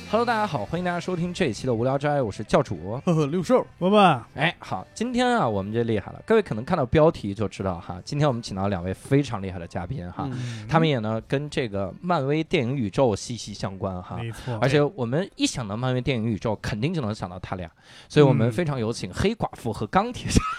Hello， 大家好，欢迎大家收听这一期的无聊斋，我是教主六兽伯伯。 哎，好，今天啊，我们就厉害了，各位可能看到标题就知道哈，今天我们请到两位非常厉害的嘉宾哈，他们也呢跟这个漫威电影宇宙息息相关哈， 没错。 而且我们一想到漫威电影宇宙，肯定就能想到他俩，所以我们非常有请黑寡妇和钢铁侠。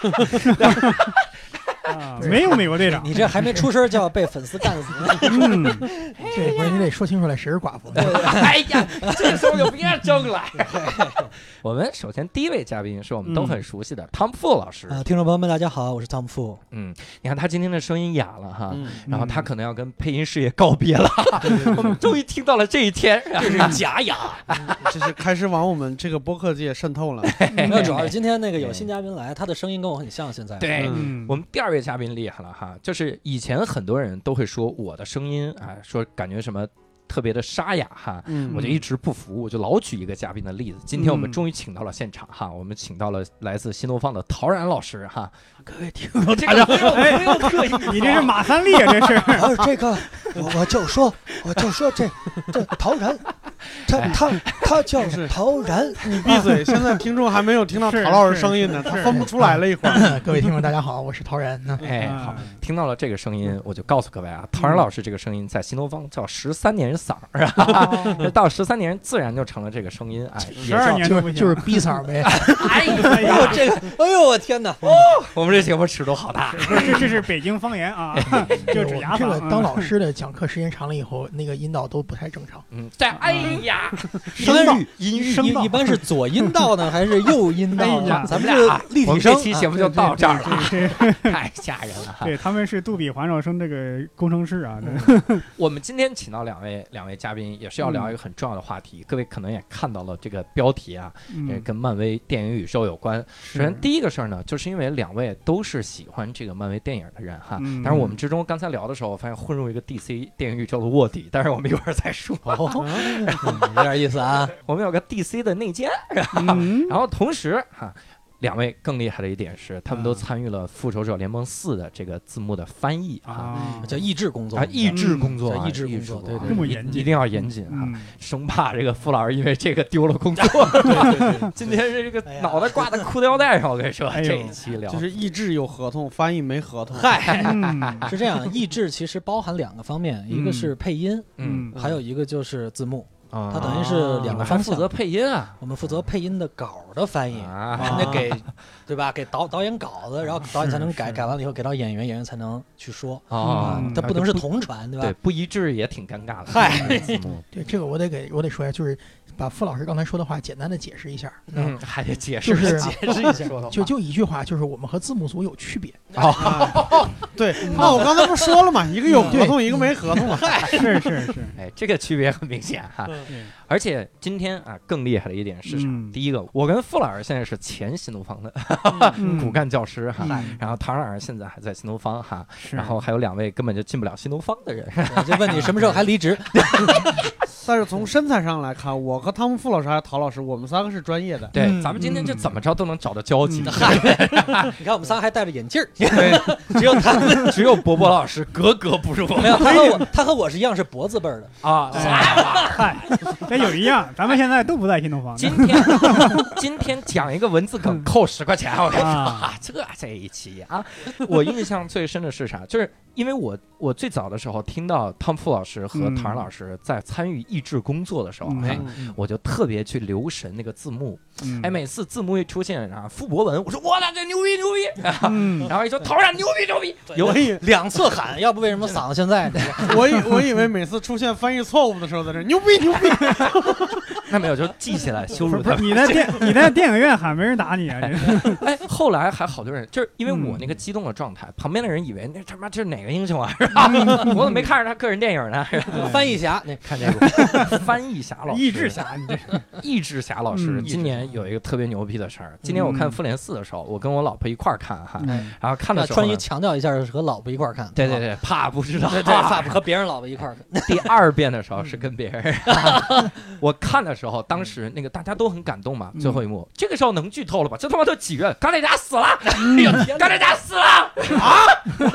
没有美国队长， 你这还没出声就要被粉丝干死。 这不是你得说清楚了谁是寡妇。 哎呀，这时候就别争了。我们首先第一位嘉宾是我们都很熟悉的汤姆·富老师。 听众朋友们，大家好，我是汤姆·富。 你看他今天的声音哑了哈，然后他可能要跟配音事业告别了。我们终于听到了这一天， 这是假哑， 这是开始往我们这个播客界渗透了。 那主要是今天那个有新嘉宾来，他的声音跟我很像。现在对，我们第二位嘉宾厉害了哈，就是以前很多人都会说我的声音啊，说感觉什么特别的沙哑哈，我就一直不服，我就老举一个嘉宾的例子。今天我们终于请到了现场哈，我们请到了来自新东方的陶然老师哈。各位听众，这个不用客气， 你这是马三立啊，这是。 这个我就说这陶然，他叫陶然。 你闭嘴！现在听众还没有听到陶老师声音呢，他分不出来了一会儿。 各位听众，大家好，我是陶然。 哎，好，听到了这个声音，我就告诉各位啊，陶然老师这个声音在新东方叫13年嗓，到13年自然就成了这个声音。哎 ，12年就是逼嗓呗。 哎呦，这个， 哎呦，我天哪！ 我们这节目尺度好大。 这是北京方言啊，就指牙这个当老师的讲课时间长了以后，那个阴道都不太正常。 对，哎呀， 音域一般是左阴道呢，还是右阴道呢？咱们这立体声， 这期节目就到这儿了，太吓人了哈。 对，他们是杜比环绕声这个工程师啊。 我们今天请到两位嘉宾，也是要聊一个很重要的话题。各位可能也看到了这个标题啊，跟漫威电影宇宙有关。首先第一个事儿呢，就是因为两位都是喜欢这个漫威电影的人哈，但是我们之中刚才聊的时候，我发现混入一个 DC 电影宇宙的卧底，但是我们一会儿再说。 有点意思啊。 我们有个 DC 的内奸，然后同时哈。两位更厉害的一点是，他们都参与了《复仇者联盟4》的这个字幕的翻译叫译制工作啊，译制工作， 译制工作，对， 这么严谨， 一定要严谨啊，生怕这个傅老师因为这个丢了工作。今天是这个脑袋挂在裤腰带上，我跟你说，这一期聊就是译制有合同，翻译没合同。 嗨，是这样，译制其实包含两个方面，一个是配音，还有一个就是字幕。它等于是两个方向， 负责配音啊， 我们负责配音的稿的翻译，那给对吧？给导演稿子，然后导演才能改完了以后给到演员，演员才能去说它不能是同传，对吧？ 对，不一致也挺尴尬的。 嗨， 对这个我得说一下，就是把傅老师刚才说的话简单的解释一下。 还得解释一下，就一句话，就是我们和字幕组有区别。 对，那我刚才不是说了吗？一个有合同，一个没合同。 嗨，是， 哎，这个区别很明显哈。而且今天啊，更厉害的一点是啥？第一个，我跟傅老师现在是前新东方的骨干教师哈，然后唐老师现在还在新东方哈，然后还有两位根本就进不了新东方的人， 就问你什么时候还离职？ 但是从身材上来看，我和汤姆·傅老师还有陶老师，我们三个是专业的。 对，咱们今天就怎么着都能找到交集。 你看我们仨还戴着眼镜儿，只有他们， 只有伯伯老师格格不入。 没有，他和我是一样，是脖子辈儿的啊。 嗨，咱有一样，咱们现在都不在新东方。 今天讲一个文字梗扣10块钱，我跟你说，这一期啊，我印象最深的是啥？就是因为我最早的时候听到汤姆·傅老师和唐老师在参与译制工作的时候，我就特别去留神那个字幕，每次字幕一出现啊，傅博文，我说哇，这牛逼，然后一说陶然牛逼， 有2次喊，要不为什么嗓子现在？ 我以为每次出现翻译错误的时候，在这牛逼， 那没有就记起来羞辱他。 你在电影院喊没人打你啊？ 哎，后来还好多人，就是因为我那个激动的状态，旁边的人以为那他妈这是哪个英雄啊？是吧？我怎么没看着他个人电影呢？ 翻译侠，你看这个翻译侠老师，译制侠老师，今年有一个特别牛逼的事儿。今年我看复联4的时候，我跟我老婆一块儿看哈，然后看的时候， 川渝强调一下是和老婆一块儿看， 对，怕不知道， 对，怕和别人老婆一块儿看。 第2遍的时候是跟别人，我看的时候，当时那个大家都很感动嘛，最后一幕，这个时候能剧透了吧？这他妈都几月？钢铁侠死了，钢铁侠死了啊！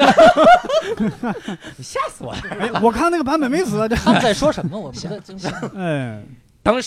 你吓死我了！ 我看那个版本没死， 他们在说什么？我们觉得惊吓。 当时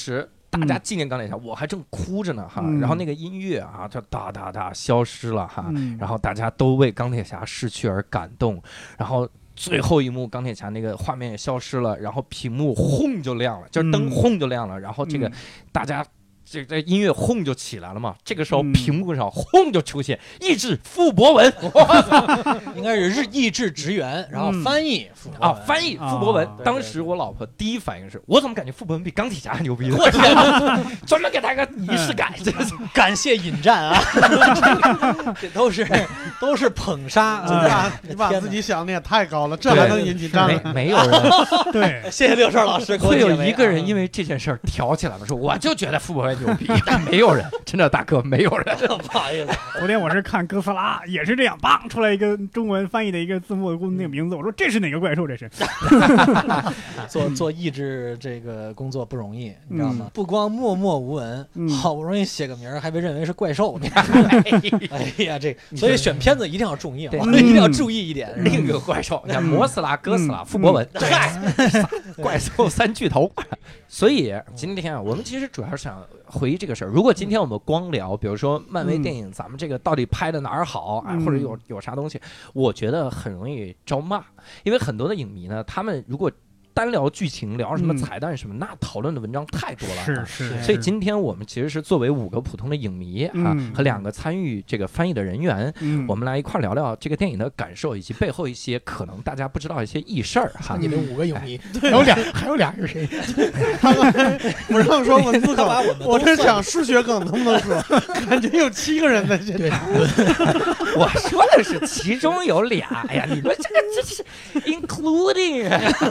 大家纪念钢铁侠，我还正哭着呢哈，然后那个音乐啊就哒哒哒消失了哈，然后大家都为钢铁侠逝去而感动，然后最后一幕钢铁侠那个画面也消失了，然后屏幕轰就亮了，就是灯轰就亮了，然后这个大家。这音乐轰就起来了嘛，这个时候屏幕上轰就出现译制傅博文， 应该是译制职员，然后翻译傅博文翻译傅博文。当时我老婆第一反应是，我怎么感觉傅博文比钢铁侠还牛逼？ 我天， 专门给他个仪式感， 感谢引战啊，这都是捧杀， 你把自己想的也太高了，这还能引起战了？ 没有人， 对， 谢谢六少老师， 会有一个人因为这件事儿挑起来了，说我就觉得傅博文牛逼，但没有人，真的大哥没有人。 不好意思， 昨天我是看哥斯拉，也是这样，梆出来一个中文翻译的一个字幕那个名字，我说这是哪个怪兽？这是做译制这个工作不容易，你知道吗？不光默默无闻，好不容易写个名儿，还被认为是怪兽。哎呀，这所以选片子一定要注意，一定要注意一点。 另一个怪兽，你看摩斯拉、哥斯拉、傅博文，怪兽三巨头。所以今天啊，我们其实主要是想回忆这个事儿。如果今天我们光聊，比如说漫威电影，咱们这个到底拍的哪儿好啊，或者有啥东西，我觉得很容易招骂，因为很多的影迷呢，他们如果单聊剧情，聊什么彩蛋什么，那讨论的文章太多了。 是。 所以今天我们其实是作为5个普通的影迷和2个参与这个翻译的人员，我们来一块聊聊这个电影的感受，以及背后一些可能大家不知道一些轶事儿哈。 你们5个影迷，还有俩是谁？ 他们不让说文字梗，我这想数学梗能不能说？感觉有7个人在现场。 我说的是其中有2。哎呀，你们这是 including。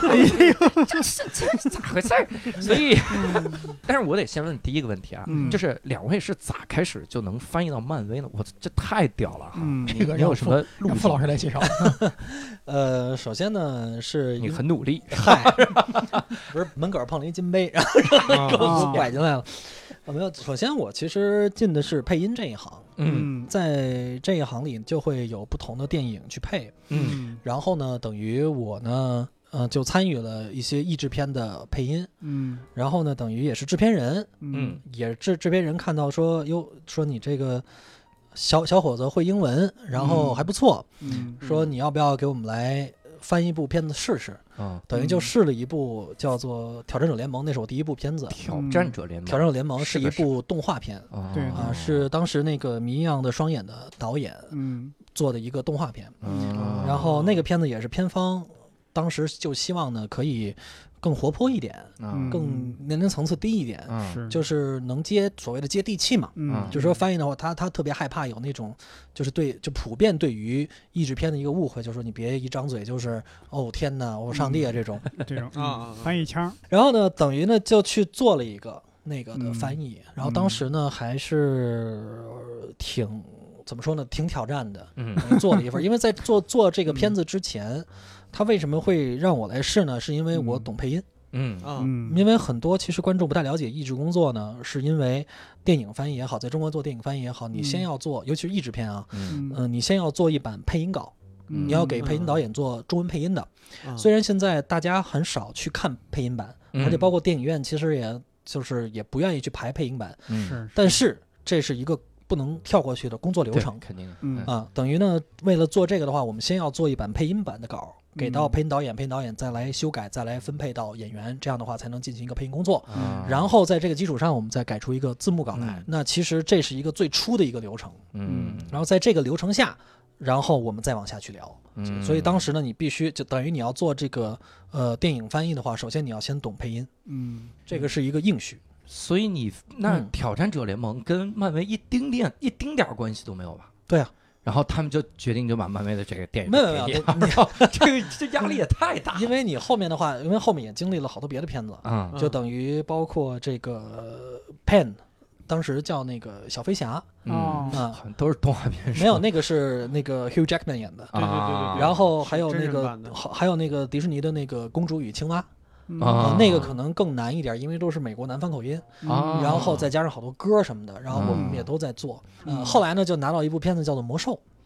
这咋回事儿？所以，但是我得先问第一个问题啊，就是2位是咋开始就能翻译到漫威呢？我这太屌了哈！ 这个你有什么让傅老师来介绍？ 首先呢是你很努力， 嗨，不是门口碰了一金杯，然后给我拐进来了。没有，首先我其实进的是配音这一行，在这一行里就会有不同的电影去配，然后呢，等于我呢。就参与了一些译制片的配音，然后呢，等于也是制片人，也制片人看到说，哟，说你这个小伙子会英文，然后还不错，说你要不要给我们来翻一部片子试试？等于就试了一部叫做《挑战者联盟》，那是我第一部片子。 挑战者联盟是一部动画片， 对是当时那个谜一样的双眼的导演做的一个动画片，然后那个片子也是片方。当时就希望呢，可以更活泼一点，更年龄层次低一点，就是能所谓的接地气嘛。就是说翻译的话，他特别害怕有那种，就是就普遍对于译制片的一个误会，就是说你别一张嘴就是哦天哪，哦上帝啊这种翻译腔。 然后呢，等于呢就去做了一个那个的翻译，然后当时呢还是怎么说呢，挺挑战的。做了一份，因为在做这个片子之前。他为什么会让我来试呢？是因为我懂配音。因为很多其实观众不太了解译制工作呢，是因为电影翻译也好，在中国做电影翻译也好，你先要做，尤其是译制片啊，你先要做一版配音稿，你要给配音导演做中文配音的。虽然现在大家很少去看配音版，而且包括电影院其实也不愿意去排配音版，但是这是一个不能跳过去的工作流程， 肯定等于呢，为了做这个的话，我们先要做一版配音版的稿。给到配音导演，配音导演再来修改，再来分配到演员，这样的话才能进行一个配音工作。然后在这个基础上，我们再改出一个字幕稿来。那其实这是一个最初的一个流程。然后在这个流程下，然后我们再往下去聊。所以当时呢，你必须就等于你要做这个电影翻译的话，首先你要先懂配音。这个是一个硬许。 所以你那挑战者联盟跟漫威一丁点关系都没有吧？ 对啊。 然后他们就决定就把漫威的这个电影没有， 这压力也太大。 因为你后面的话，因为后面也经历了好多别的片子，就等于包括这个 Pen， 当时叫那个小飞侠， 都是动画片。 没有，那个是那个 Hugh Jackman 演的， 对。 然后还有那个迪士尼的那个公主与青蛙。那个可能更难一点，因为都是美国南方口音，然后再加上好多歌什么的，然后我们也都在做。后来呢，就拿到一部片子叫做《魔兽》，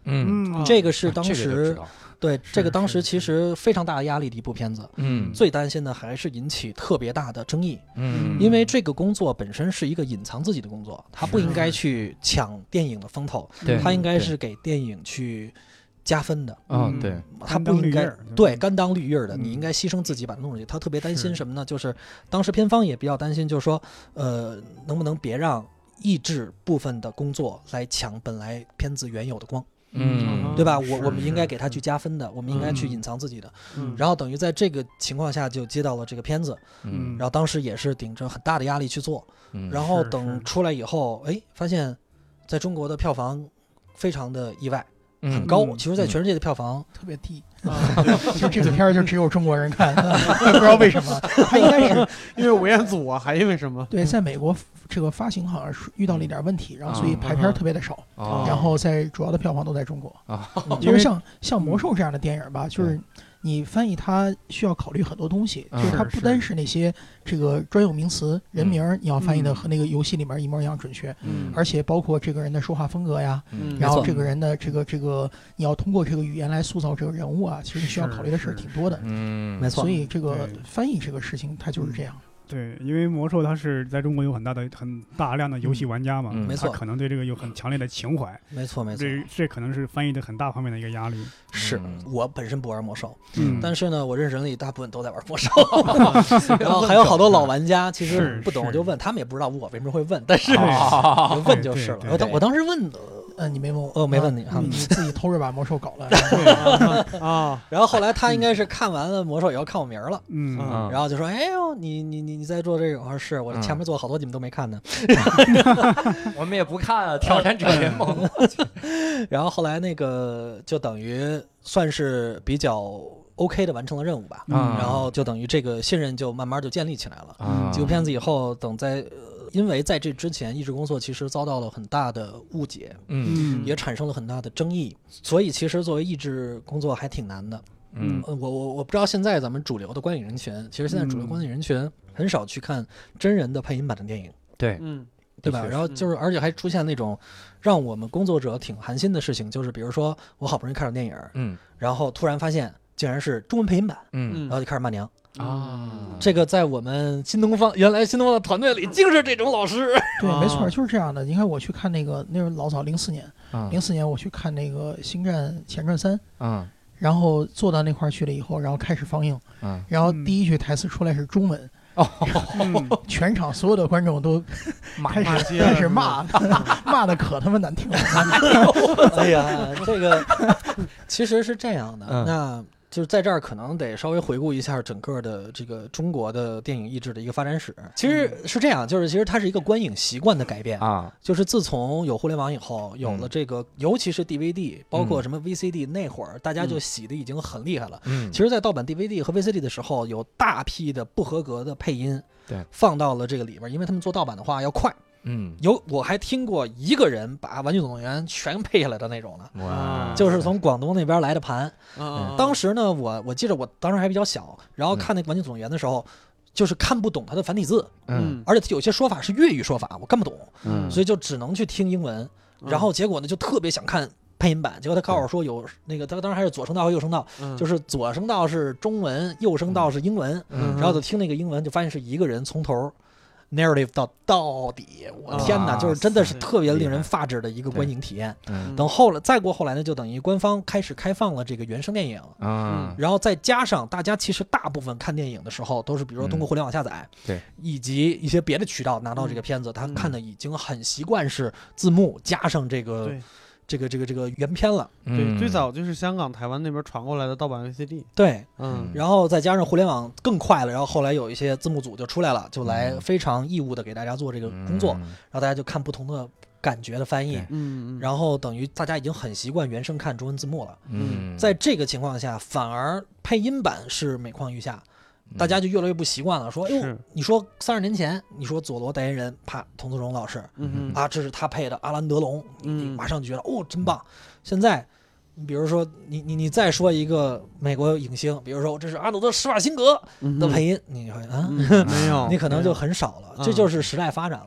这个是当这个时。对，这个当时其实非常大的压力的一部片子，最担心的还是引起特别大的争议，因为这个工作本身是一个隐藏自己的工作，他不应该去抢电影的风头，他应该是给电影去加分的， 对， 他不应该对甘当绿叶的，你应该牺牲自己把它弄出去。他特别担心什么呢？就是当时片方也比较担心，就是说，能不能别让译制部分的工作来抢本来片子原有的光。对吧？我们应该给他去加分的，我们应该去隐藏自己的。然后等于在这个情况下就接到了这个片子，然后当时也是顶着很大的压力去做，然后等出来以后，发现在中国的票房非常的意外，很高。其实，在全世界的票房特别低。就这个片儿就只有中国人看，不知道为什么。他应该是因为吴彦祖啊，还因为什么？ 对，在美国这个发行好像是遇到了一点问题，然后所以排片特别的少，然后在主要的票房都在中国。就是像魔兽这样的电影吧，就是你翻译它需要考虑很多东西，就是它不单是那些这个专有名词、人名你要翻译的和那个游戏里面一模一样准确，而且包括这个人的说话风格呀，然后这个人的这个你要通过这个语言来塑造这个人物啊，其实需要考虑的事儿挺多的。 没错。 所以这个翻译这个事情它就是这样。 对，因为魔兽它是在中国有很大量的游戏玩家嘛， 没错， 他可能对这个有很强烈的情怀。 没错。 这可能是翻译的很大方面的一个压力。 是我本身不玩魔兽，但是呢，我认识人里大部分都在玩魔兽，然后还有好多老玩家，其实不懂我就问，他们也不知道我为什么会问，但是问就是了。我当时问你没问我， 我没问你， 你自己偷着把魔兽搞了然后后来他应该是看完了魔兽以后看我名了，然后就说：“哎呦，你在做这个？”我说：“是，我前面做好多你们都没看呢。” 我们也不看啊，挑战者联盟。 然后后来那个就等于算是比较 OK 的完成了任务吧，然后就等于这个信任就慢慢就建立起来了。几部片子以后，等在。因为在这之前，译制工作其实遭到了很大的误解，也产生了很大的争议，所以其实作为译制工作还挺难的。我不知道现在咱们主流的观影人群，其实现在主流观影人群很少去看真人的配音版的电影， 对， 对吧？然后就是，而且还出现那种让我们工作者挺寒心的事情，就是比如说我好不容易看上电影，然后突然发现竟然是中文配音版，然后就开始骂娘。这个在我们原来新东方的团队里，竟是这种老师。 对，没错，就是这样的。你看我去看那是老早04年我去看那个《星战前传3》，然后坐到那块儿去了以后，然后开始放映，然后第一句台词出来是中文，全场所有的观众都开始骂的可他妈难听了。 哎呀，这个其实是这样的，那。就是在这儿可能得稍微回顾一下整个的这个中国的电影译制的一个发展史。其实是这样，就是其实它是一个观影习惯的改变啊。就是自从有互联网以后，有了这个，尤其是 DVD，包括什么 VCD，那会儿大家就洗的已经很厉害了。其实，在盗版 DVD 和 VCD 的时候，有大批的不合格的配音， 对， 放到了这个里边，因为他们做盗版的话要快。我还听过一个人把《玩具总动员》全配下来的那种的，就是从广东那边来的盘。当时呢，我记得我当时还比较小，然后看那个《玩具总动员》的时候，就是看不懂它的繁体字，而且有些说法是粤语说法，我看不懂，所以就只能去听英文。然后结果呢，就特别想看配音版，结果他告诉我说有那个，他当时还是左声道和右声道，就是左声道是中文，右声道是英文，然后就听那个英文，就发现是一个人从头。narrative 到底，我天哪，就是真的是特别令人发指的一个观影体验。等再过后来呢，就等于官方开始开放了这个原声电影，然后再加上大家其实大部分看电影的时候都是比如说通过互联网下载， 对， 以及一些别的渠道拿到这个片子，他看的已经很习惯是字幕加上这个原片了。 对，最早就是香港、台湾那边传过来的盗版 VCD。 对，然后再加上互联网更快了，然后后来有一些字幕组就出来了，就来非常义务的给大家做这个工作，然后大家就看不同的感觉的翻译，然后等于大家已经很习惯原声看中文字幕了。在这个情况下，反而配音版是每况愈下。大家就越来越不习惯了，说：“哎呦，你说30年前，你说佐罗代言人，啪，童自荣老师，这是他配的阿兰德龙，你马上就觉得哦，真棒。现在，你比如说你再说一个美国影星，比如说这是阿诺德·施瓦辛格的配音，你会没有， 你可能就很少了，这就是时代发展了。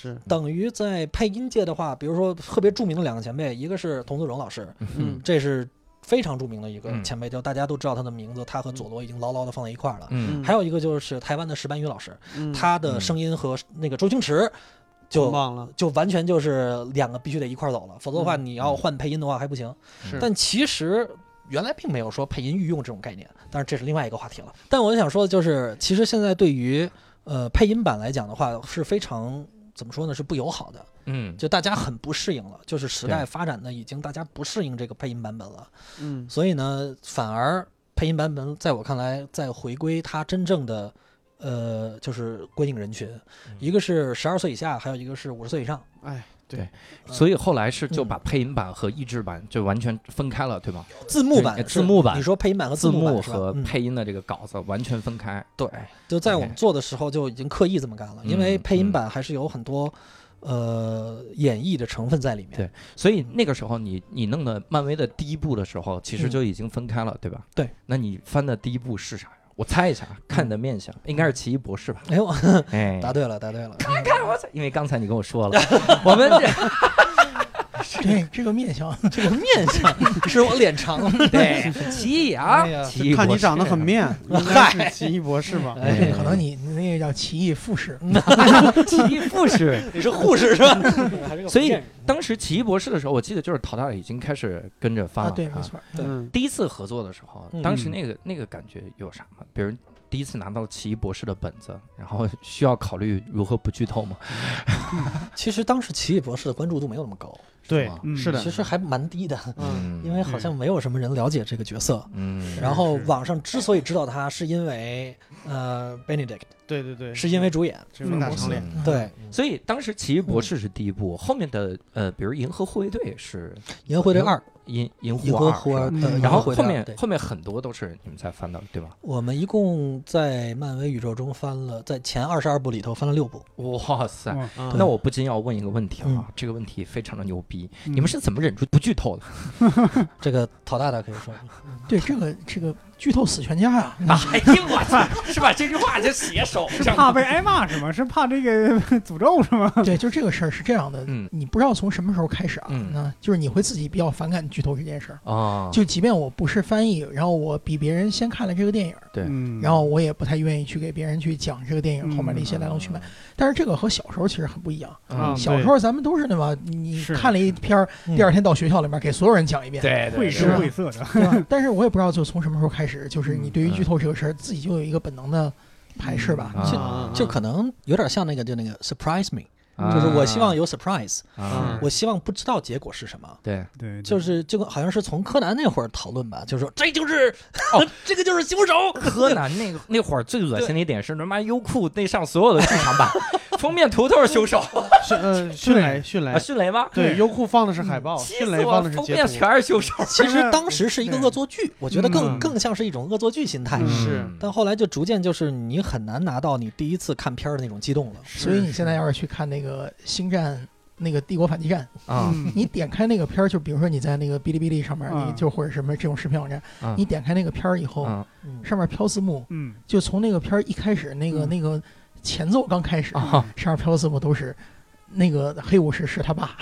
是等于在配音界的话，比如说特别著名的2个前辈，一个是童自荣老师，这是非常著名的一个前辈，就大家都知道他的名字，他和佐罗已经牢牢的放在一块儿了。还有一个就是台湾的石斑鱼老师，他的声音和那个周星驰就完全就是2个必须得一块儿走了，否则的话你要换配音的话还不行。但其实原来并没有说配音御用这种概念，但是这是另外一个话题了。但我想说的就是，其实现在对于配音版来讲的话，是非常怎么说呢？是不友好的。就大家很不适应了，就是时代发展的已经大家不适应这个配音版本了。所以呢，反而配音版本在我看来，在回归它真正的就是规定人群，一个是12岁以下，还有一个是50岁以上。 对，所以后来是就把配音版和译制版就完全分开了，对吗？ 字幕版，你说配音版和字幕和配音的这个稿子完全分开。 对，就在我们做的时候就已经刻意这么干了，因为配音版还是有很多演绎的成分在里面。 对，所以那个时候你弄的漫威的第一部的时候，其实就已经分开了，对吧？ 对。 那你翻的第一部是啥？我猜一下，看你的面相，应该是奇异博士吧？ 哎呦，答对了。 看我，因为刚才你跟我说了，我们对这个面相， 是我脸长。 对，奇异啊，奇异博士， 看你长得很面，应该是奇异博士吧？ 可能你那个叫奇异护士， 奇异护士， 你是护士是吧？ 所以当时奇异博士的时候，我记得就是陶大已经开始跟着发了。 对，没错。 对， 第一次合作的时候，当时那个感觉有啥吗？比如第一次拿到奇异博士的本子，然后需要考虑如何不剧透吗？ 其实当时奇异博士的关注度没有那么高。 对，是的， 其实还蛮低的，因为好像没有什么人了解这个角色。然后网上之所以知道他，是因为Benedict， 对， 是因为主演， 大长脸。 对， 所以当时奇异博士是第一部，后面的比如银河护卫队是银河护卫队2， 银护2，然后后面很多都是你们才翻到，对吧？ 我们一共在漫威宇宙中翻了，在前22部里头翻了6部。 哇塞！那我不禁要问一个问题啊，这个问题非常的牛逼，你们是怎么忍住不剧透的？ 这个陶大大可以说。 对，这个剧透死全家呀！ 哎呦我操，是吧？这句话就写手上， 怕被挨骂是吗？是怕这个诅咒是吗？ 对，就这个事儿是这样的，你不知道从什么时候开始啊，那就是你会自己比较反感剧透这件事儿啊。就即便我不是翻译，然后我比别人先看了这个电影， 对， 然后我也不太愿意去给别人去讲这个电影后面的一些来龙去脉。但是这个和小时候其实很不一样。小时候咱们都是对吧？你看了一篇儿，第二天到学校里面给所有人讲一遍， 对， 绘声绘色的。 但是我也不知道就从什么时候开始，就是你对于剧透这个事儿，自己就有一个本能的排斥吧。 就可能有点像那个 surprise me。就是我希望有 surprise，我希望不知道结果是什么。 对， 就是好像是从柯南那会儿讨论吧，就是说这就是这个就是凶手。 柯南那会儿最恶心的一点是他妈优酷内上所有的剧场版封面图都是凶手。 迅雷吗？ 对，优酷放的是海报，迅雷放的是截图， 封面全是凶手。 其实当时是一个恶作剧，我觉得更像是一种恶作剧心态。 是， 但后来就逐渐就是你很难拿到你第一次看片的那种激动了。 所以你现在要是去看那个星战那个帝国反击战啊，你点开那个片儿，就比如说你在那个哔哩哔哩上面，你就或者什么这种视频网站，你点开那个片儿以后，上面飘字幕，就从那个片儿一开始那个前奏刚开始，上面飘字幕都是。那个黑武士是他爸，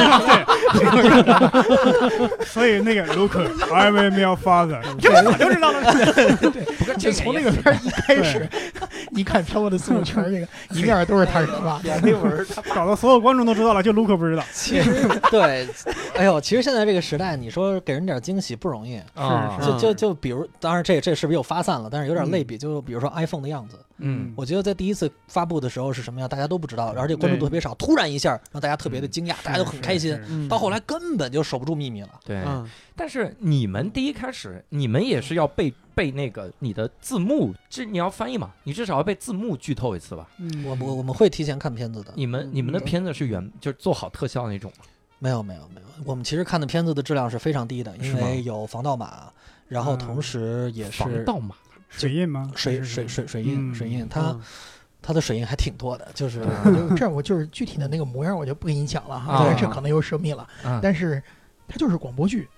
所以那个 Luke，I am your father， 这我早就知道了。 对，就从那个片一开始，你看飘过的字幕全是这个，一面都是他是他爸， 黑文，搞得所有观众都知道了，就 Luke 不知道。 其实对，哎呦，其实现在这个时代，你说给人点惊喜不容易啊。 就比如，当然这是不是又发散了？但是有点类比，就比如说 iPhone 的样子。我觉得在第一次发布的时候是什么样，大家都不知道，而且关注度特别少。突然一下让大家特别的惊讶，大家都很开心。到后来根本就守不住秘密了。 对，但是你们第一开始，你们也是要背那个你的字幕，这你要翻译嘛，你至少要被字幕剧透一次吧？ 我们会提前看片子的。 你们的片子是就是做好特效那种吗？ 没有，我们其实看的片子的质量是非常低的，因为有防盗码，然后同时也是防盗码。 水印吗？ 水印，它的水印还挺多的，就是这我就是具体的那个模样我就不给你讲了哈，这可能又涉密了。但是它就是广播剧，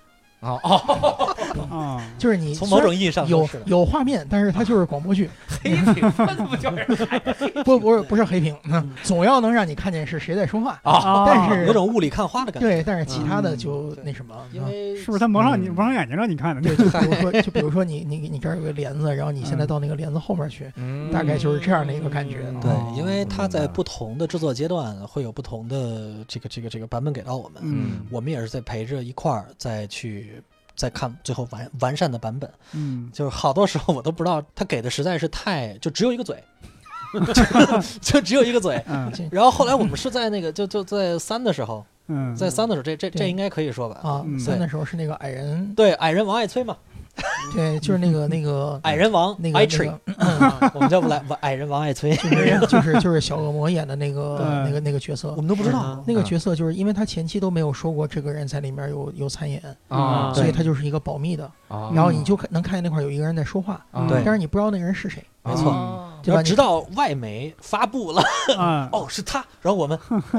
就是你从某种意义上有画面，但是它就是广播剧。 黑屏不就是不是黑屏，总要能让你看见是谁在说话但是有种雾里看花的感觉。 对，但是其他的就那什么， 因为是不是他蒙上眼睛让你看的？ 对，就比如说你这儿有个帘子，然后你现在到那个帘子后面去，大概就是这样的一个感觉。 对，因为它在不同的制作阶段会有不同的这个版本给到我们，我们也是在陪着一块儿再看最后完善的版本。就是好多时候我都不知道他给的实在是就只有一个嘴。就只有一个嘴，然后后来我们是在那个就在3的时候，在3的时候，这应该可以说吧 ？3的时候是那个矮人， 对，矮人王爱崔嘛， 对，就是那个矮人王那个 Tree，我们叫不来矮人王爱崔， 就是小恶魔演的那个角色， 我们都不知道那个角色，就是因为他前期都没有说过这个人在里面有参演所以他就是一个保密的，然后你就能看见那块有一个人在说话，但是你不知道那个人是谁， 没错。然后直到外媒发布了，是他，然后我们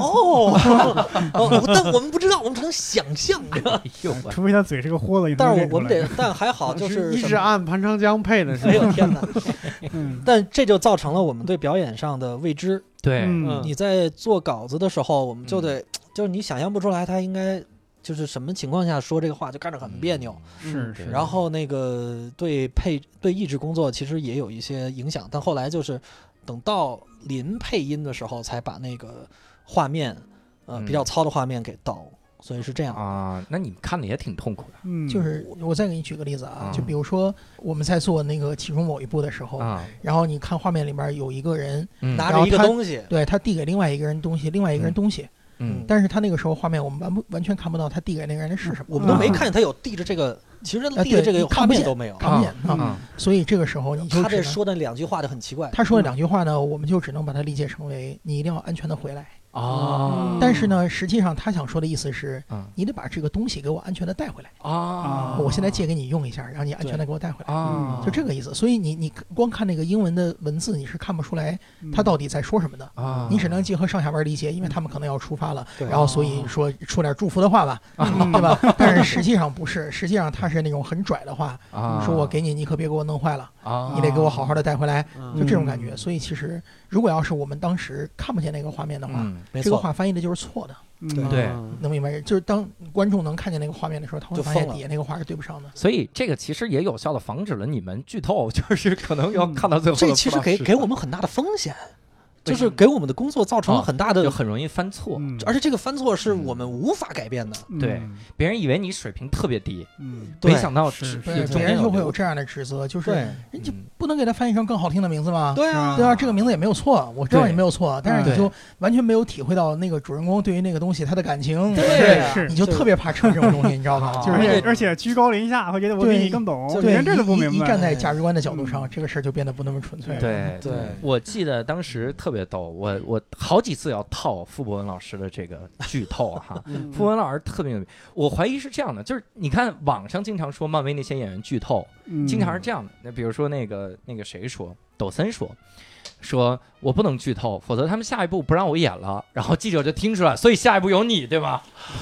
但我们不知道，我们只能想象着， 除非他嘴是个豁子， 但是我们得，但还好就是一直按潘长江配的， 哎呦天哪！但这就造成了我们对表演上的未知。 对， 你在做稿子的时候，我们就得，就是你想象不出来他应该。就是什么情况下说这个话就看着很别扭， 是。 然后那个对译制工作其实也有一些影响，但后来就是等到临配音的时候，才把那个画面，比较糙的画面给倒，所以是这样啊。那你看的也挺痛苦的。 就是我再给你举个例子啊，就比如说我们在做那个其中某一部的时候，然后你看画面里面有一个人拿着一个东西， 对他递给另外一个人东西，另外一个人东西。但是他那个时候画面我们完全看不到他递给那个人的是什么， 我们都没看见他有递着这个，其实递着这个画面都没有， 看不见啊。所以这个时候你就他这说的2句话就很奇怪。 他说的2句话呢，我们就只能把它理解成为你一定要安全的回来。但是呢，实际上他想说的意思是，你得把这个东西给我安全的带回来我现在借给你用一下，然后你安全的给我带回来就这个意思。所以你光看那个英文的文字，你是看不出来他到底在说什么的你只能结合上下文理解，因为他们可能要出发了，然后所以说点祝福的话吧对吧？但是实际上不是，实际上他是那种很拽的话说我给你可别给我弄坏了你得给我好好的带回来，就这种感觉。所以其实如果要是我们当时看不见那个画面的话，这个话翻译的就是错的。 对， 能明白？就是当观众能看见那个画面的时候，他会发现底下那个话是对不上的。 所以这个其实也有效的防止了你们剧透，就是可能要看到最后。 这其实给我们很大的风险。就是给我们的工作造成了很大的， 就很容易犯错， 而且这个犯错是我们无法改变的。 对，别人以为你水平特别低，没想到是别人就会有这样的指责，就是人家不能给他翻译成更好听的名字吗？ 对啊， 对啊，这个名字也没有错，我知道你没有错，但是你就完全没有体会到那个主人公对于那个东西他的感情， 对， 你就特别怕扯这种东西，你知道吗？ 就是而且居高临下，会觉得我比你更懂，连这都不明白。 一站在价值观的角度上，这个事儿就变得不那么纯粹。 对，我记得当时特别逗，我好几次要套傅博文老师的这个剧透哈，傅博文老师特别牛逼，我怀疑是这样的，就是你看网上经常说漫威那些演员剧透，经常是这样的。那比如说那个谁说，抖森说我不能剧透，否则他们下一部不让我演了，然后记者就听出来，所以下一部有你，对吗？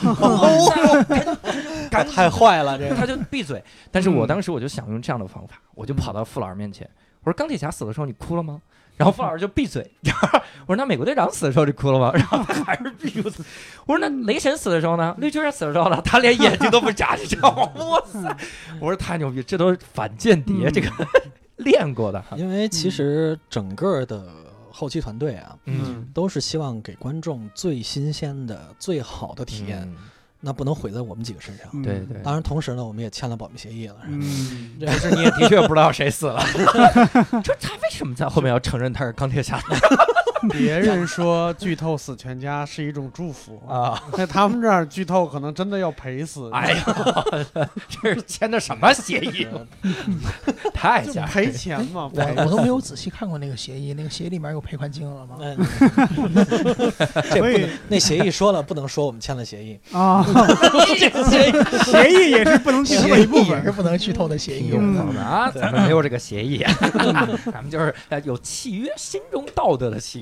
太坏了，这个他就闭嘴。但是我当时我就想用这样的方法，我就跑到傅老师面前，我说钢铁侠死的时候你哭了吗？然后傅老师就闭嘴。我说那美国队长死的时候你哭了吗？然后他还是闭嘴。我说那雷神死的时候呢？绿巨人死的时候呢？他连眼睛都不眨，你知道吗？哇塞！我说太牛逼，这都是反间谍，这个练过的。 因为其实整个的后期团队啊，都是希望给观众最新鲜的、最好的体验。那不能毁在我们几个身上。 对对， 当然同时呢，我们也签了保密协议了。 但是你也的确不知道谁死了。这他为什么在后面要承认他是钢铁侠？ 别人说剧透死全家是一种祝福啊，在他们这儿剧透可能真的要赔死。 哎呀，这是签的什么协议？太吓人！ 赔钱嘛？ 我都没有仔细看过那个协议，那个协议里面有赔款金额吗？ 这那协议说了不能说我们签了协议啊。协议也是不能剧透的一部分， 也是不能剧透的协议。 啊，咱们没有这个协议，咱们就是有契约，心中道德的契约。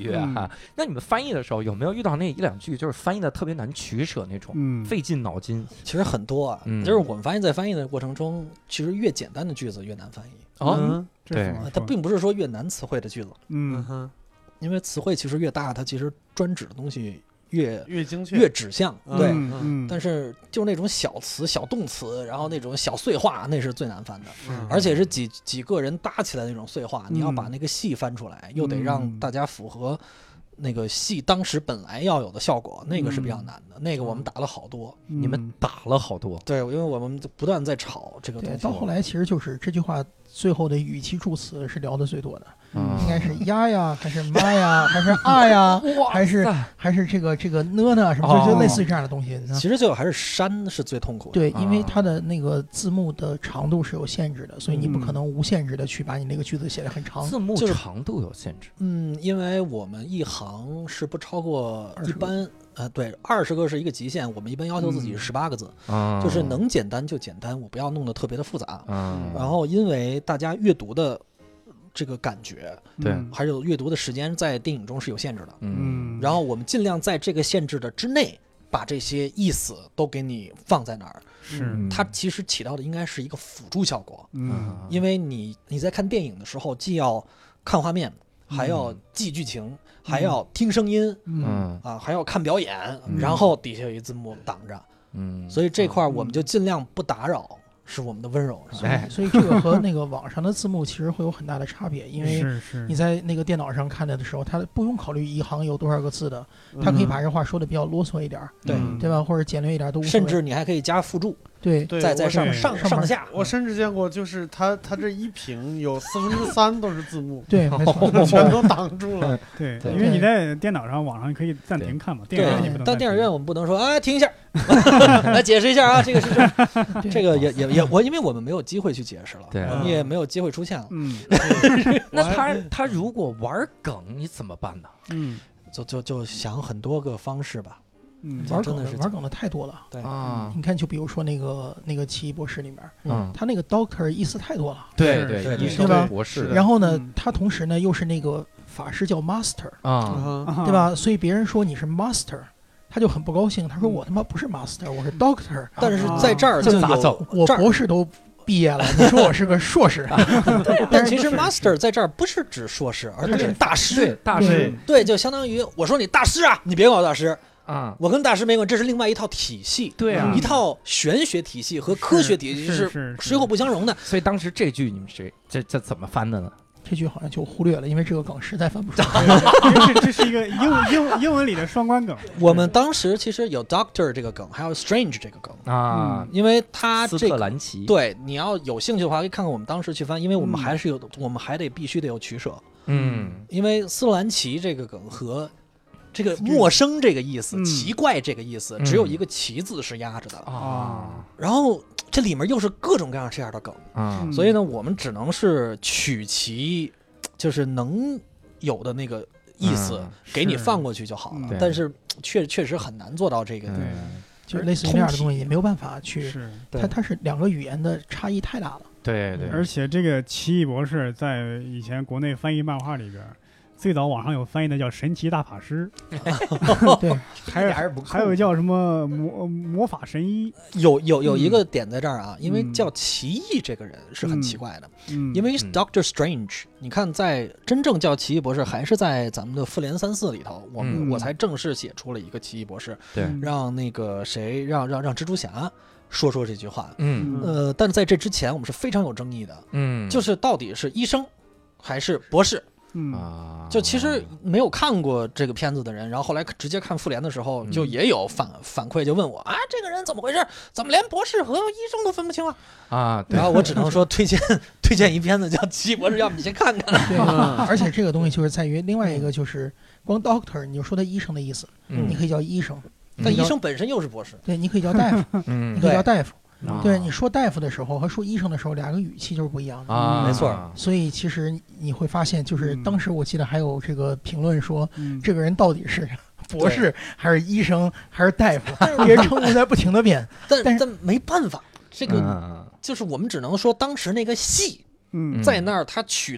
觉哈。那你们翻译的时候有没有遇到那一两句就是翻译的特别难取舍那种，费尽脑筋？ 其实很多啊，就是我们发现在翻译的过程中，其实越简单的句子越难翻译。 对， 它并不是说越难词汇的句子，因为词汇其实越大，它其实专指的东西越精确、越指向。对，但是就那种小词、小动词，然后那种小碎话，那是最难翻的，而且是几个人搭起来那种碎话，你要把那个戏翻出来，又得让大家符合那个戏当时本来要有的效果，那个是比较难的。那个我们打了好多， 你们打了好多。 对，因为我们不断在吵这个东西。 到后来其实就是这句话最后的语气助词是聊的最多的，应该是呀还是妈呀还是啊呀还是这个呢什么，就类似于这样的东西。 其实最后还是删是最痛苦的。 对，因为它的那个字幕的长度是有限制的，所以你不可能无限制的去把你那个句子写得很长。 字幕长度有限制。 因为我们一行是不超过一般对，20个是一个极限，我们一般要求自己是18个字，就是能简单就简单，我不要弄得特别的复杂。然后因为大家阅读的这个感觉， 对， 还有阅读的时间在电影中是有限制的。然后我们尽量在这个限制的之内，把这些意思都给你放在那儿。它其实起到的应该是一个辅助效果。因为你在看电影的时候，既要看画面，还要记剧情，还要听声音，还要看表演，然后底下有一字幕挡着，所以这块我们就尽量不打扰，是我们的温柔。 所以这个和那个网上的字幕其实会有很大的差别，因为你在那个电脑上看的时候，它不用考虑一行有多少个字的，它可以把这话说的比较啰嗦一点，对吧？或者简略一点都无所谓， 甚至你还可以加附注。 对， 在上下， 我甚至见过，就是它这一屏有3/4都是字幕， 对，没错， 全都挡住了。 对，因为你在电脑上、网上可以暂停看嘛，电影院你不能。 但电影院我们不能说停一下，来解释一下啊，这个是这个也因为我们没有机会去解释了，我们也没有机会出现了。 那他如果玩梗，你怎么办呢？ 就想很多个方式吧。 玩梗的太多了。 对啊，你看，就比如说那个奇异博士里面，他那个 Doctor 意思太多了。 对， 对吧？ 博士。 然后呢，他同时呢又是那个法师叫 Master 对吧？所以别人说你是 Master， 他就很不高兴。他说我他妈不是 Master， 我是 Doctor。 但是在这儿就有我博士都毕业了，你说我是个硕士。 但其实 Master 在这儿不是指硕士，而是大师。 大师。 对，就相当于我说你大师啊，你别管我大师。我跟大师没关系，这是另外一套体系， 对啊， 一套玄学体系和科学体系是水火不相容的。 所以当时这句你们这怎么翻的呢？ 这句好像就忽略了，因为这个梗实在翻不出来。 这是一个英文里的双关梗。 我们当时其实有 Doctor 这个梗，还有 Strange 这个梗啊，因为他斯特兰奇。 对，你要有兴趣的话，可以看看我们当时去翻，因为我们还是我们还必须得有取舍。因为斯特兰奇这个梗和这个陌生这个意思，奇怪这个意思，只有一个奇字是压着的然后这里面又是各种各样这样的梗所以呢，我们只能是取其就是能有的那个意思给你放过去就好了。但是确实很难做到这个。 就是类似于这样的东西，也没有办法去。它是两个语言的差异太大了。 对， 而且这个奇异博士在以前国内翻译漫画里边。最早网上有翻译的叫神奇大法师， 对， 还有叫什么魔法神医。 有一个点在这儿啊，因为叫奇异这个人是很奇怪的，因为 Doctor Strange， 你看在真正叫奇异博士还是在咱们的复联3、4里头，我才正式写出了一个奇异博士，让那个谁让蜘蛛侠说这句话，但是在这之前我们是非常有争议的，就是到底是医生还是博士。就其实没有看过这个片子的人，然后后来直接看复联的时候，就也有反馈，就问我啊，这个人怎么回事？怎么连博士和医生都分不清啊？然后我只能说推荐一片子叫《奇异博士》，要不你先看看。 对，而且这个东西就是在于另外一个，就是光 Doctor， 你就说他医生的意思，你可以叫医生， 但医生本身又是博士。 对，你可以叫大夫，你可以叫大夫。对，你说大夫的时候和说医生的时候，两个语气就是不一样的没错。 所以其实你会发现，就是当时我记得还有这个评论说，这个人到底是博士还是医生还是大夫，别人称呼在不停的变。 但没办法，这个就是我们只能说当时那个戏在那儿，他取的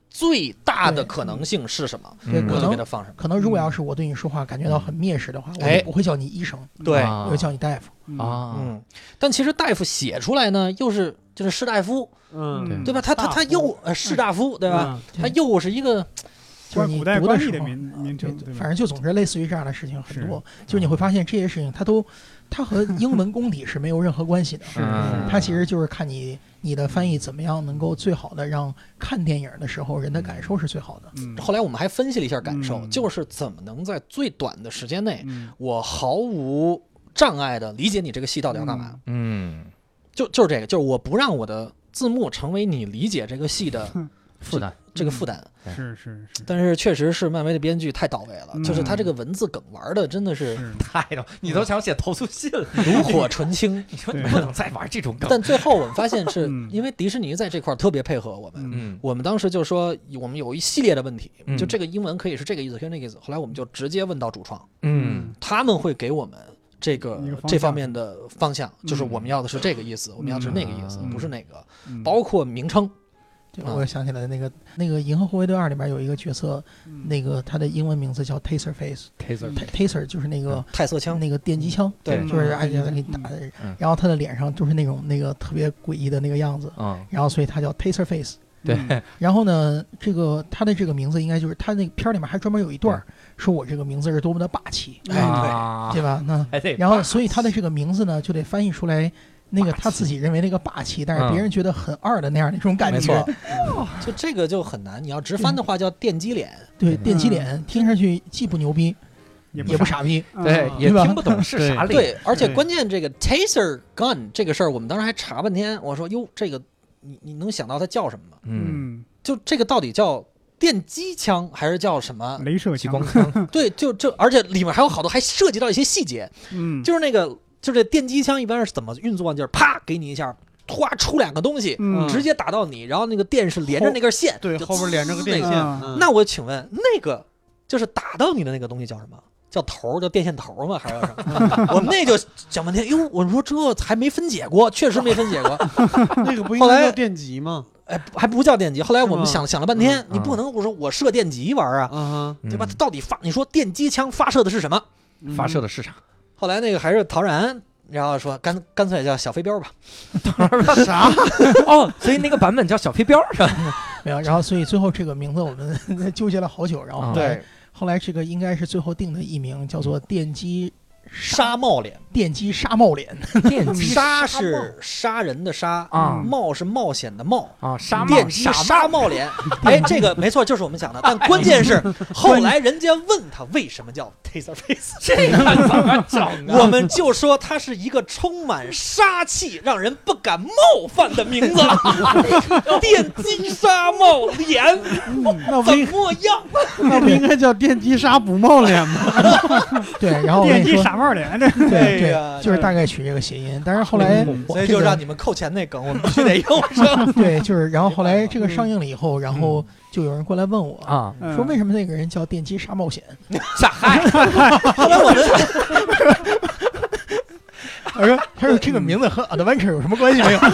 最大的可能性是什么，我就给他放什么。 可能如果要是我对你说话感觉到很蔑视的话，我就不会叫你医生， 对， 我会叫你大夫但其实大夫写出来呢，就是士大夫，对吧？他又士大夫，对吧？他又是一个。 就是你古代读的时候， 官吏的名称， 反正就总之类似于这样的事情很多。就是你会发现这些事情，它和英文功底是没有任何关系的。它其实就是看你的翻译怎么样能够最好的让看电影的时候人的感受是最好的。 后来我们还分析了一下感受，就是怎么能在最短的时间内，我毫无障碍的理解你这个戏到底要干嘛。就是这个，就是我不让我的字幕成为你理解这个戏的负担。 这个负担是， 但是确实是漫威的编剧太到位了，就是他这个文字梗玩的真的是太了，你都想写投诉信了， 炉火纯青。 你说你不能再玩这种梗。 但最后我们发现是因为迪士尼在这块特别配合我们，我们当时就说我们有一系列的问题，就这个英文可以是这个意思，可以那个意思。后来我们就直接问到主创，他们会给我们这方面的方向，就是我们要的是这个意思，我们要的是那个意思，不是那个，包括名称。 我想起来那个《银河护卫队2》里面有一个角色，那个他的英文名字叫 Taser Face，Taser 就是那个泰瑟枪， 那个电击枪， 对， 就是给你打的，然后他的脸上就是那个特别诡异的那个样子，然后所以他叫 Taser Face。 对， 然后呢，他的这个名字应该就是他那个片里面还专门有一段说我这个名字是多么的霸气，对吧？那然后所以他的这个名字呢就得翻译出来。那个他自己认为那个霸气，但是别人觉得很二的那样的一种感觉， 没错，就这个就很难。你要直翻的话叫电击脸， 对，电击脸听上去既不牛逼，也不傻逼， 对，也听不懂是啥脸。 对，而且关键这个 taser gun 这个事儿，我们当时还查半天。我说哟，这个你能想到它叫什么吗？就这个到底叫电击枪还是叫什么？ 镭射激光枪？ 对，就而且里面还有好多还涉及到一些细节，就是那个。就这电击枪一般是怎么运作？就是啪给你一下，突出2个东西，直接打到你，然后那个电是连着那根线， 对，后边连着个电线。 那我请问，那个就是打到你的那个东西叫什么？叫头，叫电线头吗？还是叫什么？我们那就讲半天，哟，我说这还没分解过，确实没分解过。 那个不应该叫电极吗？ 哎，还不叫电极。后来我们想了半天，你不能我说我射电极玩啊，对吧？它到底你说电击枪发射的是什么？ 发射的是啥？ 后来那个还是陶然，然后说干脆叫小飞镖吧。 啥？哦，所以那个版本叫小飞镖是吧？ 没有，然后所以最后这个名字我们纠结了好久，然后后来这个应该是最后定的艺名叫做电击纱帽脸， 电击纱帽脸， 电击纱是杀人的杀啊，帽是冒险的冒啊， 电击纱帽脸。哎，这个没错，就是我们讲的。但关键是后来人家问他为什么叫 Taser Face， 这个怎么整啊？ 我们就说它是一个充满杀气、让人不敢冒犯的名字。电击纱帽脸，怎么样？ 那不应该叫电击纱不冒脸吗？ 对，然后电击傻帽脸， 对，就是大概取这个谐音。但是后来， 所以就让你们扣钱那梗，我们必须得用上。 对，就是，然后后来这个上映了以后，然后就有人过来问我啊，说为什么那个人叫电击杀冒险？ 啥？ 后来我们。 他说这个名字和 adventure 有什么关系没有？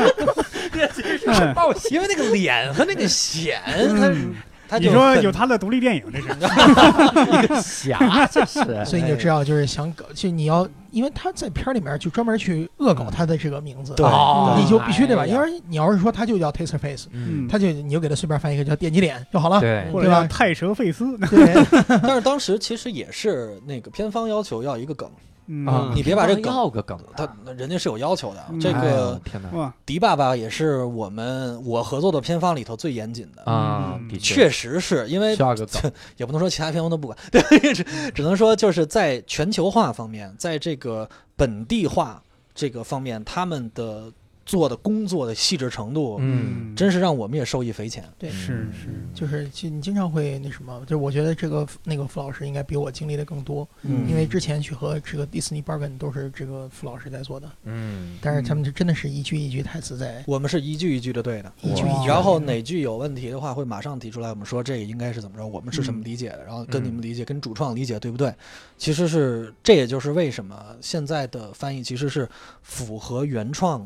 因为那个脸和那个险， 你说有他的独立电影，这是一个侠，这是， 所以你就知道，就是想搞，就你要，因为他在片里面就专门去恶搞他的这个名字， 对， 你就必须对吧？因为你要是说他就叫 Taser Face，你就给他随便翻一个叫电击脸就好了， 对吧？泰蛇费斯， 对。 但是当时其实也是那个片方要求要一个梗。 你别把这要个梗， 人家是有要求的。这个迪爸爸也是我合作的片方里头最严谨的啊， 确实是因为也不能说其他片方都不管，对，只能说就是在全球化方面，在这个本地化这个方面，他们的做的工作的细致程度，真是让我们也受益匪浅。 对，是，就是你经常会那什么，就是我觉得那个傅老师应该比我经历的更多，因为之前去和这个迪士尼 bargain 都是这个傅老师在做的，但是他们真的是一句一句台词在， 我们是一句一句的对的， 一句一句， 然后哪句有问题的话会马上提出来，我们说这个应该是怎么着，我们是什么理解的，然后跟你们理解，跟主创理解对不对？其实这也就是为什么现在的翻译其实是符合原创的，符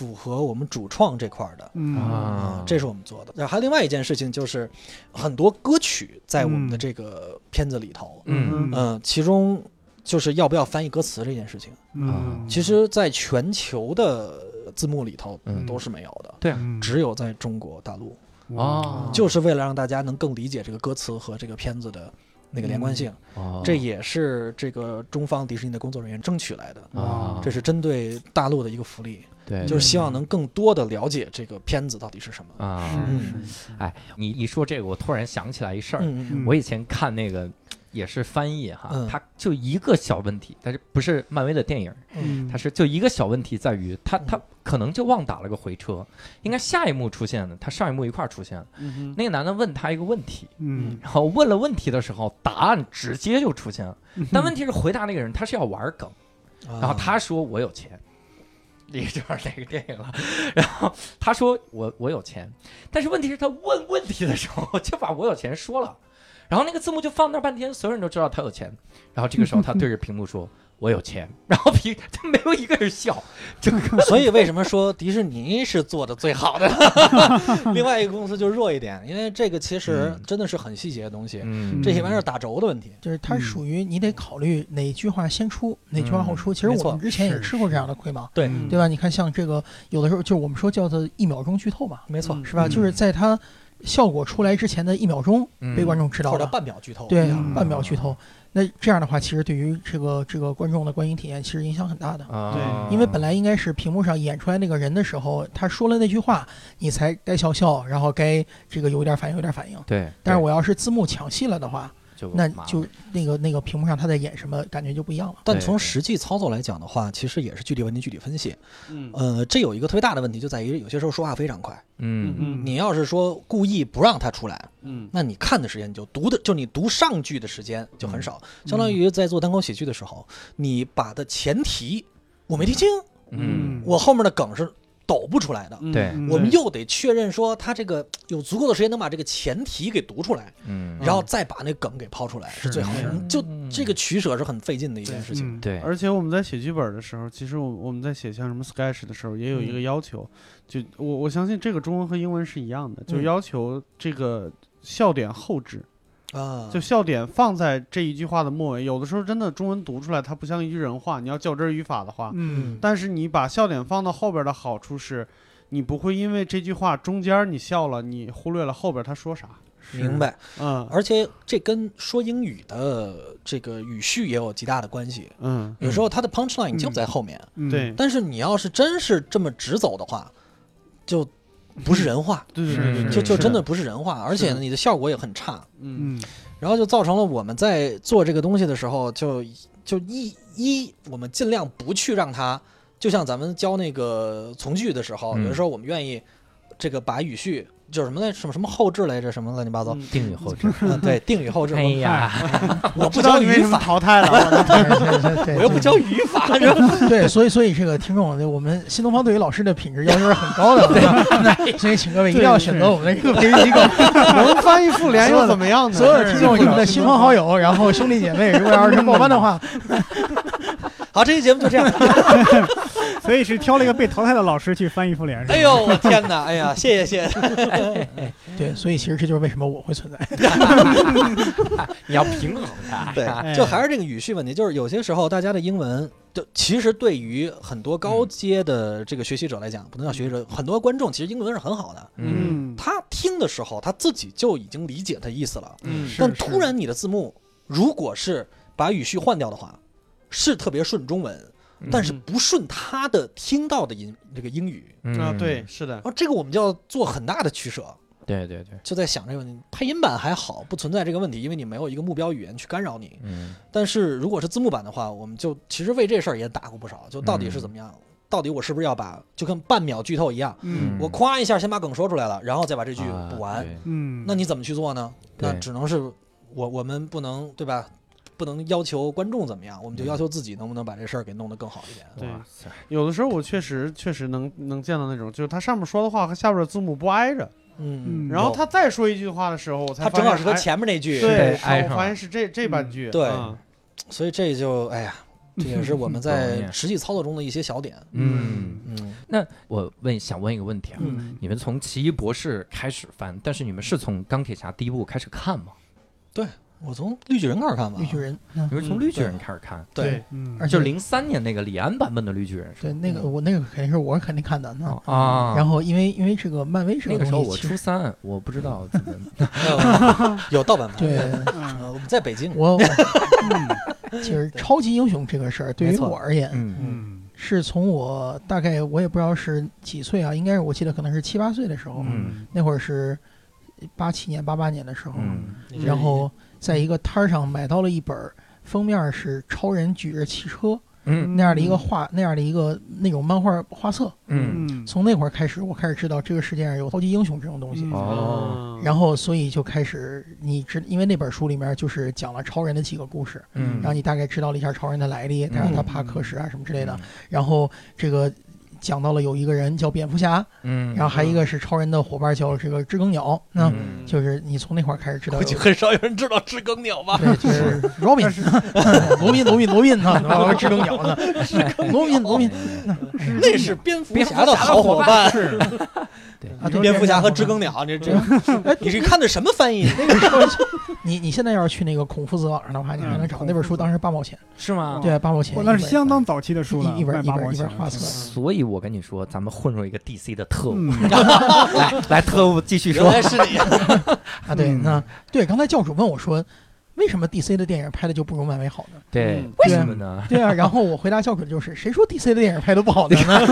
符合我们主创这块的，这是我们做的。然后还有另外一件事情，就是很多歌曲在我们的这个片子里头，其中就是要不要翻译歌词这件事情，其实在全球的字幕里头都是没有的， 对， 只有在中国大陆，就是为了让大家能更理解这个歌词和这个片子的那个连贯性，这也是这个中方迪士尼的工作人员争取来的，这是针对大陆的一个福利， 对， 就是希望能更多的了解这个片子到底是什么啊。 哎，你说这个，我突然想起来一事儿，我以前看那个也是翻译哈，它就一个小问题，但是不是漫威的电影，它是就一个小问题在于他可能就忘打了个回车，应该下一幕出现的，他上一幕一块出现了。那个男的问他一个问题，然后问了问题的时候，答案直接就出现了，但问题是回答那个人他是要玩梗，然后他说我有钱。你知道哪个电影了？然后他说我有钱，但是问题是他问问题的时候就把我有钱说了，然后那个字幕就放那半天，所有人都知道他有钱，然后这个时候他对着屏幕说我有钱，然后他没有一个人笑， 所以为什么说迪士尼是做的最好的，另外一个公司就弱一点，因为这个其实真的是很细节的东西，这些玩意儿打轴的问题， 就是它属于你得考虑哪句话先出，哪句话后出。其实我们之前也吃过这样的亏嘛，对吧？你看像这个有的时候就是我们说叫做1秒钟剧透嘛， 没错， 是吧？就是在它效果出来之前的1秒钟被观众知道了， 或者半秒剧透， 对，半秒剧透。那这样的话，其实对于这个观众的观影体验其实影响很大的， 对， 因为本来应该是屏幕上演出来那个人的时候，他说了那句话，你才该笑，然后该这个有点反应， 对。 但是我要是字幕抢戏了的话，那就那个屏幕上他在演什么，感觉就不一样了。 但从实际操作来讲的话，其实也是具体问题具体分析。这有一个特别大的问题，就在于有些时候说话非常快。你要是说故意不让他出来，那你看的时间你就你读上句的时间就很少，相当于在做单口喜剧的时候，你把的前提我没听清，我后面的梗是抖不出来的， 对， 我们又得确认说他这个有足够的时间能把这个前提给读出来，然后再把那梗给抛出来是最好的。就这个取舍是很费劲的一件事情。 对， 而且我们在写剧本的时候，其实我们在写像什么 sketch 的时候，也有一个要求，就我相信这个中文和英文是一样的，就要求这个笑点后置。就笑点放在这一句话的末尾，有的时候真的中文读出来它不像一句人话，你要较真语法的话，但是你把笑点放到后边的好处是，你不会因为这句话中间你笑了，你忽略了后边他说啥。 明白，而且这跟说英语的这个语序也有极大的关系。有时候它的 punchline 就在后面， 对， 但是你要是真是这么直走的话，就不是人话，就真的不是人话，而且呢，你的效果也很差，然后就造成了我们在做这个东西的时候，就我们尽量不去让它，就像咱们教那个从句的时候，有的时候我们愿意这个把语序。就是什么来什么后置来着，什么乱七八糟， 定语后置， 对，定语后置。 哎呀， 我不教语法淘汰了， 我又不教语法， 对，所以这个听众，我们新东方对于老师的品质要求是很高的，对，所以请各位一定要选择我们的这个培训机构， 能翻译复联又怎么样呢？ 所有的听众，你们的亲朋好友，然后兄弟姐妹，如果要是报班的话， 好，这期节目就这样。 所以是挑了一个被淘汰的老师去翻译复联。 哎呦，我天哪！哎呀，谢谢。 对，所以其实这就是为什么我会存在。 你要平衡它。 对，就还是这个语序问题，就是有些时候大家的英文，其实对于很多高阶的这个学习者来讲，不能叫学习者，很多观众其实英文是很好的。他听的时候他自己就已经理解他意思了。但突然你的字幕如果是把语序换掉的话，是特别顺中文。但是不顺他的听到的这个英语对，是的。 这个我们就要做很大的取舍。 对， 就在想这个问题。配音版还好，不存在这个问题，因为你没有一个目标语言去干扰你。但是如果是字幕版的话，我们就其实为这事儿也打过不少。就到底是怎么样？到底我是不是要把就跟半秒剧透一样？我夸一下先把梗说出来了，然后再把这句补完。那你怎么去做呢？那只能是我们不能，对吧？不能要求观众怎么样，我们就要求自己能不能把这事儿给弄得更好一点。 对，有的时候我确实能见到那种，就是他上面说的话和下边的字幕不挨着，然后他再说一句话的时候，我才他正好是和前面那句对，我发现是这半句， 对，所以这就哎呀。 这也是我们在实际操作中的一些小点。 那我想问一个问题啊，你们从奇异博士开始翻，但是你们是从钢铁侠第一部开始看吗？ 对，我从绿巨人开始看吧。 绿巨人， 你是从绿巨人开始看？ 对， 而且就03年那个李安版本的绿巨人。 对，那个我肯定看的啊。 然后因为这个漫威这个那个时候我初3，我不知道怎么有盗版盘。 对， 我们在北京。 其实超级英雄这个事儿对于我而言，是从我大概我也不知道是几岁啊，应该是我记得可能是7、8岁的时候，那会儿是87年、88年的时候，然后在一个摊上买到了一本封面是超人举着汽车那样的一个那种漫画画册，从那会儿开始，我开始知道这个世界上有超级英雄这种东西，然后所以就开始因为那本书里面就是讲了超人的几个故事，然后你大概知道了一下超人的来历，他帕克什啊什么之类的，然后这个讲到了有一个人叫蝙蝠侠，然后还一个是超人的伙伴叫这个知更鸟，就是你从那会儿开始知道， 估计很少有人知道知更鸟吧？ 对，就是 Robin， 罗宾呢，然后知更鸟呢，罗宾， 那是蝙蝠侠的好伙伴。 对， 蝙蝠侠和知更鸟，你是看的什么翻译？ 那个时候，你现在要是去那个孔夫子网上的话，你还能找那本书，当时8毛钱， 是吗？ 对，8毛钱。 那是相当早期的书了， 一本画册。 所以我跟你说，咱们混入一个 DC 的特务，来，特务继续说。 原来是你啊，对，刚才教主问我说，为什么 DC 的电影拍的就不如漫威好呢？ 对，为什么呢？ 对啊，然后我回答教主就是，谁说 DC 的电影拍的不好的呢？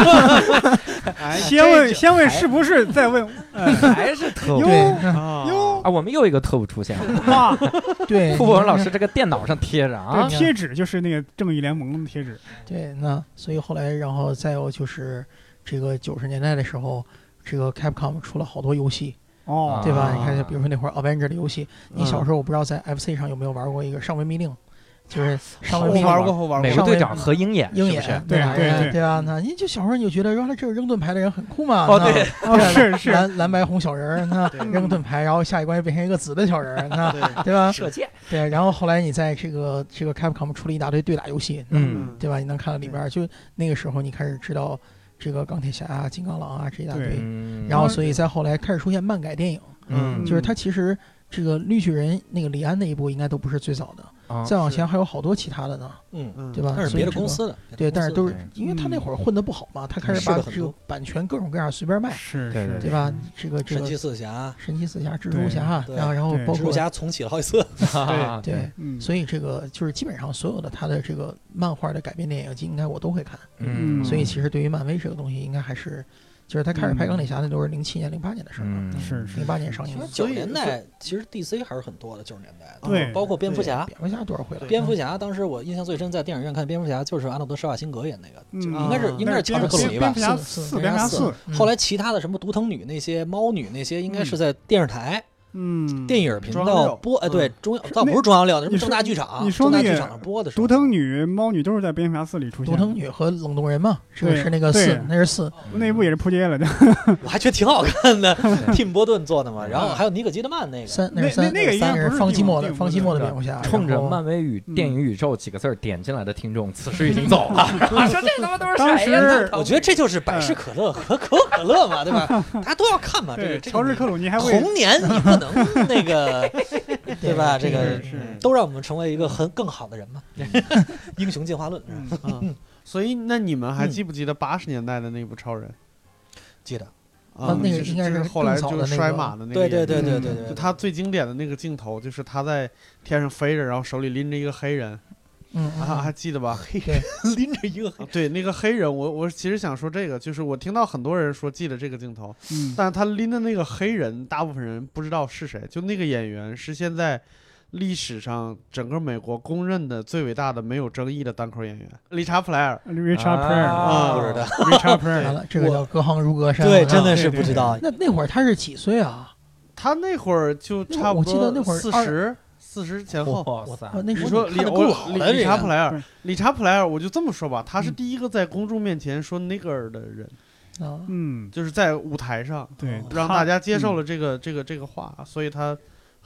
先问是不是，再问还是特务。 哟啊，我们又一个特务出现了。 哇， 对， 傅博文老师这个电脑上贴着啊， 贴纸就是那个正义联盟的贴纸。 对，所以后来，然后再有就是这个90年代的时候，这个 Capcom 出了好多游戏。对吧？你看，比如说那会儿 Avenger 的游戏，你小时候我不知道在 FC 上有没有玩过一个上尉密令，就是上尉密令玩过， 美国队长和鹰眼， 对吧？那你就小时候你就觉得，原来这个扔盾牌的人很酷嘛？ 是蓝白红小人，扔盾牌，然后下一关变成一个紫的小人，对吧？ 射箭， 对。然后后来你在这个 Capcom 出了一大堆对打游戏，对吧？你能看到里边，就那个时候你开始知道。这个钢铁侠啊、金刚狼啊这一大堆，然后所以在后来开始出现漫改电影，就是它其实这个绿巨人那个李安那一部应该都不是最早的，再往前还有好多其他的呢，对吧？ 但是别的公司的， 对，但是都是因为他那会儿混得不好嘛，他开始把这个版权各种各样随便卖，对吧？这个神奇四侠、 蜘蛛侠，然后包括蜘蛛侠重启了好几次， 对，所以这个就是基本上所有的他的这个漫画的改编电影，应该我都会看，所以其实对于漫威这个东西，应该还是。就是他开始拍钢铁侠那都是07年、08年的事儿， 是 08年上映。 90年代其实 DC 还是很多的，90年代对， 包括蝙蝠侠多少回了？ 蝙蝠侠当时我印象最深，在电影院看蝙蝠侠就是阿诺德施瓦辛格演那个，应该是乔治克鲁尼吧？ 蝙蝠侠4， 后来其他的什么独藤女那些、猫女那些，应该是在电视台。电影频道播，对，倒不是中央六，什么正大剧场， 你说那个剧场上播的时候， 独藤女、猫女都是在蝙蝠侠4里出现。 独藤女和冷冻人嘛，是那个4，那是4， 那一部也是扑街了的。 我还觉得挺好看的，蒂姆·波顿做的嘛，然后还有尼可基德曼那个， 那是方基莫的蝙蝠侠。 冲着漫威与电影宇宙几个字点进来的听众，此时已经走了。说这他妈都是谁呀？ 我觉得这就是百事可乐和可口可乐嘛，对吧？大家都要看嘛。这个乔治·克鲁尼还童年你不能那个，对吧？这个都让我们成为一个更好的人嘛。英雄进化论。 所以那你们还记不记得80年代的那部超人？ 记得。 那个应该是后来就是摔马的那个。 对， 就他最经典的那个镜头，就是他在天上飞着，然后手里拎着一个黑人。还记得吧？ 黑人拎着一个黑人， 对，那个黑人，我其实想说这个，就是我听到很多人说记得这个镜头，但是他拎的那个黑人，大部分人不知道是谁。就那个演员是现在历史上整个美国公认的最伟大的没有争议的单口演员，理查普莱尔。 Richard Pryor 不知道。 Richard Pryor 这个叫隔行如隔山。 对，真的是不知道。 那会儿他是几岁啊？ 他那会儿就差不多， 我记得那会儿 40前后。 那你说理查普莱尔，我就这么说吧，他是第一个在公众面前说 nigger 的人，就是在舞台上， 对， 让大家接受了这个话，所以他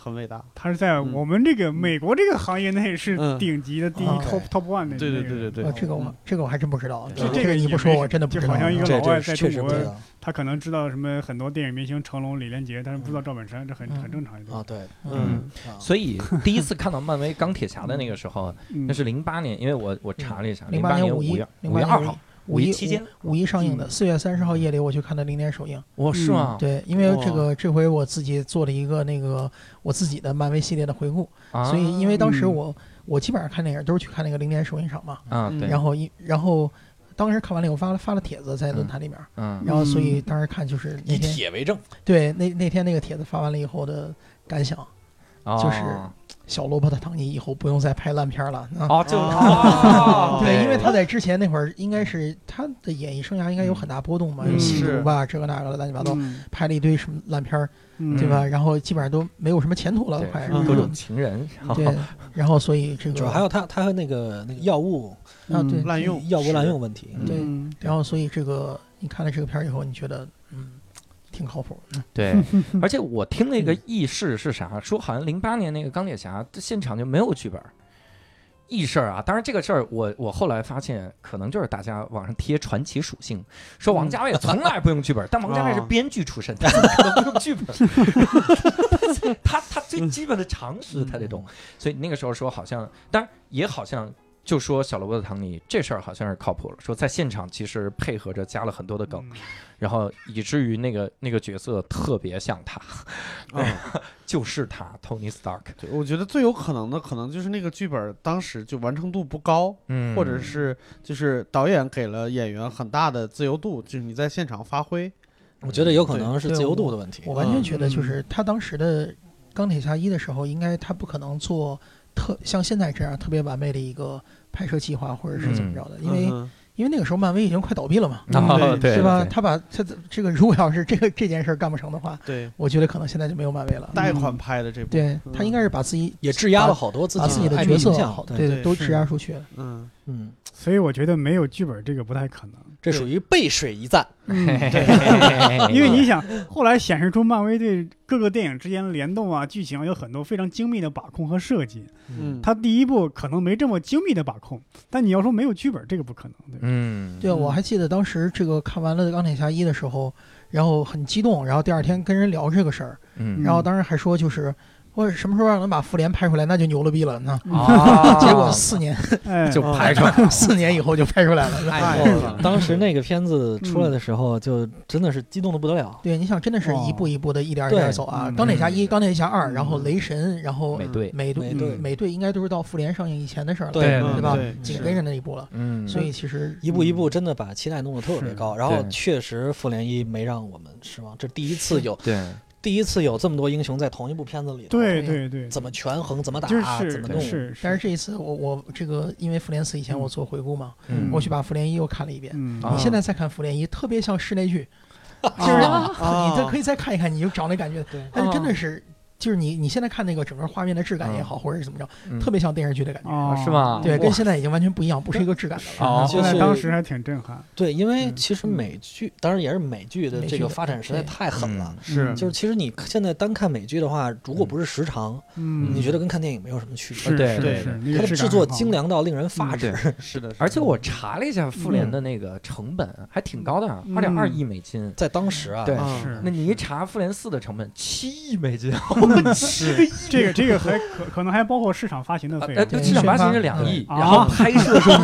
很伟大。 他是在我们这个美国这个行业内是顶级的第一 top one 的。 对， 这个我还真不知道。 这个你不说我真的不知道。 就好像一个老外在中国，他可能知道什么很多电影明星成龙、李连杰，但是不知道赵本山，这很正常啊。对， 所以第一次看到漫威钢铁侠的那个时候，那是08年，因为我查了一下，08年5月2号。 五一上映的，4月30号夜里我去看的0点首映。 是吗？ 对，因为这回我自己做了一个我自己的漫威系列的回顾，所以因为当时我基本上看电影都是去看那个0点首映场嘛， 对。 然后当时看完了以后发了帖子在论坛里面，然后所以当时看就是以帖为证。 对，那天那个帖子发完了以后的感想，就是小罗伯特·唐尼以后不用再拍烂片了对，因为他在之前那会儿应该是他的演艺生涯应该有很大波动嘛，吸毒吧，这个那个的乱七八糟，拍了一堆什么烂片，对吧？然后基本上都没有什么前途了，快各种情人。 对，然后所以这个主要还有他和那个药物对滥用药物滥用问题。 对，然后所以这个你看了这个片以后，你觉得挺靠谱。 对，而且我听那个轶事是啥？说好像08年那个钢铁侠现场就没有剧本。轶事啊，当然这个事儿我后来发现，可能就是大家网上贴传奇属性，说王家卫从来不用剧本，但王家卫是编剧出身，他怎么可能不用剧本？他最基本的常识他得懂，所以那个时候说好像，当然也好像。就说小罗伯特·唐尼这事儿好像是靠谱了，说在现场其实配合着加了很多的梗，然后以至于那个角色特别像他，就是他 Tony Stark。 对，我觉得最有可能的可能就是那个剧本当时就完成度不高，或者是就是导演给了演员很大的自由度，就是你在现场发挥。 我觉得有可能是自由度的问题。 我完全觉得就是他当时的钢铁侠1的时候，应该他不可能做像现在这样特别完美的一个拍摄计划，或者是怎么着的，因为那个时候漫威已经快倒闭了嘛， 对吧？他把他这个如果要是这件事干不成的话， 对， 我觉得可能现在就没有漫威了。 贷款拍的这部， 对他应该是把自己也质押了好多自己的角色， 对， 都质押出去了。 所以我觉得没有剧本这个不太可能， 这属于背水一战。 因为你想，后来显示出漫威对各个电影之间的联动啊、剧情有很多非常精密的把控和设计。他第一部可能没这么精密的把控，但你要说没有剧本，这个不可能。 对，我还记得当时这个看完了《钢铁侠1》的时候，然后很激动，然后第二天跟人聊这个事儿，然后当时还说就是我什么时候让能把复联拍出来，那就牛了逼了呢。结果4年就拍出来 ，4年以后就拍出来了。 当时那个片子出来的时候，就真的是激动的不得了。 对，你想，真的是一步一步的，一点一点走啊。钢铁侠1、钢铁侠2，然后雷神，然后美队应该都是到复联上映以前的事儿了，对吧？紧跟着那一步了。所以其实一步一步真的把期待弄得特别高。然后确实复联1没让我们失望，这第一次有。第一次有这么多英雄在同一部片子里， 对， 怎么权衡，怎么打，怎么弄。 但是这一次我这个因为复联4以前我做回顾嘛，我去把复联1又看了一遍。你现在再看复联1，特别像室内剧，就是你这可以再看一看，你就找那感觉。但是真的是。就是你现在看那个整个画面的质感也好，或者是怎么着，特别像电视剧的感觉， 是吗？ 对，跟现在已经完全不一样，不是一个质感的了。 现在当时还挺震撼。 对，因为其实美剧，当然也是美剧的这个发展实在太狠了。就是其实你现在单看美剧的话，如果不是时长，你觉得跟看电影没有什么区别。 对， 它的制作精良到令人发指。 是的， 而且我查了一下复联的那个成本还挺高的，2.2亿美金， 在当时啊。 对，那你一查复联4的成本7亿美金。 这个还可能还包括市场发行的费用， 市场发行是2亿，然后拍摄是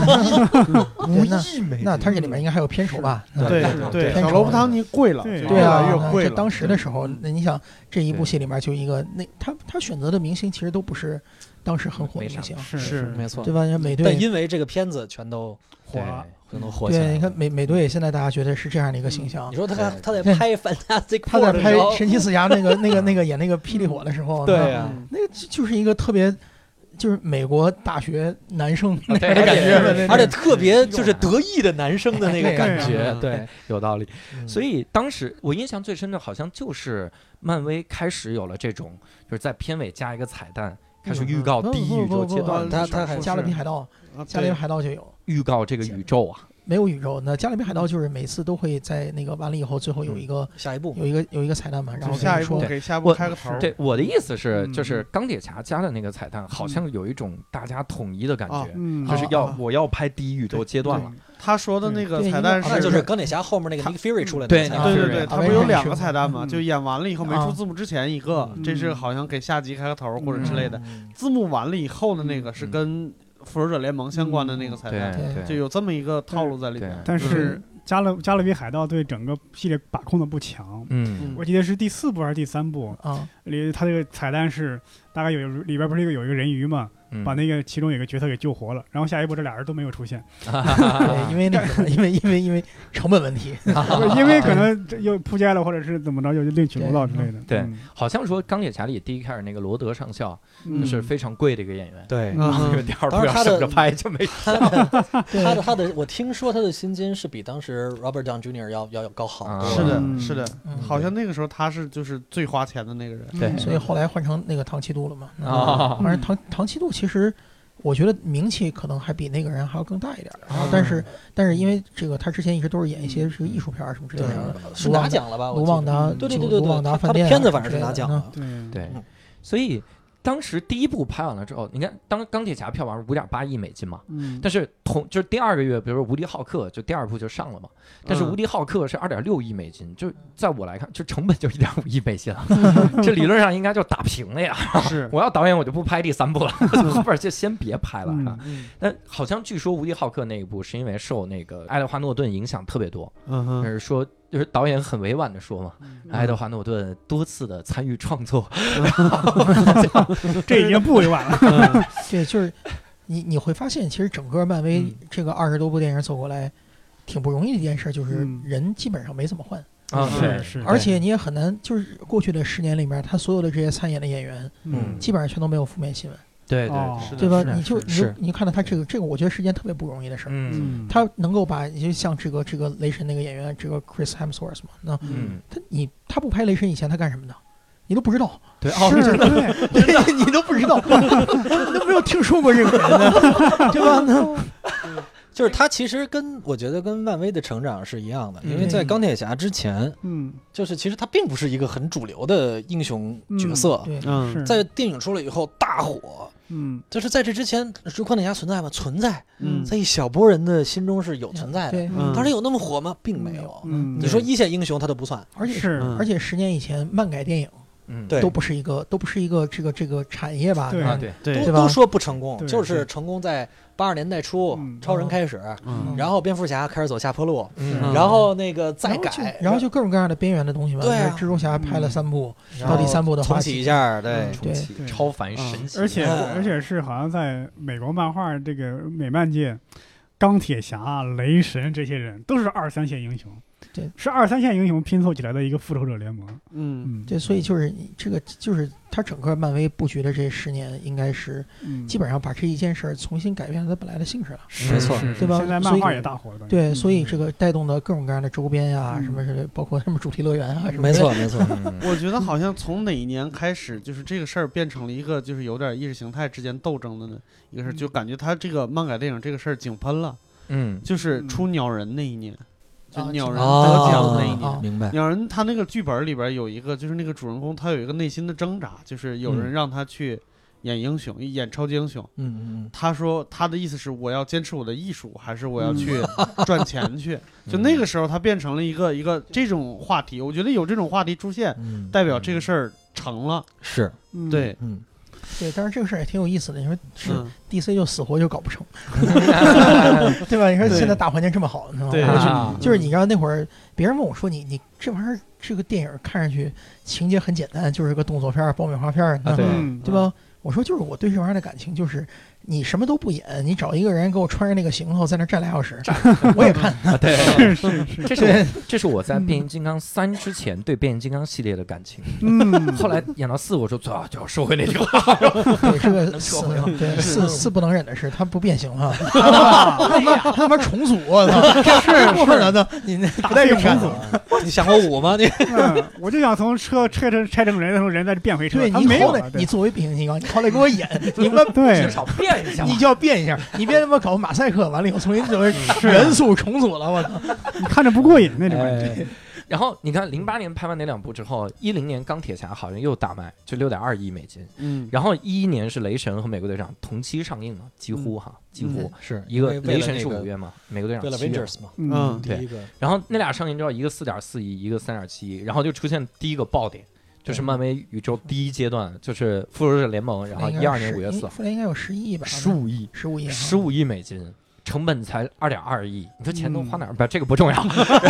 5亿美金， 那它这里面应该还有片酬吧？ 对，小罗伯特·唐尼贵了， 对啊，越贵了。当时的时候，那你想这一部戏里面就一个他选择的明星其实都不是当时很火的明星， 是没错， 对吧？美队， 但因为这个片子全都火了。可能火起来。 对，你看美队现在大家觉得是这样的一个形象。 你说他在拍 Fantastic Four 他在拍神奇四侠那个演那个霹雳火的时候， 对啊， 那个就是一个特别就是美国大学男生那个感觉， 而且特别就是得意的男生的那个感觉，对， 有道理。所以当时我印象最深的好像就是漫威开始有了这种，就是在片尾加一个彩蛋。开始预告第一宇宙阶段， 他还加勒比海盗，加勒比海盗就有预告这个宇宙啊， 没有宇宙。那加勒比海盗就是每次都会在那个完了以后，最后有一个下一步有一个彩蛋嘛，然后下一步给下一步开个头。 对，我的意思是，就是钢铁侠加的那个彩蛋，好像有一种大家统一的感觉，就是我要拍第一宇宙阶段了。 他说的那个彩蛋是就是钢铁侠后面那个 Nick Fury 出来的对，他不是有2个彩蛋吗？就演完了以后没出字幕之前一个，这是好像给下集开个头或者之类的。字幕完了以后的那个是跟复仇者联盟相关的那个彩蛋，就有这么一一个套路在里面。 但是加勒比海盗对整个系列把控的不强。我记得是第4部还是第3部啊？他这个彩蛋是大概里边不是有一个人鱼嘛？把那个其中有一个角色给救活了，然后下一步这俩人都没有出现， 对，因为那个因为成本问题， 因为可能又扑街了，或者是怎么着又另起炉灶之类的。 对，好像说钢铁侠里第一开始那个罗德上校是非常贵的一个演员， 对， 第2部要省着拍就没他的，我听说他的薪金是比当时 Robert Downey Jr. 要高好多。是的，好像那个时候他是就是最花钱的那个人， 对， 所以后来换成那个唐奇度了嘛。反正唐奇度其实我觉得名气可能还比那个人还要更大一点。然后但是因为这个他之前一直都是演一些这个艺术片什么之类的， 是拿奖了吧？ 卢旺达， 对， 卢旺达饭店， 他的片子反正是拿奖了。 对，所以。当时第1部拍完了之后，你看，当钢铁侠票房是5.8亿美金嘛，但是就是第2个月，比如说无敌浩克，就第2部就上了嘛，但是无敌浩克是2.6亿美金，就在我来看，就成本就1.5亿美金了，这理论上应该就打平了呀。 是， 我要导演我就不拍第3部了，后边就先别拍了啊。但好像据说无敌浩克那一部是因为受那个爱德华诺顿影响特别多，就是说。就是导演很委婉的说嘛，爱德华诺顿多次的参与创作， 这已经不委婉了。 对，就是你会发现，其实整个漫威这个20多部电影走过来，挺不容易的一件事，就是人基本上没怎么换啊， 是， 而且你也很难，就是过去的10年里面，他所有的这些参演的演员，基本上全都没有负面新闻。 对， 对吧？你看到他这个，我觉得是件特别不容易的事儿。他能够把，就像这个雷神那个演员，这个 Chris Hemsworth 嘛，那他不拍雷神以前他干什么的？你都不知道。 对， 对，你都不知道，你都没有听说过这个人呢，对吧？ 就是他其实我觉得跟漫威的成长是一样的，因为在钢铁侠之前，就是其实他并不是一个很主流的英雄角色，在电影出来以后大火，就是在这之前，钢铁侠存在吗？存在，在一小波人的心中是有存在的，当然有那么火吗？并没有。你说一线英雄他都不算， 而且10年以前漫改电影。 对， 都不是一个这个产业吧？ 对， 都说不成功，就是成功在80年代初，超人开始，然后蝙蝠侠开始走下坡路，然后那个再改， 然后就各种各样的边缘的东西嘛。对，蜘蛛侠拍了3部，到第3部的话重启一下，对， 超凡神奇， 而且是好像在美国漫画这个美漫界，钢铁侠、雷神这些人都是2、3线英雄。 对， 是2、3线英雄拼凑起来的一个复仇者联盟。 对，所以就是这个，就是他整个漫威布局的这10年，应该是基本上把这一件事重新改变了它本来的性质了。 没错， 对吧？现在漫画也大火了。 对，所以这个带动的各种各样的周边呀，什么包括什么主题乐园啊什么。 没错。 我觉得好像从哪一年开始，就是这个事儿变成了一个就是有点意识形态之间斗争的一个事儿，就感觉他这个漫改电影这个事儿井喷了。就是出鸟人那一年。就鸟人得奖那一年， 明白。 鸟人他那个剧本里边有一个，就是那个主人公他有一个内心的挣扎，就是有人让他去演英雄，演超级英雄。他说他的意思是我要坚持我的艺术，还是我要去赚钱去？就那个时候他变成了一个这种话题。我觉得有这种话题出现，代表这个事儿成了。 是， 对， 对，但是这个事儿也挺有意思的。你说是 DC 就死活就搞不成，对吧？你说现在大环境这么好， 对， 就是你知道那会儿别人问我说你这玩意儿这个电影看上去情节很简单，就是个动作片、爆米花片，对吧？我说就是我对这玩意儿的感情就是你什么都不演，你找一个人给我穿着那个行头在那站2小时，我也看。 对， 是， 这是我在变形金刚3之前对变形金刚系列的感情。后来演到4，我说最好就要收回那句话。 对，这个4不能忍的是它不变形了，他他妈重组，我操，是过分了都，你那不带用重组。 你想过5吗？你我就想从车拆成人的时候，人再变回车。 对，你没有的，你作为变形金刚，你好歹给我演，你们对。 至少变变一下， 你就要变一下，你别他妈搞马赛克，完了以后重新就是元素重组了，我操， 你看着不过瘾那种。 然后你看08年拍完那2部之后，10年钢铁侠好像又大卖，就6.2亿美金。然后11年是雷神和美国队长同期上映了，几乎是一个雷神是5月嘛，美国队长为了 Avengers 嘛， 第一个。 然后那俩上映之后，一个4.4亿，一个3.7亿，然后就出现第一个爆点，就是漫威宇宙第一阶段，就是复仇者联盟，然后12年5月4号， 复联应该有11亿吧 ，15亿美金。成本才2.2亿，你说钱都花哪儿？不，这个不重要。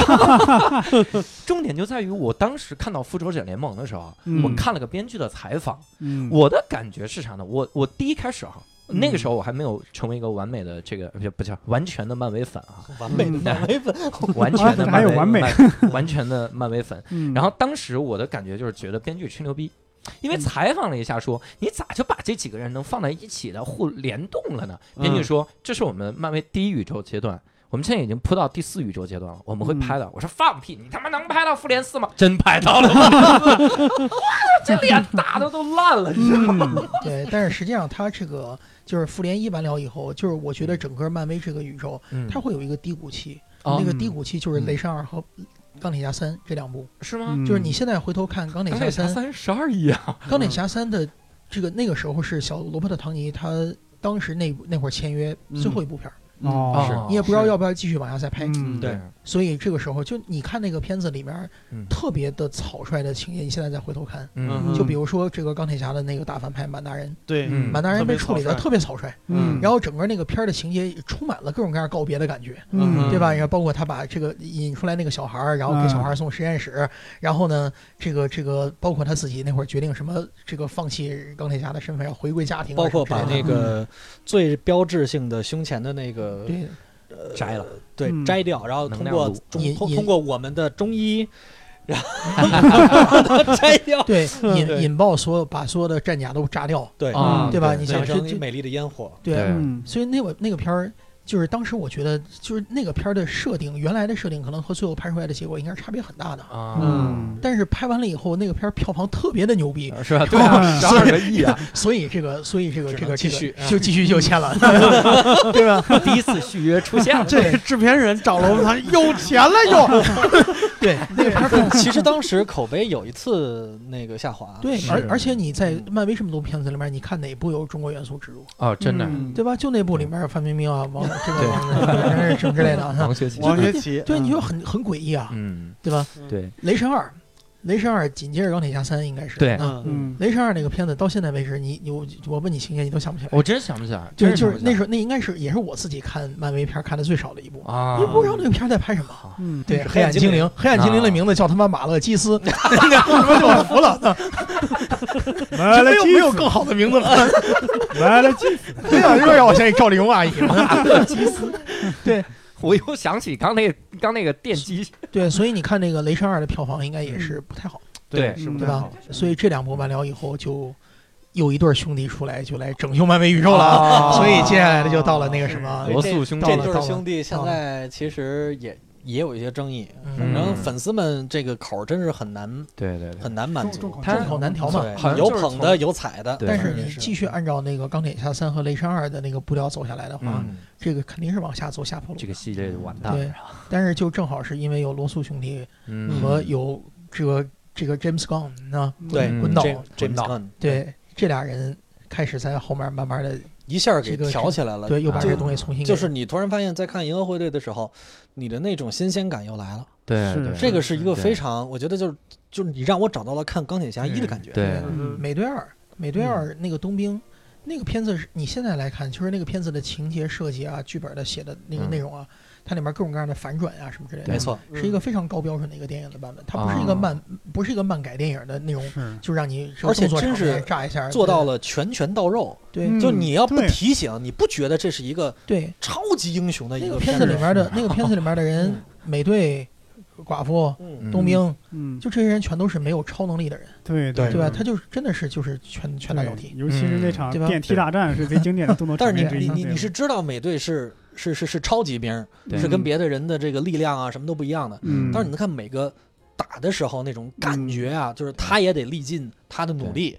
重点就在于我当时看到《复仇者联盟》的时候，我看了个编剧的采访，我的感觉是啥呢？我第一开始那个时候我还没有成为一个完美的这个不叫完全的漫威粉啊， 完美的漫威粉， 完全的还有完美， 完全的漫威粉。然后当时我的感觉就是觉得编剧吹牛逼。因为采访了一下说，你咋就把这几个人能放在一起的互联动了呢？编剧说，这是我们漫威第一宇宙阶段，我们现在已经铺到第4宇宙阶段了，我们会拍的。我说放屁，你他妈能拍到复联4吗？真拍到了吗？哇，这脸打的都烂了，你知道吗？ 对，但是实际上它这个就是复联1完了以后，就是我觉得整个漫威这个宇宙，它会有一个低谷期，那个低谷期就是雷神2和钢铁侠3这2部是吗？ 就是你现在回头看钢铁侠3 12亿啊！ 钢铁侠3的那个时候是小罗伯特·唐尼他当时那会儿签约最后一部片儿。你也不知道要不要继续往下再拍， 对， 所以这个时候就你看那个片子里面特别的草率的情节，你现在再回头看，就比如说这个钢铁侠的那个大反派满大人， 对， 满大人被处理的特别草率，然后整个那个片儿的情节充满了各种各样告别的感觉，对吧？然后包括他把这个引出来那个小孩，然后给小孩送实验室，然后呢，这个包括他自己那会儿决定什么，这个放弃钢铁侠的身份，要回归家庭， 包括把那个最标志性的胸前的那个。 对， 摘了， 对，摘掉，然后通过我们的中医，然后摘掉， 对，引爆把所有的战甲都炸掉， 对， 对吧？你想这美丽的烟火， 对，所以那个片儿。就是当时我觉得，就是那个片儿的设定，原来的设定可能和最后拍出来的结果应该是差别很大的。但是拍完了以后，那个片儿票房特别的牛逼， 是吧？对啊，12个亿啊！ 所以这个继续就继续就签了，对吧？ 第一次续约出现了， 这制片人找了我们谈有钱了又。 对，那个片儿其实当时口碑有一次那个下滑。 对，而且你在漫威这么多片子里面，你看哪部有中国元素植入？ 哦，真的， 对吧？就那部里面范冰冰啊，这个什么之类的， 王学圻， 对，你就很诡异啊，对吧？ 对， 雷神2紧接着钢铁侠3应该是对， 雷神2那个片子到现在为止，我问你情节你都想不起来， 我真想不起来， 就是那时候那应该是也是我自己看漫威片看的最少的一部啊，你不知道那个片在拍什么，对，黑暗精灵的名字叫他妈马勒基斯，那个什么就服了，没有更好的名字了， 马勒基斯， 对呀，又让我想起赵丽蓉阿姨了，马勒基斯，对。 我又想起刚那个电击， 对，所以你看那个雷神2的票房应该也是不太好， 对， 对吧？所以这2部完了以后，就有一对兄弟出来，就来拯救漫威宇宙了。所以接下来的就到了那个什么罗素兄弟， 这对兄弟现在其实也有一些争议，反正粉丝们这个口真是很难， 对， 很难满足， 众口难调嘛， 有捧的有踩的。 但是你继续按照那个钢铁侠3和雷神2的那个步调走下来的话，这个肯定是往下走下坡路， 这个系列就完蛋了。 对，但是就正好是因为有罗素兄弟和有这个 James Gunn 呢，滚导 James Gunn， 对，这俩人开始在后面慢慢的。 一下给挑起来了， 对，又把这个东西重新就是你突然发现，在看《银河护卫队》的时候，你的那种新鲜感又来了。 对， 这个是一个非常，我觉得就是你让我找到了看《钢铁侠1》的感觉。 对， 美队2那个冬兵那个片子，你现在来看，就是那个片子的情节设计啊、剧本的写的那个内容啊，它里面各种各样的反转啊什么之类的， 没错， 是一个非常高标准的一个电影的版本。它不是一个漫改电影的那种，就让你而且真是炸一下， 做到了拳到肉。 对， 就你要不提醒，你不觉得这是一个对超级英雄的一个片子里面的那个片子里面的人，美队。寡妇、冬兵，就这些人全都是没有超能力的人， 对吧？他就真的是就是拳打脚踢， 尤其是那场电梯大战是最经典的动作场面。 但是你是知道美队是超级兵，是跟别的人的这个力量啊什么都不一样的。但是你能看每个打的时候那种感觉啊，就是他也得历尽他的努力。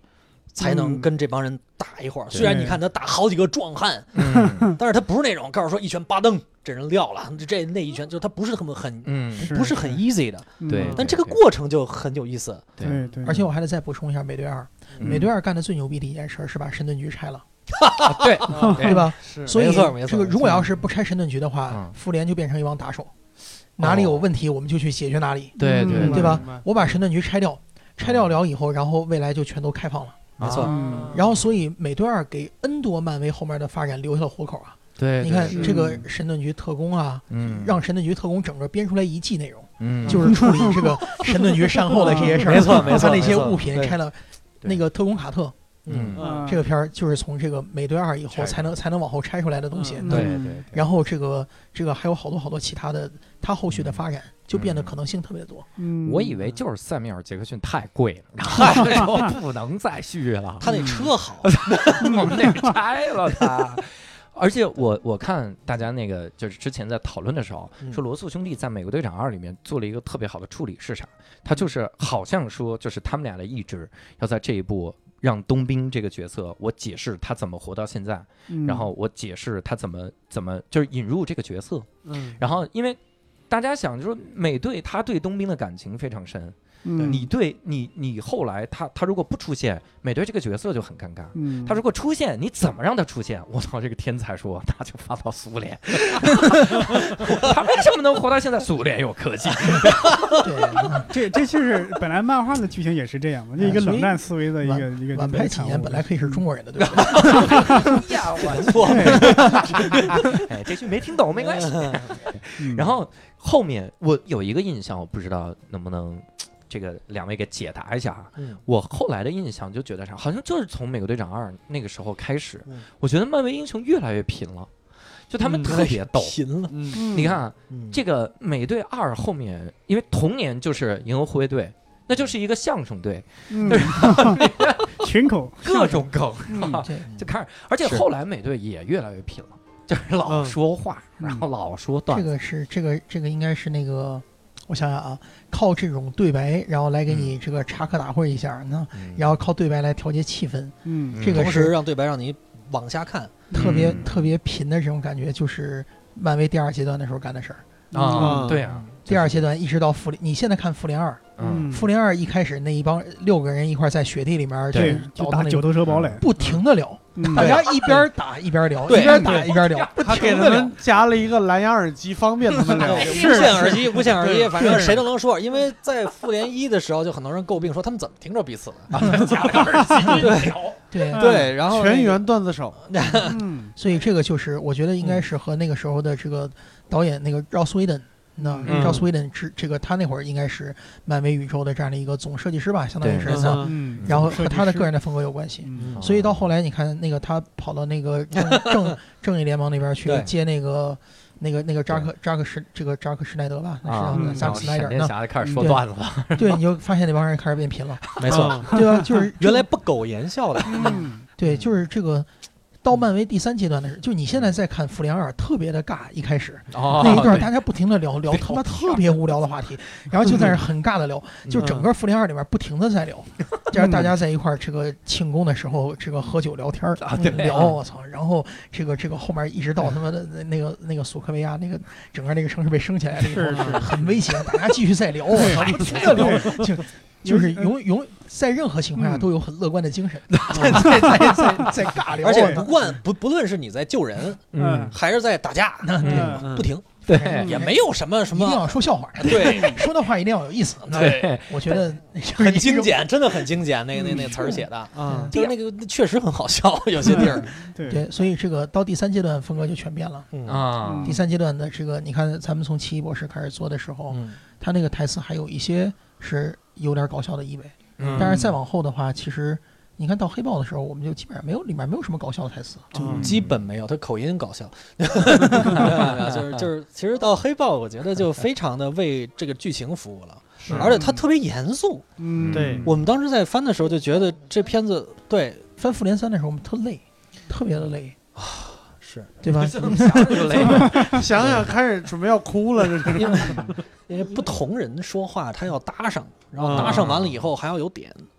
才能跟这帮人打一会儿。虽然你看他打好几个壮汉，但是他不是那种告诉说一拳巴登这人撂了，这那一拳就他不是不是很 easy 的。 对， 但这个过程就很有意思。 对对， 而且我还得再补充一下美队2，美队2干的最牛逼的一件事是把神盾局拆了。 对对吧？所以这个如果要是不拆神盾局的话，复联就变成一帮打手，哪里有问题我们就去解决哪里。 对对对吧？我把神盾局拆掉了以后，然后未来就全都开放了。 没错。 然后所以美队2给 N 多漫威后面的发展留下了活口啊。 对， 你看这个神盾局特工啊，让神盾局特工整个编出来1季内容， 嗯， 就是处理这个神盾局善后的这些事儿。 没错没错， 把那些物品拆了，那个特工卡特，这个片儿就是从这个美队2以后才能往后拆出来的东西。 对对。 然后这个还有好多其他的，它后续的发展就变得可能性特别多。 我以为就是塞缪尔·杰克逊太贵了，然后不能再续了。 他那车好， 我们得拆了它。而且我看大家那个就是之前在讨论的时候，说罗素兄弟在《美国队长2》里面做了一个特别好的处理是啥？他就是好像说就是他们俩的意志要在这一步让冬兵这个角色，我解释他怎么活到现在，然后我解释他怎么就是引入这个角色，然后因为大家想说美队他对冬兵的感情非常深。你对你后来他如果不出现，美队这个角色就很尴尬。他如果出现，你怎么让他出现？我操，这个天才说他就发到苏联，他为什么能活到现在？苏联有科技。 这就是本来漫画的剧情也是这样嘛，就一个冷战思维的一个晚派起源本来可以是中国人的，对吧？ 呀，我错。 哎，这句没听懂没关系。然后后面我有一个印象，我不知道能不能。这个两位给解答一下啊！我后来的印象就觉得啥，好像就是从《美国队长2》那个时候开始，我觉得漫威英雄越来越贫了，就他们特别逗。 贫了， 你看啊，这个《美队2》后面，因为同年就是银河护卫队，那就是一个相声队， 群口各种梗，就看，而且后来美队也越来越贫了，就是老说话，然后老说段子。 这个应该是那个。我想想啊，靠这种对白，然后来给你这个插科打诨一下呢，然后靠对白来调节气氛，这个同时让对白让你往下看， 特别贫的这种感觉，就是漫威第2阶段的时候干的事儿啊，对啊， 第2阶段一直到复联，你现在看复联2，复联2一开始那一帮6个人一块在雪地里面就打九头蛇堡垒， 不停的聊。大家一边打一边聊， 一边打一边聊。 他给他们加了一个蓝牙耳机，方便他们聊。 无线耳机，反正谁都能说。因为在复联1的时候，就很多人诟病说他们怎么听着彼此的， 加了个耳机对， 然后全员段子手。 所以这个就是我觉得应该是和那个时候的这个导演那个Joss Whedon。那Joss Whedon这个他那会儿应该是漫威宇宙的这样的一个总设计师吧，相当于是，然后和他的个人的风格有关系，所以到后来你看那个他跑到那个正义联盟那边去接那个扎克施耐德吧，扎克施耐德， 闪侠开始说段子了， 对，你就发现那帮人开始变贫了， 没错， 对吧？就是原来不苟言笑的， 对，就是这个。到漫威第3阶段的时候，就你现在在看复联2，特别的尬。一开始那一段，大家不停的聊他妈特别无聊的话题，然后就在那很尬的聊，就整个复联2里面不停的在聊，这样大家在一块这个庆功的时候，这个喝酒聊天聊，我操，然后这个后面一直到他妈的那个索科维亚那个整个那个城市被升起来了以后，很危险，大家继续再聊，我操，不停的聊，就是在任何情况下都有很乐观的精神，在尬聊， 而且不论是你在救人，还是在打架，不停， 对， 也没有什么， 一定要说笑话， 对， 说的话一定要有意思， 对， 我觉得很精简，真的很精简，那词儿写的，就是那个确实很好笑，有些地儿， 对，所以这个到第3阶段风格就全变了啊。 第3阶段的这个，你看咱们从奇异博士开始做的时候，他那个台词还有一些是有点搞笑的意味。但是再往后的话，其实你看到黑豹的时候，我们就基本上里面没有什么搞笑的台词， 就基本没有，他口音搞笑，就是，其实到黑豹，我觉得就非常的为这个剧情服务了，而且他特别严肃。 对， 我们当时在翻的时候就觉得这片子，对， 翻复联3的时候我们特累，特别的累啊， 是对吧？ 想想开始准备要哭了，这是因为不同人说话他要搭上，然后搭上完了以后还要有点，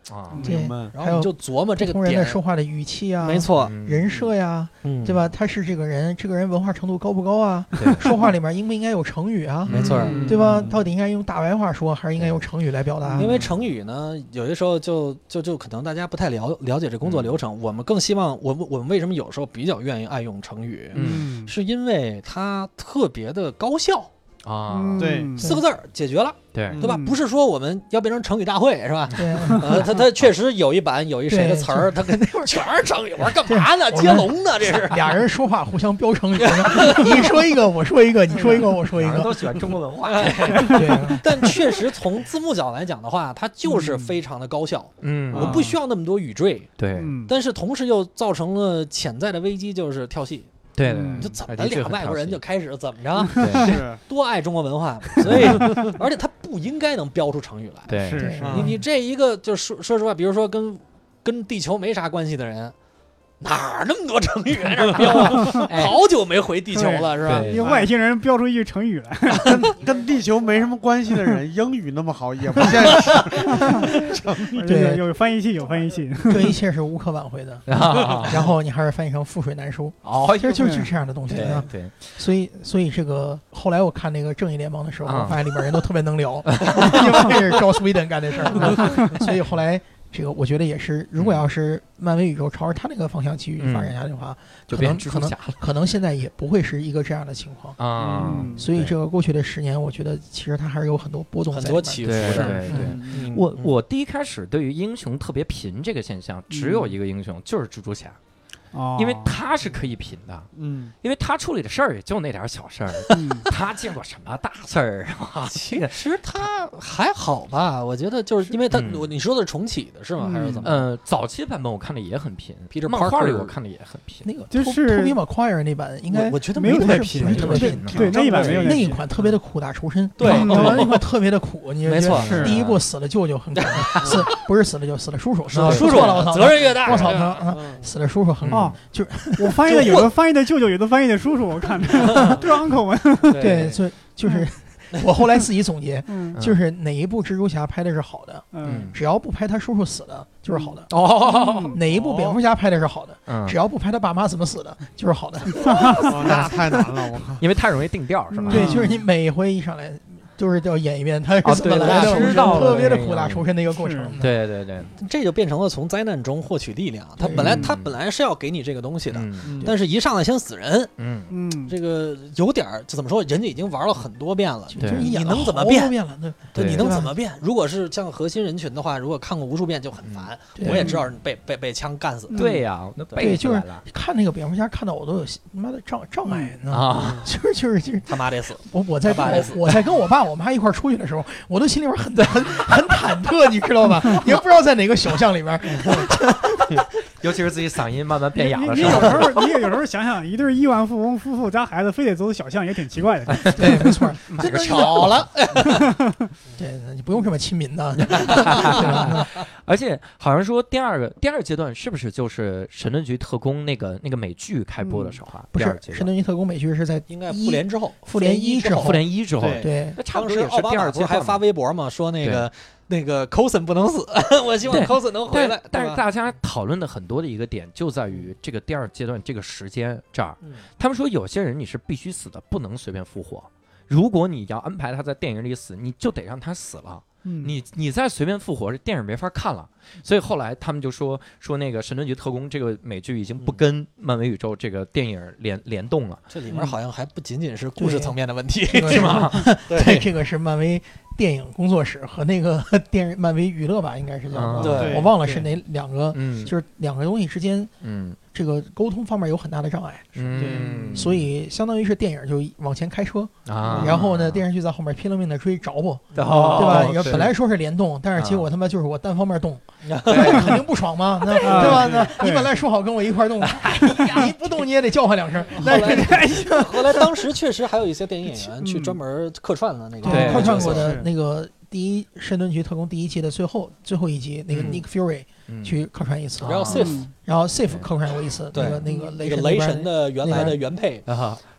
对， 然后你就琢磨这个不同人的说话的语气啊， 没错， 人设呀，对吧？他是这个人文化程度高不高啊？说话里面应不应该有成语啊？ 没错， 对吧？到底应该用大白话说，还是应该用成语来表达？ 因为成语呢，有些时候就可能大家不太了解这工作流程。我们更希望，我们为什么有时候比较愿意爱用成语？是因为它特别的高效。 对 ，4个字解决了， 对吧？不是说我们要变成成语大会是吧？ 对， 他确实有一版有一谁的词儿，他肯定全是成语。我说干嘛呢？接龙呢？这是俩人说话互相标成语，你说一个我说一个，你说一个我说一个， 都喜欢中国文化。 对，但确实从字幕角来讲的话，它就是非常的高效。我不需要那么多语缀。 对， 但是同时又造成了潜在的危机，就是跳戏。 对， 就怎么俩外国人就开始怎么着， 是多爱中国文化，所以而且他不应该能标出成语来。 对， 是你这一个就是说实话，比如说跟地球没啥关系的人。哪那么多成语在这标啊？好久没回地球了，是吧？ 一个外星人标出一句成语来， 跟地球没什么关系的人，英语那么好也不现实。 对， 有翻译器，有翻译器， 这一切是无可挽回的。然后你还是翻译成覆水难收。其实就是这样的东西。 对， 所以这个后来我看那个正义联盟的时候，我发现里边人都特别能聊，因为这是Joss Whedon干的事儿。所以后来。这个我觉得也是，如果要是漫威宇宙朝着他那个方向继续发展下去的话，可能现在也不会是一个这样的情况啊。 所以这个过去的10年，我觉得其实它还是有很多波动， 很多起伏的。 对，我第一开始对于英雄特别贫这个现象，只有一个英雄，就是蜘蛛侠。因为他是可以贫的，因为他处理的事儿也就那点小事儿，他见过什么大事儿啊？ 其实他还好吧，我觉得就是因为他，你说的是重启的是吗？还是怎么？ 早期版本我看的也很贫， 漫画里我看的也很贫。 那个就是Tobey Maguire那版，应该我觉得没有特别贫， 对那一版没有那一款特别的苦大仇深， 对， 那款特别的苦，你没错， 第一部死了舅舅很苦，不是死了就死了叔叔， 叔叔了，我操， 责任越大， 我操，死了叔叔很苦，就是我翻译的有的翻译的舅舅，有的翻译的叔叔，我看着对 uncle 们， 对，所以就是我后来自己总结，就是哪一部蜘蛛侠拍的是好的，只要不拍他叔叔死的，就是好的。哪一部蝙蝠侠拍的是好的，只要不拍他爸妈怎么死的，就是好的。 那太难了，我靠， 因为太容易定调，是吧？ 对，就是你每回一上来。就是要演一遍他是怎么来的，特别的苦大仇深的一个过程。 对对对， 这就变成了从灾难中获取力量。他本来是要给你这个东西的，但是一上来先死人，这个有点怎么说？人家已经玩了很多遍了，你能怎么变？对，你能怎么变？如果是像核心人群的话，如果看过无数遍就很烦。我也知道被枪干死。 对呀， 对，就是看那个蝙蝠侠，看到我都有他妈的障碍呢啊！就是他妈得死！ 我在跟我爸我妈一块出去的时候，我都心里边很忐忑，你知道吧？也不知道在哪个小巷里边， 尤其是自己嗓音慢慢变哑的时候。你有时候想想，一对亿万富翁夫妇加孩子非得走小巷，也挺奇怪的。 对，没错， 这个巧了。 对，你不用这么亲民的。 而且好像说第二阶段是不是就是神盾局特工那个美剧开播的时候啊？ 不是，神盾局特工美剧是在应该复联之后， 复联一之后， 对，那差不多也是第二阶段。还发微博嘛，说那个 Coulson 不能死，我希望 Coulson 能回来。 但是大家讨论的很多的一个点就在于这个第二阶段这个时间这儿，他们说有些人你是必须死的，不能随便复活。如果你要安排他在电影里死，你就得让他死了。你再随便复活，这电影没法看了。所以后来他们就说那个神盾局特工这个美剧已经不跟漫威宇宙这个电影联动了。 这里面好像还不仅仅是故事层面的问题， 是吗？对，这个是漫威电影工作室和那个漫威娱乐吧，应该是叫。 对， 我忘了是哪两个，就是两个东西之间，这个沟通方面有很大的障碍。所以相当于是电影就往前开车然后呢电视剧在后面拼了命的追着不，对吧？本来说是联动，但是结果他妈就是我单方面动，肯定不爽嘛，对吧？你本来说好跟我一块动，你不动你也得叫唤2声。 后来当时确实还有一些电影演员去专门客串了那个客串过的那个第一神盾局特工第一期的最后一集，那个 Nick Fury 去客串一次， 然后 Sif 客串过一次，那个雷神的原来的原配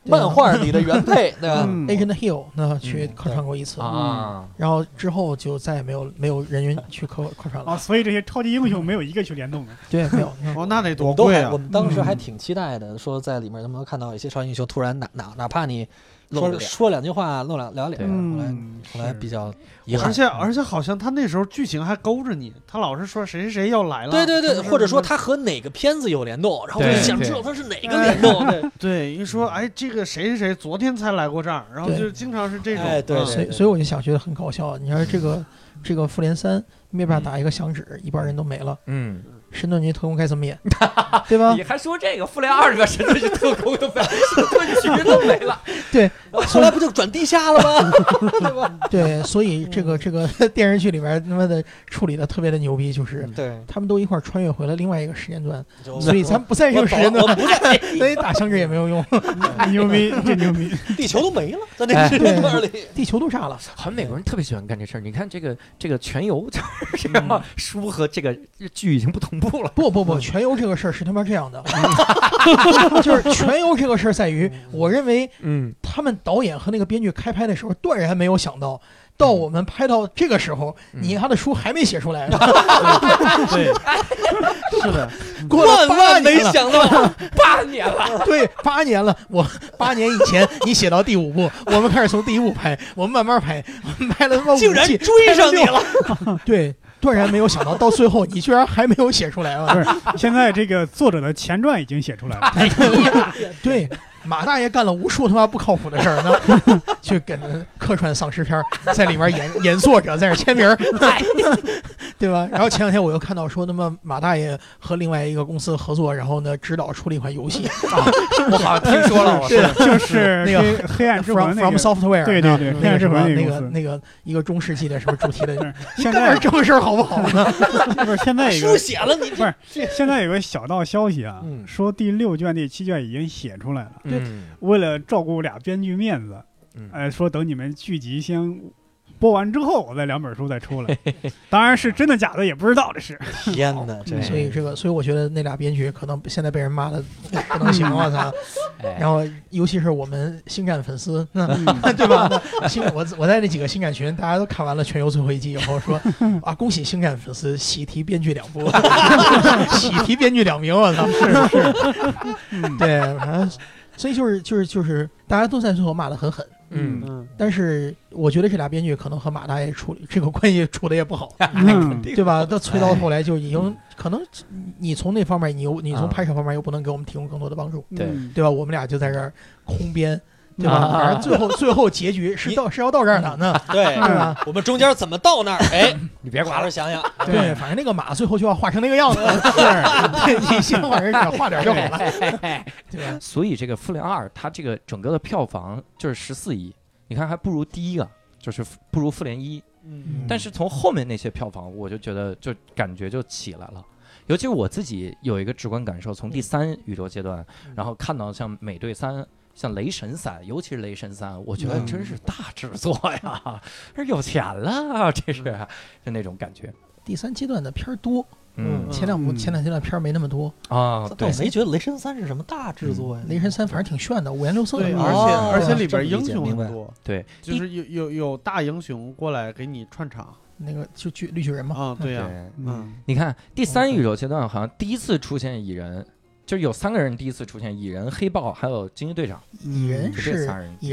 漫画里的原配，对吧？Agent Hill 那去客串过一次啊， 然后之后就再也没有人员去客串了啊，所以这些超级英雄没有一个去联动的。 对，没有。 哦，那得多贵啊！ 我们当时还挺期待的，说在里面能不能看到一些超级英雄突然哪怕你说两句话露两脸，后来比较遗憾。 而且好像他那时候剧情还勾着你，他老是说谁谁谁要来了， 对，或者说他和哪个片子有联动，然后我就想知道他是哪个联动。 对，一说哎这个谁谁谁昨天才来过这儿，然后就经常是这种。 对，所以我就想觉得很搞笑。你说这个复联3没办法打一个响指，一半人都没了。神盾局特工该怎么演，对吧？ 你还说这个复联2里边神盾局特工都没了，神盾局都没了， 对，后来不就转地下了吗？对吧？对，所以这个电视剧里边他妈的处理的特别的牛逼，就是他们都一块穿越回了另外一个时间段，所以咱不在这个时间段，不在，所以打响指也没有用。 牛逼，这牛逼， 地球都没了，在那个时间段里，地球都炸了。 好像美国人特别喜欢干这事儿。你看这个全游，就是这样，书和这个剧已经不同步了。 不，全游这个事儿是他妈这样的，就是全游这个事儿在于，我认为，他们导演和那个编剧开拍的时候，断然没有想到。到我们拍到这个时候，他的书还没写出来。 对，是的， 过了8年了， 没想到8年了。 对，8年了。我8年以前你写到第5部，我们开始从第1部拍，我们慢慢拍，我们拍了他妈5季， 竟然追上你了。 对。断然没有想到最后你居然还没有写出来啊！ 不是，现在这个作者的前传已经写出来了。 对，马大爷干了无数他妈不靠谱的事儿呢，去跟客串丧尸片，在里面演作者，在那签名，对吧？然后前两天我又看到说，他妈马大爷和另外一个公司合作，然后呢指导出了一款游戏， 我好像听说了， 就是那个黑暗之魂 From Software， 对，黑暗之魂那个一个中世纪的什么主题的， 现在这个事儿好不好呢？ 不是现在书写了你不是现在有个小道消息啊，说第6卷、第7卷已经写出来了。对，为了照顾俩编剧面子，说等你们剧集先播完之后，我再2本书再出来。当然是真的假的也不知道，这是。 天哪！所以我觉得那俩编剧可能现在被人骂的不能行了，他。然后尤其是我们星战粉丝，对吧？我在那几个星战群，大家都看完了全游最后一集以后说啊，恭喜星战粉丝喜提编剧2部，喜提编剧2名，我操！是，对，反正所以就是大家都在最后骂得很狠。但是我觉得这俩编剧可能和马大爷处理这个关系处的也不好，对吧？到催到后来就已经可能你从那方面你从拍摄方面又不能给我们提供更多的帮助，对吧？我们俩就在这儿空编，对吧？反正最后结局是要到这儿的呢， 对吧？ 我们中间怎么到那儿？哎，你别好好想想，对，反正那个马最后就要画成那个样子，是，你先画人画点就好了，对吧？ 所以这个复联2它这个整个的票房就是14亿，你看还不如第一个，就是不如复联1，但是从后面那些票房，我就觉得就感觉就起来了。尤其我自己有一个直观感受，从第3宇宙阶段，然后看到像美队3。像雷神3，尤其是雷神3，我觉得真是大制作呀，这有钱了，这是就那种感觉。 第3阶段的片儿多，前两阶段片儿没那么多啊。 对，没觉得雷神3是什么大制作呀？雷神3反正挺炫的，五颜六色的， 对，而且里边英雄很多， 对， 就是有大英雄过来给你串场。 那个就绿巨人嘛， 啊，对呀， 你看第3宇宙阶段好像第一次出现蚁人。就是有3个人第一次出现，蚁人、黑豹还有惊奇队长。 蚁人是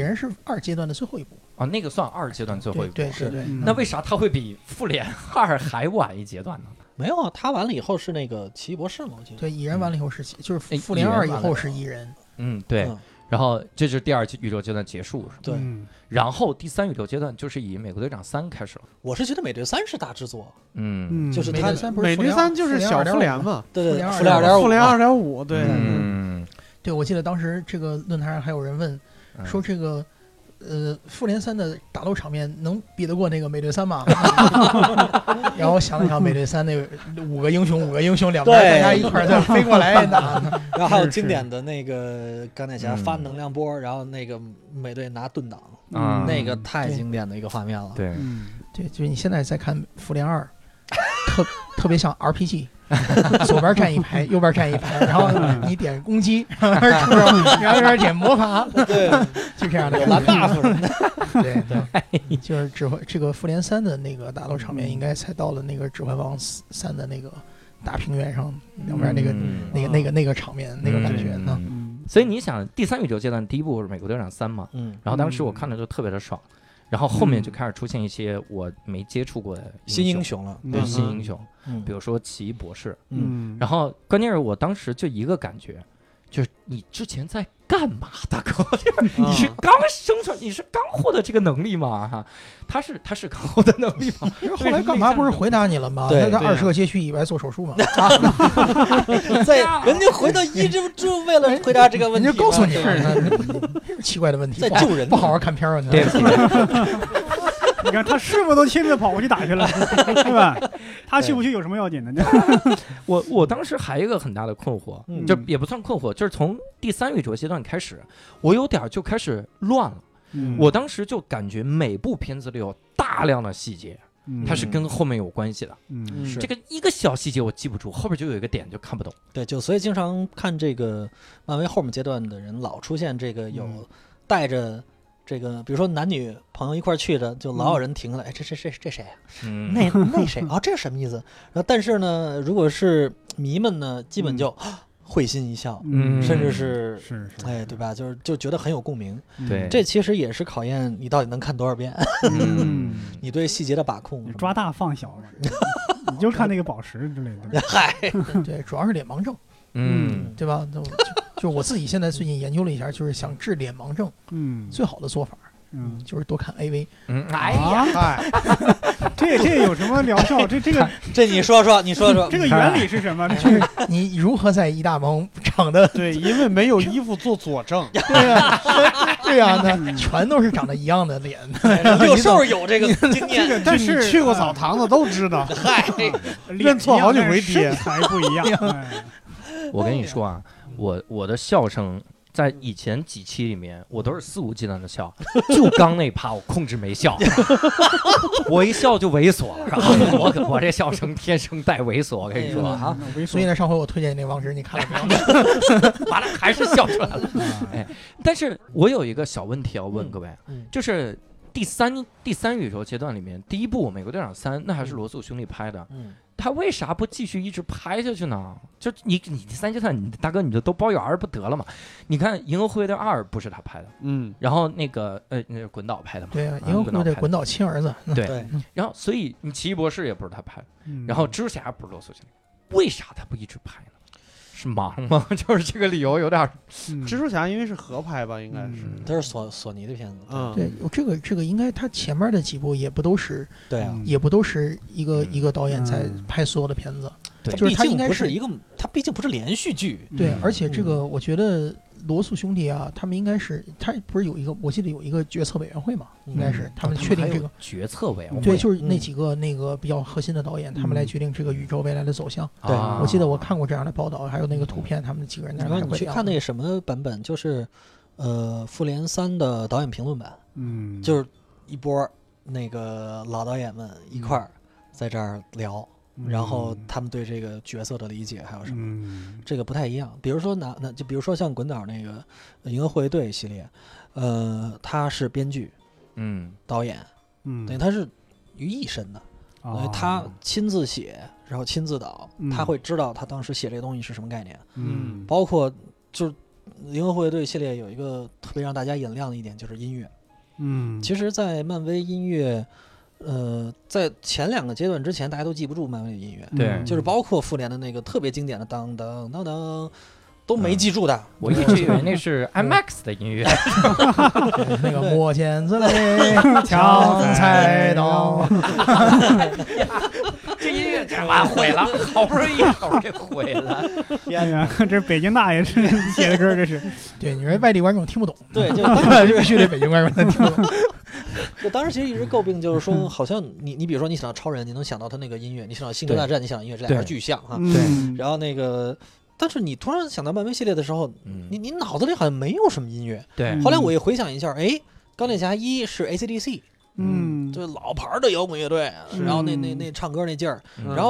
2阶段的最后一部啊，那个算2阶段最后一部。 对。 那为啥他会比复联2还晚一阶段呢？ 没有啊，他完了以后是那个奇异博士嘛，我记得。对，蚁人完了以后是就是复联2以后是蚁人。 对。然后这是第2宇宙阶段结束， 对。 然后第3宇宙阶段就是以美国队长3开始了。 我是觉得美队3是大制作， 就是他美队3就是小复联嘛， 对， 复联2.5，对， 对，我记得当时这个论坛上还有人问说这个。复联3的打斗场面能比得过那个美队3吗？然后我想了想，美队3那5个英雄两边大家一块再飞过来打，然后还有经典的那个钢铁侠发能量波，然后那个美队拿盾挡，那个太经典的一个画面了。 对， 对，就是你现在再看复联2，特别像 RPG。 左边站一排，右边站一排，然后你点攻击，然后有点点魔法， 对， 就这样的蓝 buff 什么的。 对对，就是这个复联3的那个打斗场面，应该才到了那个指环王3的那个大平原上两边那个场面那个感觉呢。 所以你想，第3宇宙阶段第一部是美国队长3嘛，然后当时我看着就特别的爽，然后后面就开始出现一些我没接触过的新英雄了， 对，新英雄，比如说奇异博士，然后关键是我当时就一个感觉，就是你之前在干嘛，大哥？你是刚生出来，你是刚获得这个能力吗？哈，他是刚获得能力吗？ 后来干嘛不是回答你了吗？ 对， 在20个街区以外做手术嘛。 在人家回到就为了回答这个问题， 人家告诉你，奇怪的问题， 在救人， 不好好看片儿， 对。 你看他师傅都亲自跑过去打去了，对吧？他去不去有什么要紧的？ 我当时还有一个很大的困惑，就也不算困惑，就是从第3宇宙阶段开始，我有点就开始乱了。我当时就感觉每部片子里有大量的细节，它是跟后面有关系的。这个一个小细节我记不住，后边就有一个点就看不懂。 对，就所以经常看这个漫威后面阶段的人，老出现这个有带着。这个比如说男女朋友一块去的，就老有人停下来，哎，这谁啊？那谁啊？这是什么意思？然后但是呢，如果是迷们呢，基本就会心一笑，甚至是哎，对吧？就觉得很有共鸣。 对， 这其实也是考验你到底能看多少遍，你对细节的把控， 抓大放小嘛，你就看那个宝石之类的。 嗨， 对，主要是脸盲症，对吧？就我自己现在最近研究了一下，就是想治脸盲症，最好的做法，就是多看 AV。 哎呀， 这有什么疗效？这你说说， 这个原理是什么？ 就是你如何在一大帮长得对，因为没有衣服做佐证。 对呀，那全都是长得一样的脸。 六兽有这个经验， 但是你去过澡堂子都知道。 嗨， 认错好几回爹， 还不一样。 我跟你说啊，我的笑声在以前几期里面，我都是肆无忌惮的笑，就刚那趴我控制没笑，我一笑就猥琐了。然后我这笑声天生带猥琐，我跟你说啊。 所以呢，上回我推荐那网址，你看了没有？ 完了还是笑出来了。哎，但是我有一个小问题要问各位，就是第三宇宙阶段里面，第一部《美国队长3》那还是罗素兄弟拍的，他为啥不继续一直拍下去呢？就你第3阶段，你大哥你就都包圆不得了嘛？你看《银河护卫队2》不是他拍的，然后那个那是滚导拍的嘛？ 对啊，银河护卫队滚导亲儿子， 对，然后所以你奇异博士也不是他拍的，然后蜘蛛侠不是罗素兄弟，为啥他不一直拍呢？是忙吗？就是这个理由有点。 蜘蛛侠因为是合拍吧，应该是都是索尼的片子。 对，这个应该他前面的几部也不都是， 对啊， 也不都是一个导演在拍所有的片子。 对， 就是他应该是他毕竟不是连续剧。 对，而且这个我觉得罗素兄弟啊，他们应该是他不是有一个，我记得有一个决策委员会嘛，应该是他们确定这个决策委员会。 对，就是那几个那个比较核心的导演，他们来决定这个宇宙未来的走向。 对， 我记得我看过这样的报道，还有那个图片，他们几个人在那。 你去看那个什么版本，就是复联3的导演评论版，就是一波那个老导演们一块儿在这儿聊。然后他们对这个角色的理解还有什么，这个不太一样。比如说就比如说像滚导那个《银河护卫队》系列，他是编剧，导演，等于他是于一身的，他亲自写，然后亲自导，他会知道他当时写这个东西是什么概念。包括就是《银河护卫队》系列有一个特别让大家眼亮的一点就是音乐。其实，在漫威音乐。在前2个阶段之前，大家都记不住漫威的音乐， 对， 就是包括复联的那个特别经典的当当当当，都没记住的。 我一直以为那是 IMAX 的音乐， 那个摸剪子嘞，抢菜刀， 这音乐这完毁了，好不容易一口给毁了。 哎呀，这是北京大爷是写的歌，这是。 对，你说外地观众听不懂， 对，就必须得北京观众能听懂。 就当时其实一直诟病，就是说，好像你比如说你想到超人，你能想到他那个音乐；你想到星球大战，你想到音乐，这俩是巨像哈。 对。 然后那个，但是你突然想到漫威系列的时候，你脑子里好像没有什么音乐。 对。 后来我一回想一下，哎，钢铁侠1是 AC/DC，就是老牌的摇滚乐队，然后那唱歌那劲儿，然后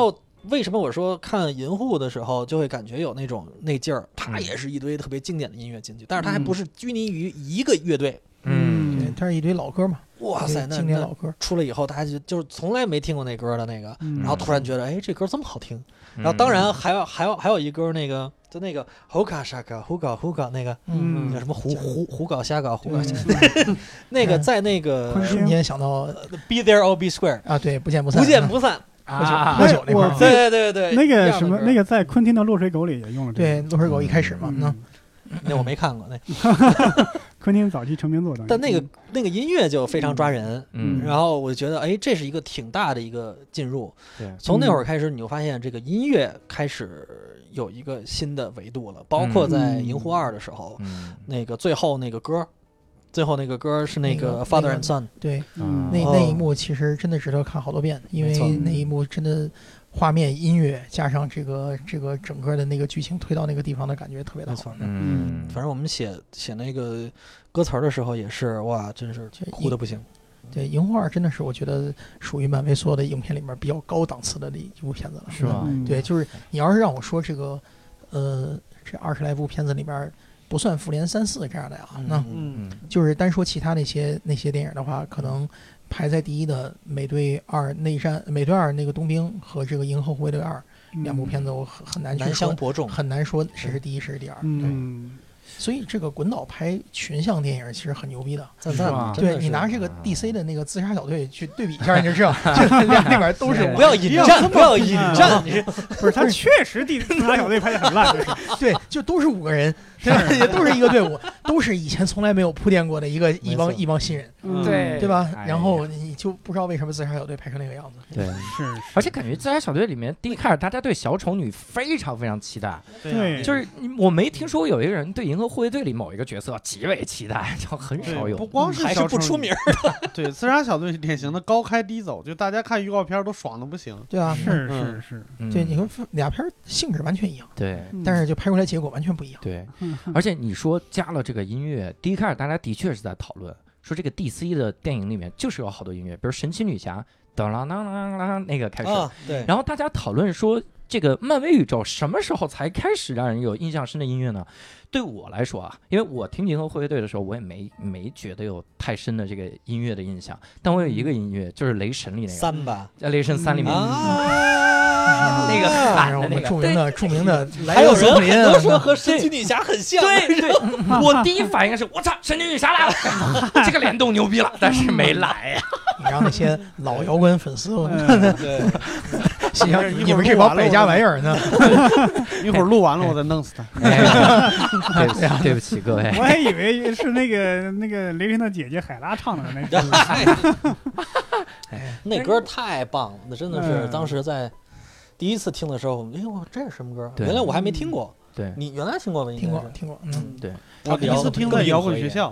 为什么我说看银护的时候就会感觉有那劲儿？它也是一堆特别经典的音乐进去，但是它还不是拘泥于一个乐队。 对，它是一堆老歌嘛。 哇塞，那经典老歌出来以后，大家就是从来没听过那歌的那个，然后突然觉得，哎，这歌这么好听。然后当然还有一歌那个。就那个胡搞瞎搞胡搞那个，叫什么胡搞瞎搞胡搞瞎搞，那个在那个瞬间想到 Be There or Be Square 啊，对，不见不散啊，喝酒那块儿， 对， 那个什么，那个在昆汀的《落水狗》里也用了这个， 对，落水狗一开始嘛， 那我没看过那。 昆汀早期成名作， 但那个音乐就非常抓人，然后我就觉得，哎，这是一个挺大的一个进入。 对， 从那会儿开始，你就发现这个音乐开始有一个新的维度了，包括在《银护2》的时候，那个最后那个歌是那个 Father and Son， 对，那一幕其实真的值得看好多遍，因为那一幕真的。画面、音乐加上这个整个的那个剧情推到那个地方的感觉特别的好。 反正我们写那个歌词的时候也是，哇，真是哭的不行。 对，《银护2》真的是我觉得属于漫威所有的影片里面比较高档次的一部片子了。 是吧？ 对，就是你要是让我说这个，这20来部片子里面不算复联3、4这样的呀，那就是单说其他那些电影的话，可能。排在第一的美队2内战，美队2那个冬兵和这个银河护卫队2两部片子，我很难去说， 南乡伯仲， 很难说谁是第一谁是第二。对，所以这个滚导拍群像电影其实很牛逼的， 赞。 对你拿这个 DC 的那个自杀小队去对比一下，你就知道这里面都是不要引战， 不是他确实自杀小队拍的很烂， 对，就都是5个人。也都是一个队伍，都是以前从来没有铺垫过的一帮新人，对吧？然后你就不知道为什么自杀小队拍成那个样子。 对，是，而且感觉自杀小队里面第一开始大家对小丑女非常非常期待， 对， 就是我没听说有一个人对银河护卫队里某一个角色极为期待，就很少有。 不光是还是不出名的， 对，自杀小队是典型的高开低走，就大家看预告片都爽的不行。 对啊， 是， 对，你看俩片性质完全一样， 对， 但是就拍出来结果完全不一样。 对。而且你说加了这个音乐，第一开始大家的确是在讨论说这个 DC 的电影里面就是有好多音乐，比如神奇女侠当啷啷啷啷那个开始， 对， 然后大家讨论说这个漫威宇宙什么时候才开始让人有印象深的音乐呢？对我来说啊，因为我听银河护卫队的时候，我也没觉得有太深的这个音乐的印象，但我有一个音乐就是雷神里那个 3吧， 在雷神3里面那个喊的那个著名的， 还有人很多说和神奇女侠很像， 对，我第一反应是我操，神奇女侠来了，这个联动牛逼了，但是没来呀。 你让那些老摇滚粉丝， 对。 心想你们这帮败家玩意儿呢？ 一会儿录完了我再弄死他。 对不起各位， 我还以为是那个雷神的姐姐海拉唱的那个。 那歌太棒了，那真的是当时在第一次听的时候，哎呦，这是什么歌？原来我还没听过。 对， 你原来听过吗？ 听过。 对， 我第一次听的摇滚学校。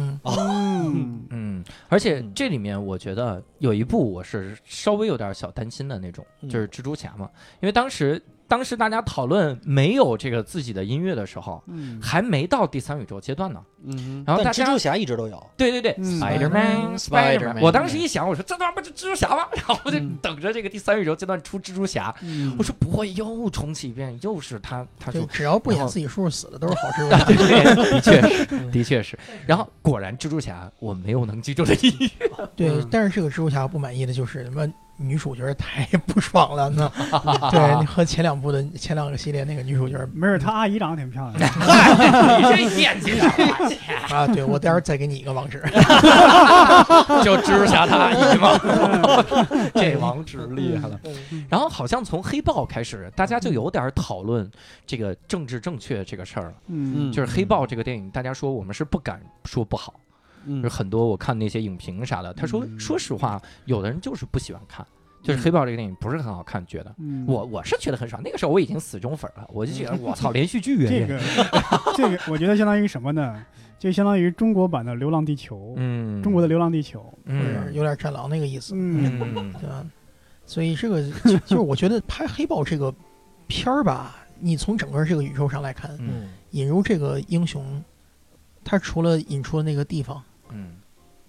而且这里面我觉得有一部我是稍微有点小担心的那种，就是蜘蛛侠嘛，因为当时大家讨论没有这个自己的音乐的时候，还没到第3宇宙阶段呢。然后大家蜘蛛侠一直都有， 对，Spider-Man， 我当时一想，我说这他妈不是蜘蛛侠吗？然后我就等着这个第3宇宙阶段出蜘蛛侠，我说不会又重启一遍，又是他说只要不演自己叔叔死的都是好蜘蛛侠，的确是。然后果然蜘蛛侠我没有能记住的音乐， 对，但是这个蜘蛛侠不满意的就是什么？女主角太不爽了呢，对，和前两个系列那个女主角， 没事，她阿姨长得挺漂亮的。 你这演技啊！对，我待会儿再给你一个网址， 就蜘蛛侠他阿姨吗？这网址厉害了。然后好像从黑豹开始，大家就有点讨论这个政治正确这个事儿了。就是黑豹这个电影，大家说我们是不敢说不好。就是很多我看那些影评啥的，他说说实话，有的人就是不喜欢看，就是黑豹这个电影不是很好看，觉得我是觉得很爽。那个时候我已经死忠粉了，我就觉得我操，连续剧这个我觉得相当于什么呢？就相当于中国版的《流浪地球》，中国的《流浪地球》， 有点战狼那个意思，对吧？所以这个就是我觉得拍黑豹这个片儿吧，你从整个这个宇宙上来看，引入这个英雄，他除了引出了那个地方。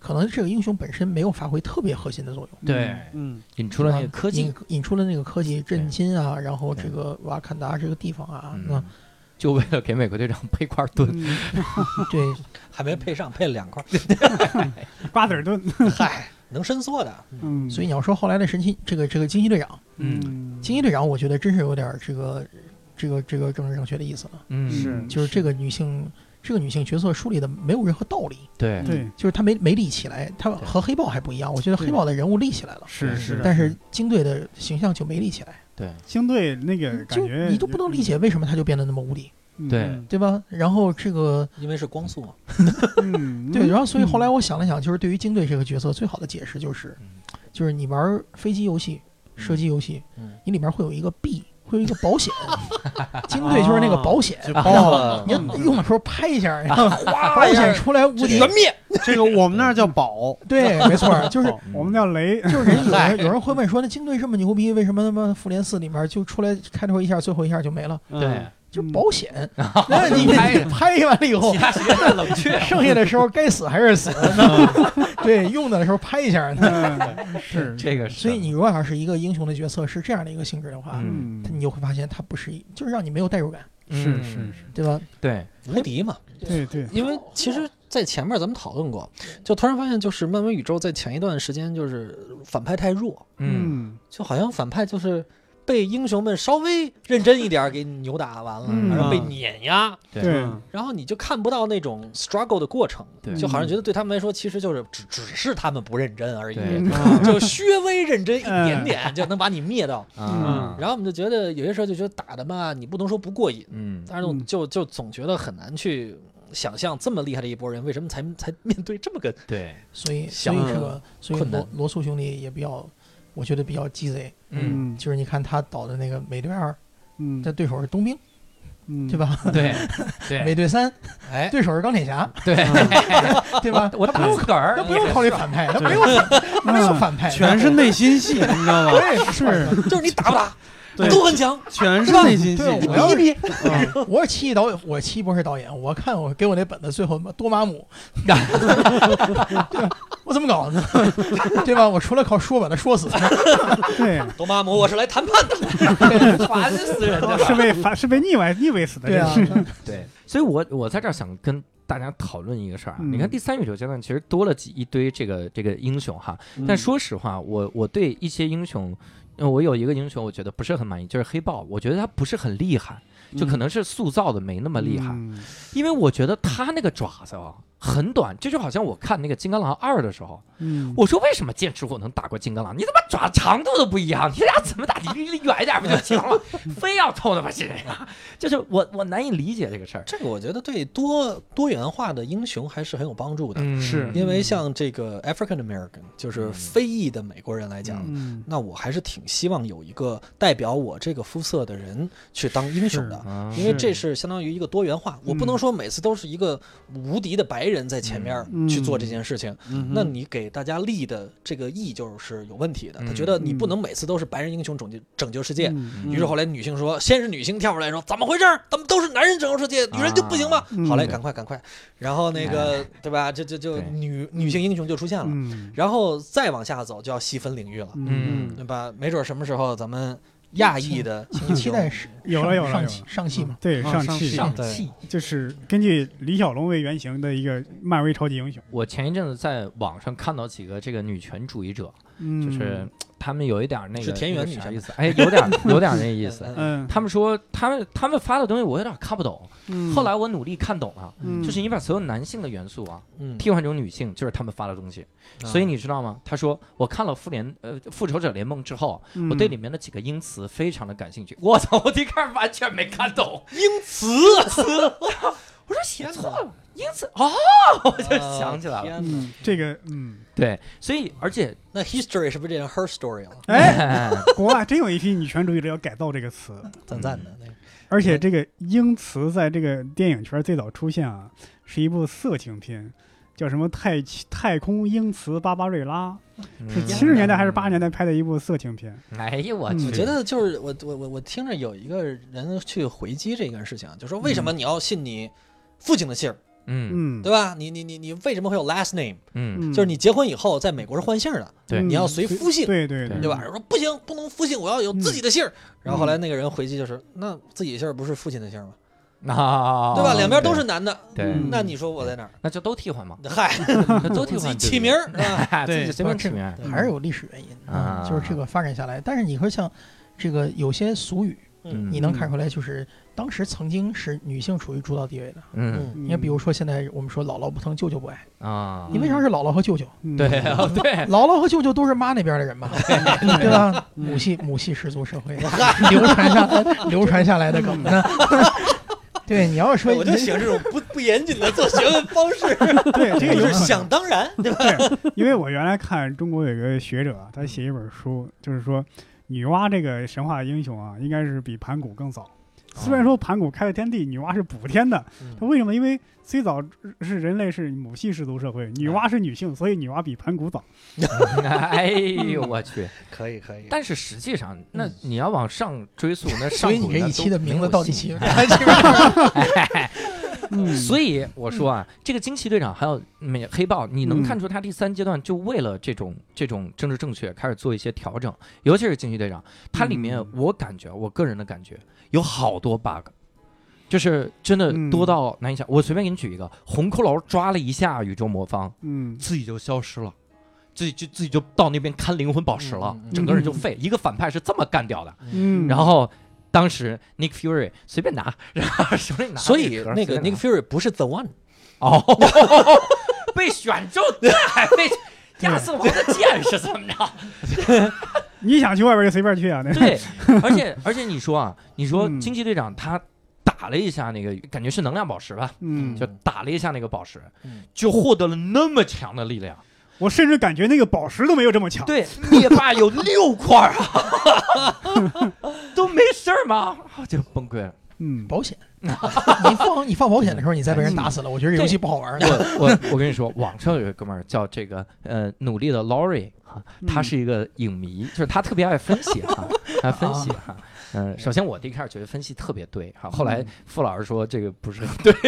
可能这个英雄本身没有发挥特别核心的作用。 对，引出了那个科技， 引出了那个科技震惊啊，然后这个瓦坎达这个地方啊，那就为了给美国队长配块盾， 对，还没配上，配了2块， 瓜子盾， 嗨，能伸缩的。 所以你要说后来的神奇这个惊奇队长，惊奇队长，我觉得真是有点这个政治正确的意思了。 是， 就是这个女性角色树立的没有任何道理。 对， 就是她没立起来，她和黑豹还不一样。我觉得黑豹的人物立起来了， 是， 但是鲸队的形象就没立起来。 对， 鲸队那个感觉你都不能理解为什么他就变得那么无敌。 对吧？然后这个因为是光速嘛， 对，然后所以后来我想了想，就是对于鲸队这个角色最好的解释就是，就是你玩飞机游戏、射击游戏，你里面会有一个币，会有一个保险，鲸队就是那个保险，你用的时候拍一下，然后保险出来无敌全灭。 这个我们那儿叫宝， 对，没错，就是我们叫雷， 就是有人会问说，那鲸队这么牛逼，为什么他妈复联4里面就出来开头一下，最后一下就没了？ 对。 就是保险，那你拍完了以后， 其他时间在冷却， 剩下的时候该死还是死。对，用的时候拍一下。 是这个， 所以你如果要是一个英雄的角色是这样的一个性质的话，你就会发现他不是，就是让你没有代入感。 是， 对吧？ 对， 无敌嘛。 对， 因为其实，在前面咱们讨论过，就突然发现，就是漫威宇宙在前一段时间就是反派太弱，就好像反派就是被英雄们稍微认真一点给扭打完了，然后被碾压， 对， 然后你就看不到那种 struggle 的过程，就好像觉得对他们来说，其实就是只是他们不认真而已，就稍微认真一点点就能把你灭掉。然后我们就觉得有些时候就觉得打的嘛，你不能说不过瘾，但是就总觉得很难去想象这么厉害的一波人为什么才面对这么个所以这个罗素兄弟也比较。我觉得比较鸡贼，就是你看他导的那个美队2，这对手是冬兵，对吧？ 对， 美队3，对手是钢铁侠，对吧？ 我打个儿， 他不用考虑反派，他没有反派， 全是内心戏，你知道吗？ 对，是， 就是你打不打？都很强， 全是内心戏。 我要逼，我是奇异导演，我奇异博士导演，我看我给我那本子最后多玛姆，我怎么搞呢？对吧？我除了靠说把他说死， 对， 多玛姆我是来谈判的，烦死人了，是被逆位死的， 对啊， 对，所以我在这儿想跟大家讨论一个事儿啊，你看第3宇宙阶段其实多了一堆这个英雄哈，但说实话，我对一些英雄。我有一个英雄，我觉得不是很满意，就是黑豹。我觉得他不是很厉害，就可能是塑造的没那么厉害，因为我觉得他那个爪子很短，这就好像我看那个《金刚狼2》的时候，我说为什么剑齿虎能打过金刚狼？你怎么爪长度都不一样？你俩怎么打？你离远一点不就行了？非要凑那么近呀？就是我难以理解这个事儿。 这个我觉得对多元化的英雄还是很有帮助的， 是因为像这个 African American， 就是非裔的美国人来讲，那我还是挺希望有一个代表我这个肤色的人去当英雄的，因为这是相当于一个多元化。我不能说每次都是一个无敌的白人在前面去做这件事情，那你给大家立的这个意就是有问题的。他觉得你不能每次都是白人英雄拯救世界，于是后来女性说，先是女性跳出来说怎么回事？咱们都是男人拯救世界，女人就不行吗？好嘞，赶快，然后那个对吧？就女性英雄就出现了，然后再往下走就要细分领域了，对吧？没准什么时候咱们亚裔的期待是有了上戏嘛？ 对，上戏就是根据李小龙为原型的一个漫威超级英雄。 我前一阵子在网上看到几个这个女权主义者，就是他们有一点那个是田园女啥意思？哎，有点那意思。他们说他们发的东西我有点看不懂。后来我努力看懂了，就是你把所有男性的元素替换成女性，就是他们发的东西。所以你知道吗？他说我看了复仇者联盟之后，我对里面的几个英词非常的感兴趣。我操，我一开始完全没看懂英词， 我说写错了，英词我就想起来了。 这个对，所以而且那 history 是不是变成 her story 了？ 哎，国外真有一批女权主义者要改造这个词， 赞的那个。 而且这个英词在这个电影圈最早出现是一部色情片，叫什么太空英词巴巴瑞拉，是70年代还是80年代拍的一部色情片。 哎呦我去！ 我觉得就是我听着有一个人去回击这个事情，就说为什么你要信你父亲的姓儿， 对吧？你为什么会有 last name？就是你结婚以后在美国是换姓的， 对， 你要随夫姓， 对吧？说不行，不能夫姓，我要有自己的姓。然后后来那个人回击就是，那自己的姓不是父亲的姓吗？对吧？两边都是男的， 对， 那你说我在哪儿？ 那就都替换嘛。 嗨， 都替换起名儿， 对，随便起名， 还是有历史原因啊，就是这个发展下来。但是你说像这个有些俗语，你能看出来，就是当时曾经是女性处于主导地位的。你看，比如说现在我们说姥姥不疼，舅舅不爱啊，你为啥是姥姥和舅舅？ 对， 姥姥和舅舅都是妈那边的人嘛，对吧？母系氏族社会流传下来的梗呢。对，你要说我就喜欢这种不严谨的做学问方式。 对，这个就是想当然，对吧？ 对，因为我原来看中国有个学者，他写一本书，就是说女娲这个神话英雄啊，应该是比盘古更早。虽然说盘古开了天地，女娲是补天的，他为什么？因为最早是人类是母系氏族社会，女娲是女性，所以女娲比盘古早。 哎呦我去， 可以。 但是实际上，那你要往上追溯，那上所以你这一期的名字到底起？ 所以我说啊，这个惊奇队长还有黑豹，你能看出他第3阶段就为了这种政治正确开始做一些调整，尤其是惊奇队长，它里面我感觉，我个人的感觉有好多 bug， 就是真的多到难以想。我随便给你举一个，红骷髅抓了一下宇宙魔方，自己就消失了。自己就到那边看灵魂宝石了，整个人就废。一个反派是这么干掉的，然后当时 Nick Fury 随便拿，然后手里拿， 所以那个 Nick Fury 不是 The One， 被选中，还被亚瑟王的剑是怎么着？ 你想去外边就随便去啊？ 对，而且你说惊奇队长他打了一下那个，感觉是能量宝石吧，就打了一下那个宝石，就获得了那么强的力量。 我甚至感觉那个宝石都没有这么强。 对，灭霸有6块啊，都没事吗？就崩溃了。 保险，你放保险的时候，你再被人打死了，我觉得这游戏不好玩。 我跟你说，网上有一个哥们儿叫这个努力的 Laurie 哈，他是一个影迷，就是他特别爱分析哈，首先我第一开始觉得分析特别对哈，后来傅老师说这个不是很对，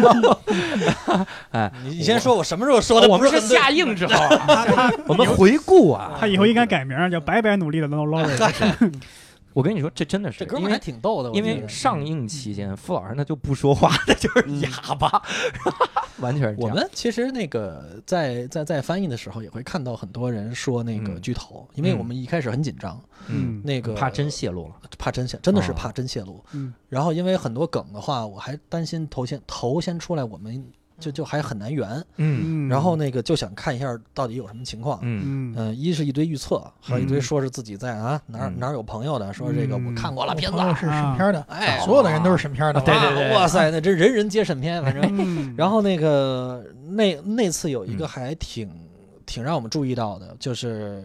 你先说我什么时候说的？ 我们是下映之后，我们回顾啊， 他以后应该改名叫白白努力的 Laurie。 我跟你说，这真的是， 这哥们还挺逗的。 因为上映期间，傅老师那就不说话的，就是哑巴，完全是这样。 我们其实那个在翻译的时候，也会看到很多人说那个剧透，因为我们一开始很紧张，那个怕真泄露了， 真的是怕真泄露。然后因为很多梗的话，我还担心头先出来，我们就还很难圆，然后那个就想看一下到底有什么情况，一是一堆预测，还有一堆说是自己在哪有朋友的，说这个我看过了片子是审片的，哎，所有的人都是审片的， 对，哇塞，那这人人皆审片，反正，然后那个那次有一个还挺让我们注意到的，就是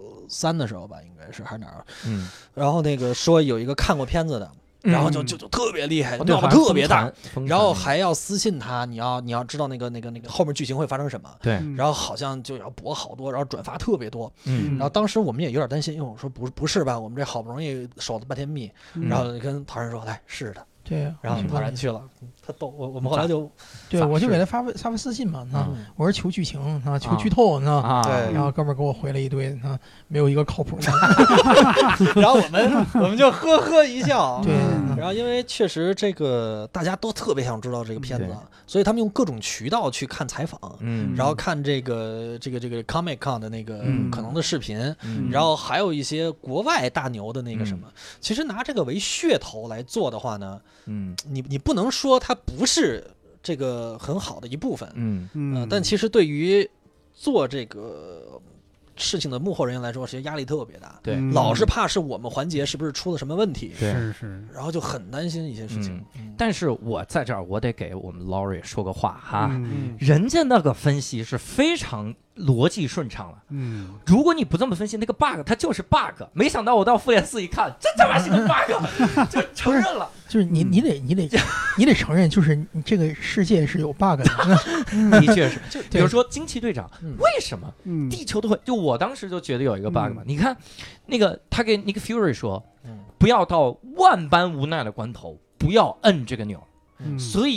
3的时候吧，应该是还是哪儿，然后那个说有一个看过片子的。然后就特别厉害，闹得特别大，然后还要私信他，你要知道那个后面剧情会发生什么， 对， 然后好像就要博好多，然后转发特别多，然后当时我们也有点担心，因为我说不是吧，我们这好不容易守了半天密，然后跟陶然说，来是的。 对， 然后陶然去了，他逗我们后来就， 对，我就给他发私信嘛，我说求剧情啊，求剧透啊， 对， 然后哥们儿给我回了一堆啊，没有一个靠谱的， 然后我们就呵呵一笑， 对， 然后因为确实这个大家都特别想知道这个片子，所以他们用各种渠道去看采访，然后看这个 Comic Con 的那个可能的视频，然后还有一些国外大牛的那个什么，其实拿这个为噱头来做的话呢。你不能说它不是这个很好的一部分，但其实对于做这个事情的幕后人员来说，其实压力特别大， 对， 老是怕是我们环节是不是出了什么问题， 是， 然后就很担心一些事情。 但是我在这儿，我得给我们 Laurie 说个话哈，人家那个分析是非常逻辑顺畅了，如果你不这么分析，那个 bug 它就是 bug。没想到我到复联4一看，这他妈是个 bug， 就承认了。 就是你得承认，就是你这个世界是有 bug 的。 的确是，就比如说惊奇队长，为什么地球都会？就我当时就觉得有一个 bug 嘛，你看那个他给Nick Fury 说，不要到万般无奈的关头，不要摁这个钮，所以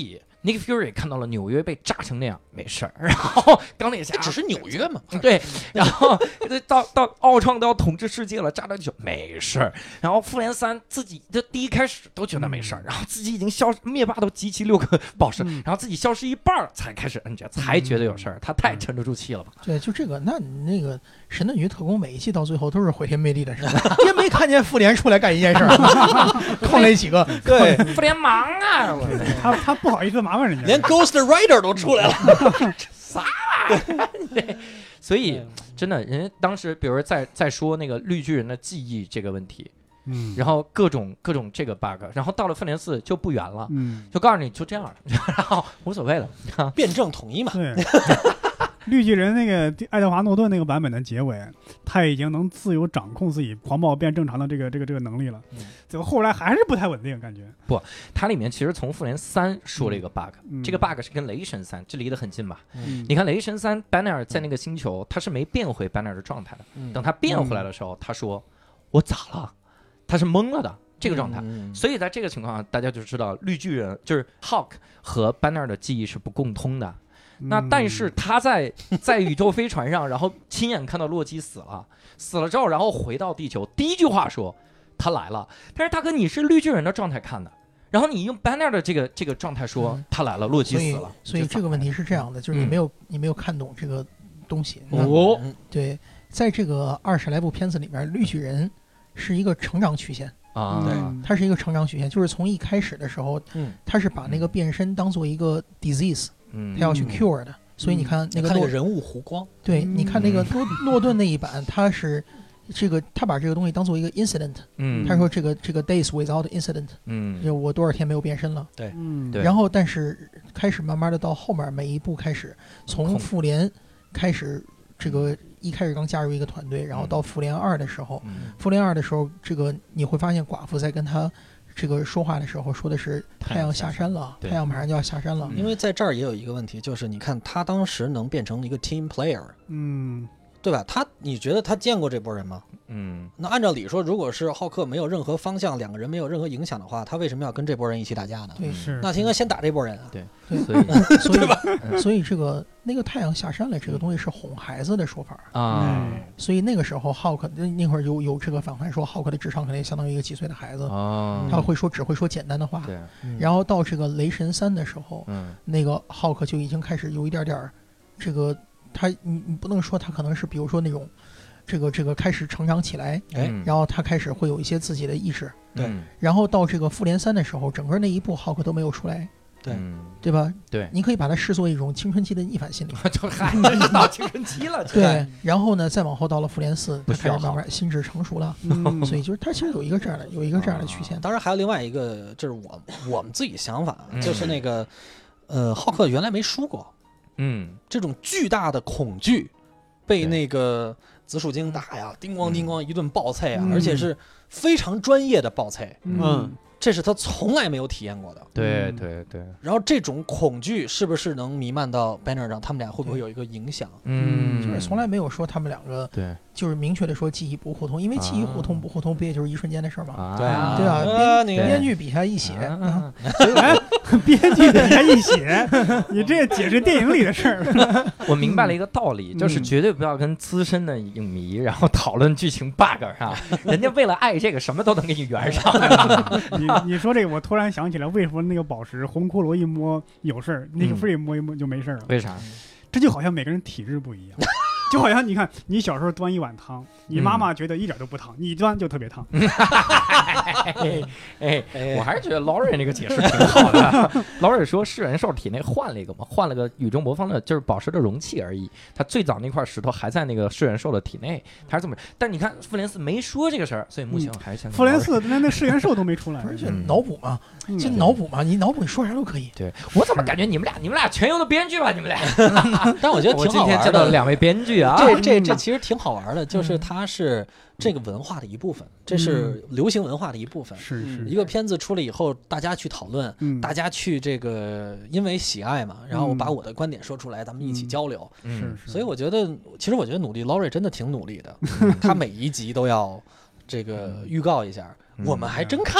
Nick Fury 看到了纽约被炸成那样，没事儿。然后钢铁侠只是纽约嘛， 对。然后到奥创都要统治世界了，炸到就没事儿。然后复联3自己的第一开始都觉得没事儿，然后自己已经灭霸都集齐6个宝石，然后自己消失一半才开始摁着，才觉得有事儿。他太沉得住气了吧？ 对，就这个，那你那个神盾局特工每一季到最后都是毁天灭地的事，也没看见复联出来干一件事儿，靠那几个。 对， 复联忙啊！ 他不好意思麻烦人家， 连 Ghost Rider 都出来了， 啥？所以真的，人家当时，比如在说那个绿巨人的记忆这个问题，然后各种这个 bug， 然后到了复联4就不圆了，就告诉你就这样了，然后无所谓了， 辩证统一嘛。 对。绿巨人那个爱德华诺顿那个版本的结尾，他已经能自由掌控自己狂暴变正常的这个能力了，结果后来还是不太稳定，感觉。 不，它里面其实从复联3说了一个 bug，这个 bug 是跟雷神3这离得很近吧？你看雷神3 Banner 在那个星球，他是没变回 Banner 的状态的，等他变回来的时候，他说我咋了？他是懵了的。这个状态，所以在这个情况下，大家就知道绿巨人就是 Hulk 和 Banner 的记忆是不共通的。那但是他在宇宙飞船上，然后亲眼看到洛基死了之后，然后回到地球，第一句话说他来了。但是大哥，你是绿巨人的状态看的，然后你用 Banner 的这个状态说他来了，洛基死了。 所以这个问题是这样的，就是你没有看懂这个东西。对，在这个20来部片子里面，绿巨人是一个成长曲线。对，它是一个成长曲线，就是从一开始的时候，他是把那个变身当做一个 disease，他要去 cure 的，所以你看那个人物弧光， 对，你看那个诺顿那一版，他是他把这个东西当做一个 incident，他说这个 days without incident，就我多少天没有变身了， 对， 然后但是开始慢慢的到后面每一步开始，从复联开始这个。一开始刚加入一个团队，然后到复联2的时候，这个你会发现寡妇在跟他这个说话的时候说的是太阳下山了，太阳马上就要下山了。 因为在这儿也有一个问题，就是你看他当时能变成一个 team player，对吧？你觉得他见过这波人吗？那按照理说，如果是浩克没有任何方向，两个人没有任何影响的话，他为什么要跟这波人一起打架呢？ 对， 是。 那应该先打这波人啊。 对， 对吧？所以这个那个太阳下山了，这个东西是哄孩子的说法啊。所以那个时候浩克那会儿有这个反叛说，浩克的智商可能相当于一个几岁的孩子，他只会说简单的话。 对。 然后到这个雷神3的时候，那个浩克就已经开始有一点点这个。你不能说他可能是比如说那种，这个开始成长起来，然后他开始会有一些自己的意识， 对， 然后到这个复联3的时候，整个那一部浩克都没有出来，对吧？ 对， 你可以把它视作一种青春期的逆反心理， 就还是到青春期了， 对。然后呢，再往后到了复联4，他开始慢慢心智成熟了，所以就是他其实有一个这样的曲线。 当然还有另外一个，就是我们自己想法，就是那个浩克原来没输过。这种巨大的恐惧，被那个紫薯精打呀，叮咣叮咣一顿暴菜啊，而且是非常专业的暴菜，这是他从来没有体验过的。 对。 然后这种恐惧是不是能弥漫到 Banner 上？他们俩会不会有一个影响？ 就是从来没有说他们两个，就是明确的说记忆不互通，因为记忆互通不互通，不也就是一瞬间的事吗？ 对啊，编剧笔下一写， 编剧笔下一写，你这解释电影里的事儿。 我明白了一个道理，就是绝对不要跟资深的影迷然后讨论剧情 bug 啊，人家为了爱这个什么都能给你圆上。 你说这个，我突然想起来，为什么那个宝石红骷髅一摸有事儿，那个菲摸一摸就没事了？ 为啥？ 这就好像每个人体质不一样。就好像你看，你小时候端一碗汤，你妈妈觉得一点都不烫，你端就特别烫。 我还是觉得 Laurie 那个解释挺好的。Laurie 说噬元兽体内换了一个嘛，换了个宇宙魔方的，就是宝石的容器而已。他最早那块石头还在那个噬元兽的体内，他是这么。但你看复联4没说这个事儿，所以目前我还是相信。 复联4那噬元兽都没出来， 而且脑补嘛，就脑补嘛，你脑补你说啥都可以。 对，我怎么感觉你们俩全用的编剧吧？你们俩。 但我觉得挺好玩的。我今天见到两位编剧啊， 这其实挺好玩的，就是它是这个文化的一部分，这是流行文化的一部分。 是一个片子出来以后，大家去讨论，大家去这个因为喜爱嘛，然后我把我的观点说出来，咱们一起交流。所以我觉得，其实我觉得努力 Laurie 真的挺努力的，他每一集都要这个预告一下，我们还真看。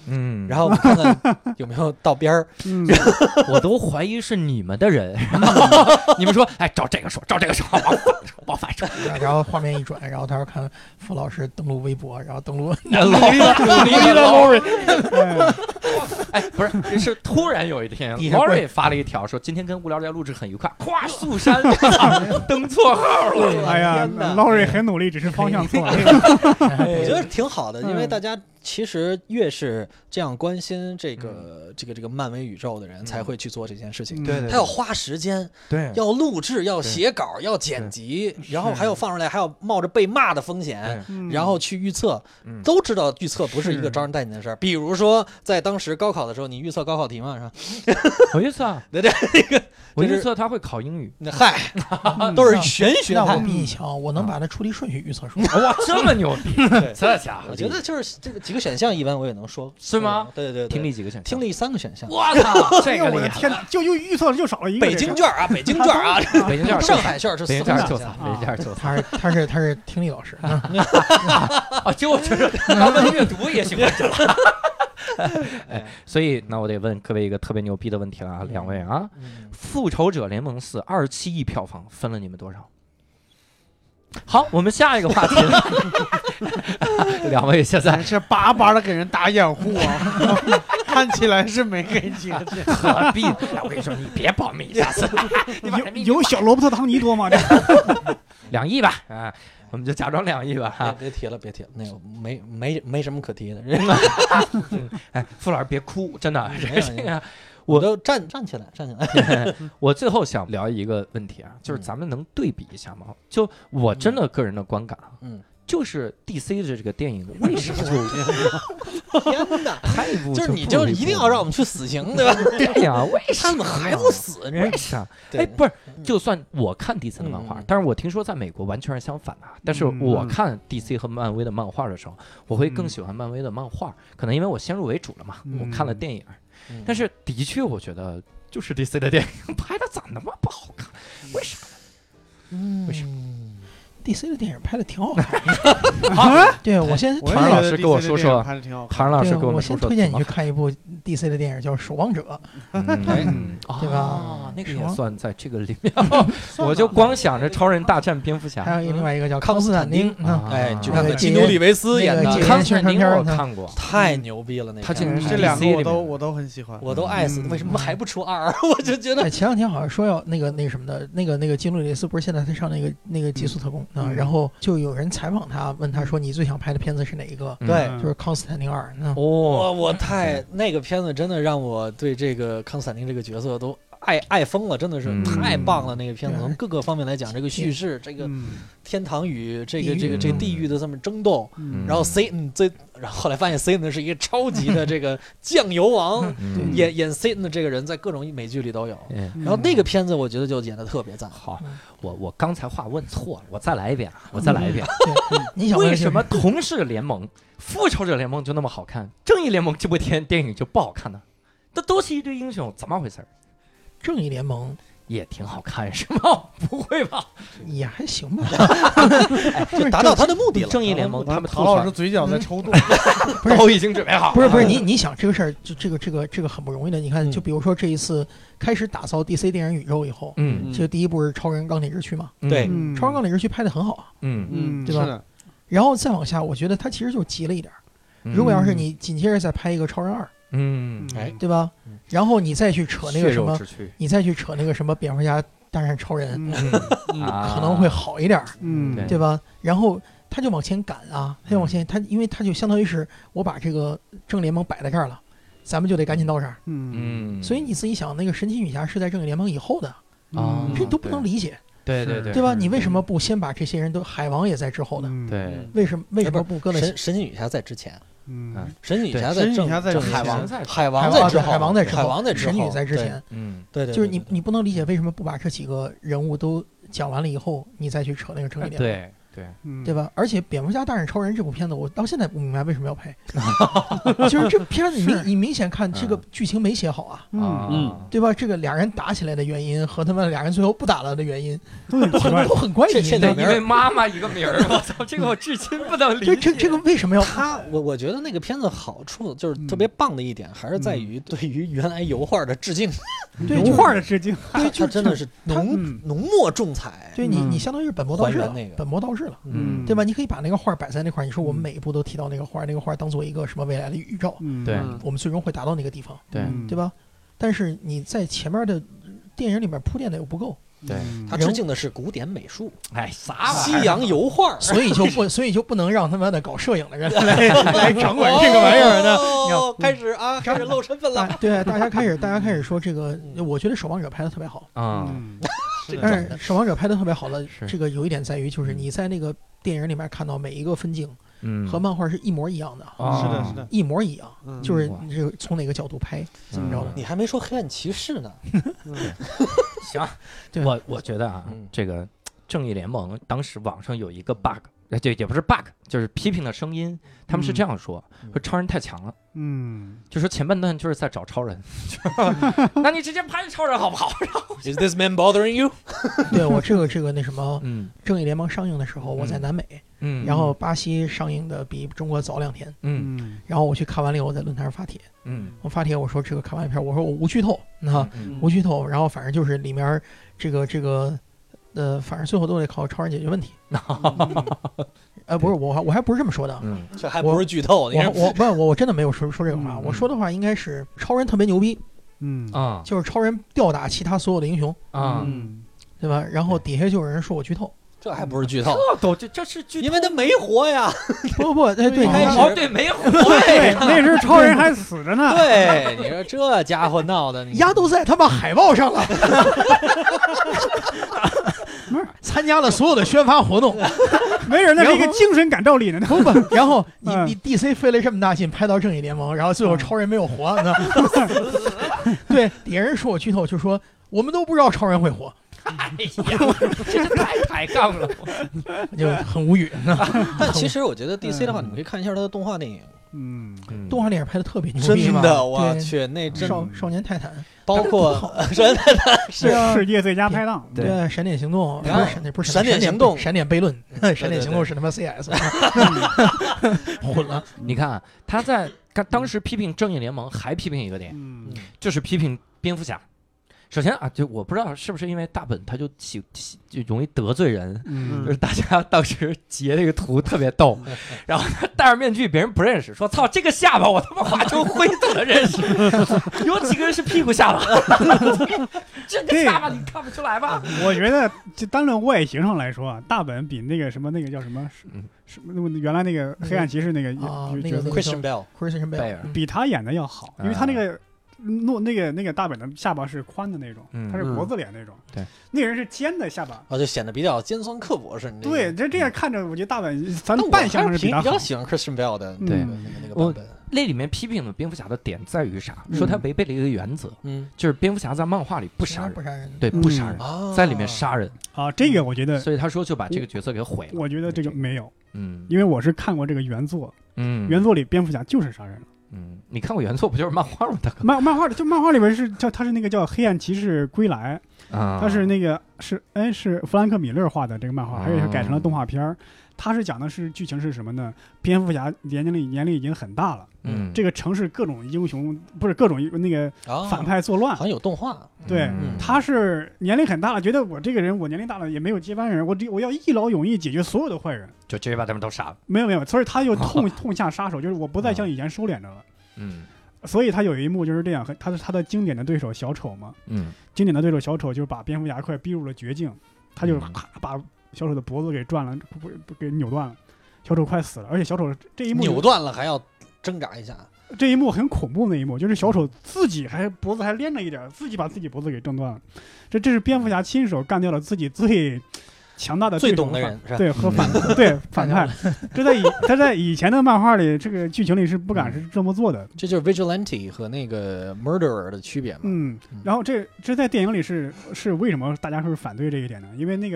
然后我们看看有没有到边儿， 我都怀疑是你们的人，你们说，哎，照这个说，往反说， 然后画面一转，然后他说看傅老师登录微博，然后登录 Laurie，哎，不是，是突然有一天 ，Laurie 发了一条说今天跟无聊斋录制很愉快，咵速删，登错号了。 哎呀 ，Laurie 很努力，只是方向错了。 我觉得挺好的，因为大家其实越是这样关心这个漫威宇宙的人，才会去做这件事情。 对， 他要花时间， 对， 要录制，要写稿，要剪辑，然后还要放出来，还要冒着被骂的风险，然后去预测。都知道预测不是一个招人待见的事儿。比如说，在当时高考的时候，你预测高考题吗？是吧？ 我预测， 对那个， 我预测他会考英语。 嗨，都是玄学派。 那我比你强，我能把它处理顺序预测出来。 哇，这么牛逼！这家伙， 我觉得就是这个几个选项，一般我也能说， 是吗？ 对， 听力几个选项？ 听力3个选项。 我操，这个我的天，就预测就少了一个。 北京卷啊，北京卷啊， 北京卷， 上海卷是4个选项。 北京卷就他是听力老师啊，就是咱们阅读也喜欢这了。哎，所以那我得问各位一个特别牛逼的问题了啊，两位啊，复仇者联盟4 27亿票房分了你们多少？好，我们下一个话题。两位现在是巴巴的给人打掩护啊，看起来是没给钱， 何必？我跟你说，你别保密，下次有小罗伯特·唐尼多吗？这 2亿吧，啊。我们就假装2亿吧，哈！ 别提了，那个没什么可提的。 哎，傅老师别哭，真的，这个我都站起来。 我最后想聊一个问题啊，就是咱们能对比一下吗？就我真的个人的观感啊，就是 DC 的这个电影为什么就天哪， 太不就是你就一定要让我们去死刑，对吧？ 对呀，为啥他们还不死？ 为啥？哎，不是，就算我看 DC 的漫画，但是我听说在美国完全是相反的。但是我看 DC 和漫威的漫画的时候，我会更喜欢漫威的漫画，可能因为我先入为主了嘛，我看了电影。但是的确，我觉得就是 DC 的电影拍的咋那么不好看？为啥？为啥 ？DC 的电影拍的挺好看的。对，我先唐老师跟我说说，唐老师跟我说说， 先推荐你去看一部 DC 的电影，叫《守望者》，对吧？ 那个也算在这个里面。我就光想着超人大战蝙蝠侠， 还有另外一个叫康斯坦丁， 哎，就看看基努里维斯演的康斯坦丁，我看过， 太牛逼了，那个他竟然是这两个我都很喜欢， 我都爱死，为什么还不出2？我就觉得前两天好像说要那个什么的，那个基努里维斯不是现在他上那个极速特工啊，然后就有人采访他，问他说你最想拍的片子是哪一个？ 对， 就是康斯坦丁2。 我太那个片子真的让我对这个康斯坦丁这个角色都爱疯了，真的是太棒了！那个片子从各个方面来讲，这个叙事，这个天堂与这个地狱的这么争斗，然后 Satan 然后后来发现 Satan 是一个超级的这个酱油王，演 Satan 的这个人在各种美剧里都有。然后那个片子我觉得就演得特别赞。 好，我刚才话问错了，我再来一遍。 你想为什么同是联盟，复仇者联盟就那么好看，正义联盟这部电影就不好看呢？这都是一堆英雄，怎么回事？ 正义联盟也挺好看是吗？不会吧？ 也还行吧， 就达到他的目的了。 正义联盟他们唐老师嘴角在抽动， 都已经准备好。 不是，你想这个事儿，就这个很不容易的。你看，就比如说这一次开始打造 DC 电影宇宙以后，这个第一部是超人钢铁之躯嘛？ 对， 超人钢铁之躯拍的很好啊，对吧？然后再往下，我觉得他其实就急了一点。如果要是你紧接着再拍一个超人2，对吧？然后你再去扯那个什么，蝙蝠侠大战超人，可能会好一点，对吧？然后他就往前赶啊，因为他就相当于是我把这个正联盟摆在这儿了，咱们就得赶紧到这儿，所以你自己想，那个神奇女侠是在正义联盟以后的，这都不能理解。对吧？你为什么不先把这些人都海王也在之后的？ 对， 为什么不搁在神奇女侠在之前？神奇女侠在海王在之后， 神女在之前。 对， 就是你不能理解为什么不把这几个人物都讲完了以后，你再去扯那个正义联盟。 对， 对吧？而且《蝙蝠侠大战超人》这部片子，我到现在不明白为什么要拍，就是这片子你明显看这个剧情没写好啊，对吧？这个俩人打起来的原因和他们俩人最后不打了的原因都很怪异。 因为妈妈一个名儿，我操，这个我至今不能理解。 这个为什么要他？我觉得那个片子好处就是特别棒的一点，还是在于对于原来油画的致敬。 对油画的致敬， 对，他真的是浓墨重彩。 对你相当于是本末倒置了，本末倒置了，对吧？你可以把那个画摆在那块儿，你说我们每一步都提到那个画当做一个什么未来的预兆， 对， 我们最终会达到那个地方， 对吧？但是你在前面的电影里面铺垫的又不够。 对， 他致敬的是古典美术， 啥西洋油画， 所以就不能让他妈的搞摄影的人来掌管这个玩意儿呢。 开始露身份了。 对，大家开始说这个，我觉得《守望者》拍的特别好啊。 但是《守望者》拍的特别好的这个有一点在于，就是你在那个电影里面看到每一个分镜，和漫画是一模一样的。 是的， 一模一样，就是你这个从哪个角度拍，怎么着的？ 你还没说黑暗骑士呢。 行，我觉得啊，这个正义联盟当时网上有一个 bug， 对，也不是 bug， 就是批评的声音。他们是这样说超人太强了，就说前半段就是在找超人，那你直接拍超人好不好 ？Is this man bothering you？ 对我这个那什么，正义联盟上映的时候我在南美，然后巴西上映的比中国早2天，然后我去看完了以后，我在论坛上发帖，我发帖我说这个看完片，我说我无剧透，无剧透，然后反正就是里面这个。反正最后都得靠超人解决问题。不是我还不是这么说的， 这还不是剧透。 我真的没有说这个话，我说的话应该是超人特别牛逼，就是超人吊打其他所有的英雄，对吧？然后底下就有人说我剧透。 这还不是剧透， 这是剧透， 因为他没活呀。 不，对， 对，没活， 对，那时候超人还死着呢。 对，你说这家伙闹的， 丫都在他妈海报上了，参加了所有的宣发活动， 没人，那是一个精神感召力呢。 不，然后你 DC 费了这么大劲拍到正义联盟，然后最后超人没有活，对，底下人说我剧透，就说我们都不知道超人会活。 哎呀，这太抬杠了， 就很无语。 但其实我觉得 DC 的话，你可以看一下他的动画电影， 动画电影拍的特别牛逼，真的，我去，那少年泰坦， 包括少年泰坦是世界最佳拍档， 对，闪电行动，不是闪电行动， 闪电悖论，闪电行动是他妈 CS， 混了。 你看他在当时批评正义联盟，还批评一个点，就是批评蝙蝠侠。首先啊，就我不知道是不是因为大本他就容易得罪人，就是大家当时截那个图特别逗，然后他戴着面具，别人不认识，说操这个下巴我他妈画成灰都能认识，有几个人是屁股下巴，这个下巴你看不出来吧？ 我觉得就单论外形上来说啊，大本比那个什么那个叫什么原来那个黑暗骑士那个那个 Christian Bale 比他演的要好，因为他那个大本的下巴是宽的那种，他是国字脸那种， 对， 那个人是尖的下巴， 就显得比较尖酸刻薄，是那对，这样看着，我觉得大本咱扮相是比较喜欢 Christian Bale 的， 对， 那个版本。 那里面批评的蝙蝠侠的点在于啥？说他违背了一个原则，就是蝙蝠侠在漫画里不杀人，对，不杀人，在里面杀人啊，这个我觉得， 所以他说就把这个角色给毁了。 我觉得这个没有，因为我是看过这个原作，原作里蝙蝠侠就是杀人了。 你看过原作不就是漫画吗？大哥， 漫画里边是他是那个叫《黑暗骑士归来》他是那个是弗兰克·米勒画的这个漫画，而且是改成了动画片。他是讲的是剧情是什么呢？蝙蝠侠年龄已经很大了，这个城市各种英雄不是各种那个反派作乱， 好像有动画。 对，他是年龄很大了，觉得我这个人我年龄大了也没有接班人，我要一劳永逸解决所有的坏人， 就直接把他们都杀了。 没有，所以他就痛下杀手，就是我不再像以前收敛着了。所以他有一幕就是这样，他的经典的对手小丑嘛，经典的对手小丑就把蝙蝠侠快逼入了绝境，他就把小丑的脖子给转了，给扭断了，小丑快死了，而且小丑这一幕扭断了还要挣扎一下， 这一幕很恐怖的一幕，就是小丑自己脖子还连着一点，自己把自己脖子给挣断了，这是蝙蝠侠亲手干掉了自己最强大的最懂的人， 对，和反派，他在以前的漫画里，这个剧情里是不敢是这么做的。 这就是 vigilante 和那个 murderer 的区别嘛。 然后这在电影里是为什么大家会反对这一点呢？因为那个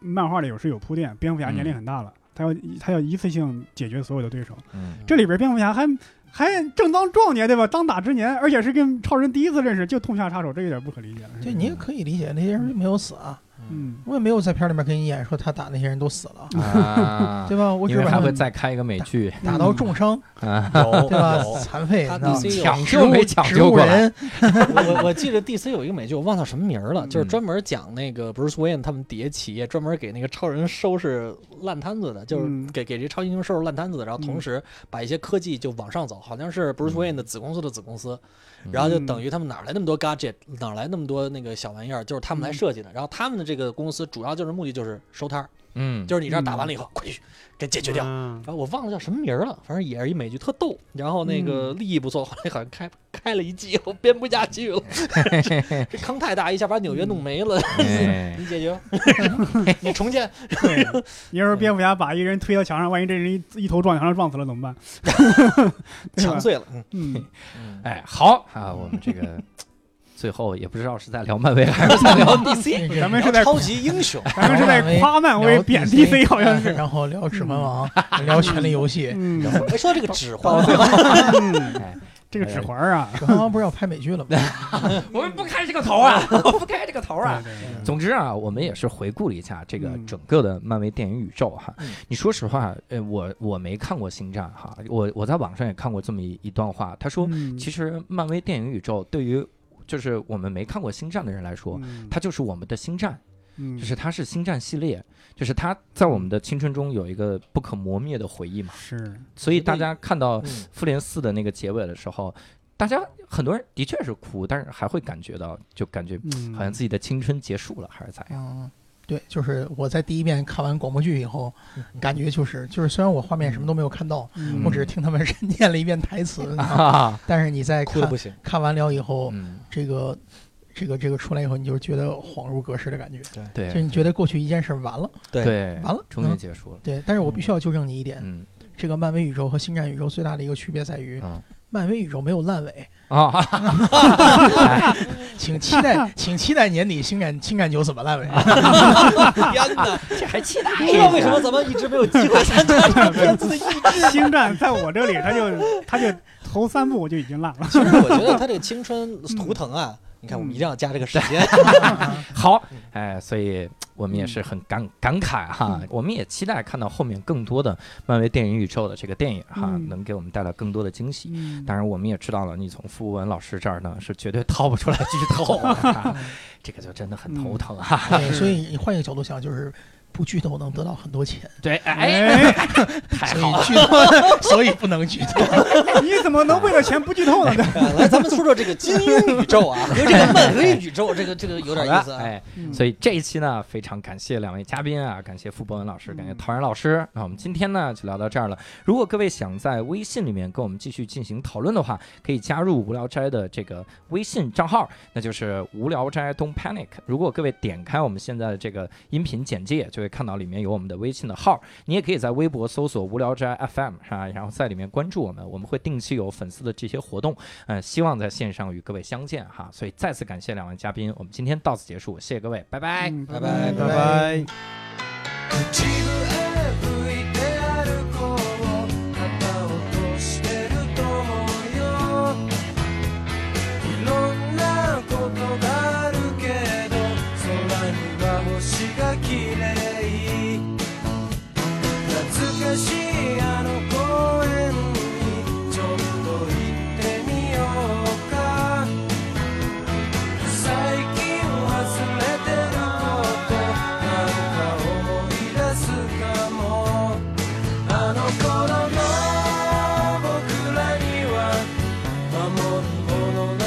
漫画里有铺垫，蝙蝠侠年龄很大了，他要一次性解决所有的对手。这里边蝙蝠侠还正当壮年，对吧？当打之年，而且是跟超人第一次认识就痛下杀手，这有点不可理解。 对，你也可以理解，那些人没有死啊。我也没有在片里面跟你演说他打那些人都死了，对吧？我因为还会再开一个美剧， 打到重伤，对吧？残废， 他 DC 抢救没抢救过来。 我记得 DC 有一个美剧，我忘了什么名了，就是专门讲那个 Bruce Wayne 他们底下企业专门给那个超人收拾烂摊子的，就是给这超级英雄收拾烂摊子，然后同时把一些科技就往上走，好像是 Bruce Wayne 的子公司的子公司，然后就等于他们哪来那么多 gadget， 哪来那么多那个小玩意儿，就是他们来设计的，然后他们的这个公司主要就是目的就是收摊儿，就是你这儿打完了以后，快去给解决掉。然后我忘了叫什么名了，反正也是一美剧，特逗。然后那个利益不错，后来好像开了一季，我编不下去了。这坑太大，一下把纽约弄没了。你解决，你重建。 你要是蝙蝠侠把一人推到墙上，万一这人一头撞墙上撞死了怎么办？ 墙碎了。 哎，好啊，我们这个。最后也不知道是在聊漫威还是在聊 DC， 咱们是在超级英雄， 咱们是在夸漫威贬 DC， 好像是。 然后聊指环王，聊权力游戏， 然后没说这个指环， 这个指环啊， 指环王不是要拍美剧了吗？ 我们不开这个头啊，不开这个头啊。总之啊，我们也是回顾了一下这个整个的漫威电影宇宙哈。你说实话，我没看过星战哈，我在网上也看过这么一段话，他说其实漫威电影宇宙对于就是我们没看过星战的人来说，它就是我们的星战，就是它是星战系列，就是它在我们的青春中有一个不可磨灭的回忆嘛。 是， 所以大家看到复联4的那个结尾的时候，大家很多人的确是哭，但是还会感觉到，就感觉好像自己的青春结束了，还是咋样。 对，就是我在第一遍看完广播剧以后，感觉就是虽然我画面什么都没有看到，我只是听他们念了一遍台词，但是你在看完了以后，这个出来以后，你就觉得恍如隔世的感觉。 对， 就你觉得过去一件事完了， 对， 完了， 终于结束了。 对，但是我必须要纠正你一点，这个漫威宇宙和星战宇宙最大的一个区别在于，漫威宇宙没有烂尾啊！请期待年底星战9怎么烂尾？ 天哪，这还期待？不知道为什么咱们一直没有机会参加这个片子的译制。 星战在我这里，他就头3部就已经烂了。 其实我觉得他这个青春图腾啊。你看，我们一定要加这个时间。 好，哎，所以我们也是很感慨哈，我们也期待看到后面更多的漫威电影宇宙的这个电影哈，能给我们带来更多的惊喜。当然，我们也知道了，你从付文老师这儿呢是绝对掏不出来剧透啊，这个就真的很头疼哈。 所以你换一个角度想，就是不剧透能得到很多钱。 对，哎，太好了， 所以不能剧透。 你怎么能为了钱不剧透呢？ 来，咱们说说这个金庸宇宙啊，和这个漫威宇宙，这个有点意思。 哎，所以这一期呢，非常感谢2位嘉宾啊，感谢傅博文老师，感谢陶然老师。那我们今天呢就聊到这儿了。如果各位想在微信里面跟我们继续进行讨论的话，可以加入无聊斋的这个微信账号，那就是无聊斋 Don't Panic。如果各位点开我们现在的这个音频简介，就会看到里面有我们的微信的号。你也可以在微博搜索无聊斋 FM 是吧？然后在里面关注我们，我们会定期有粉丝的这些活动，希望在线上与各位相见哈。所以再次感谢2位嘉宾，我们今天到此结束，谢谢各位，拜拜， 拜拜， 拜拜。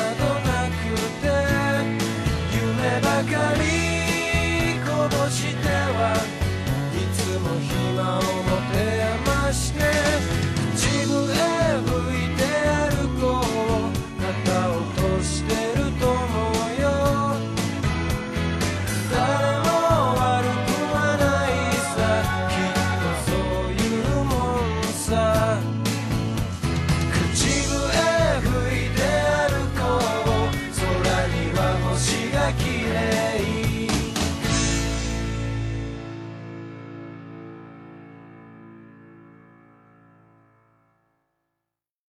して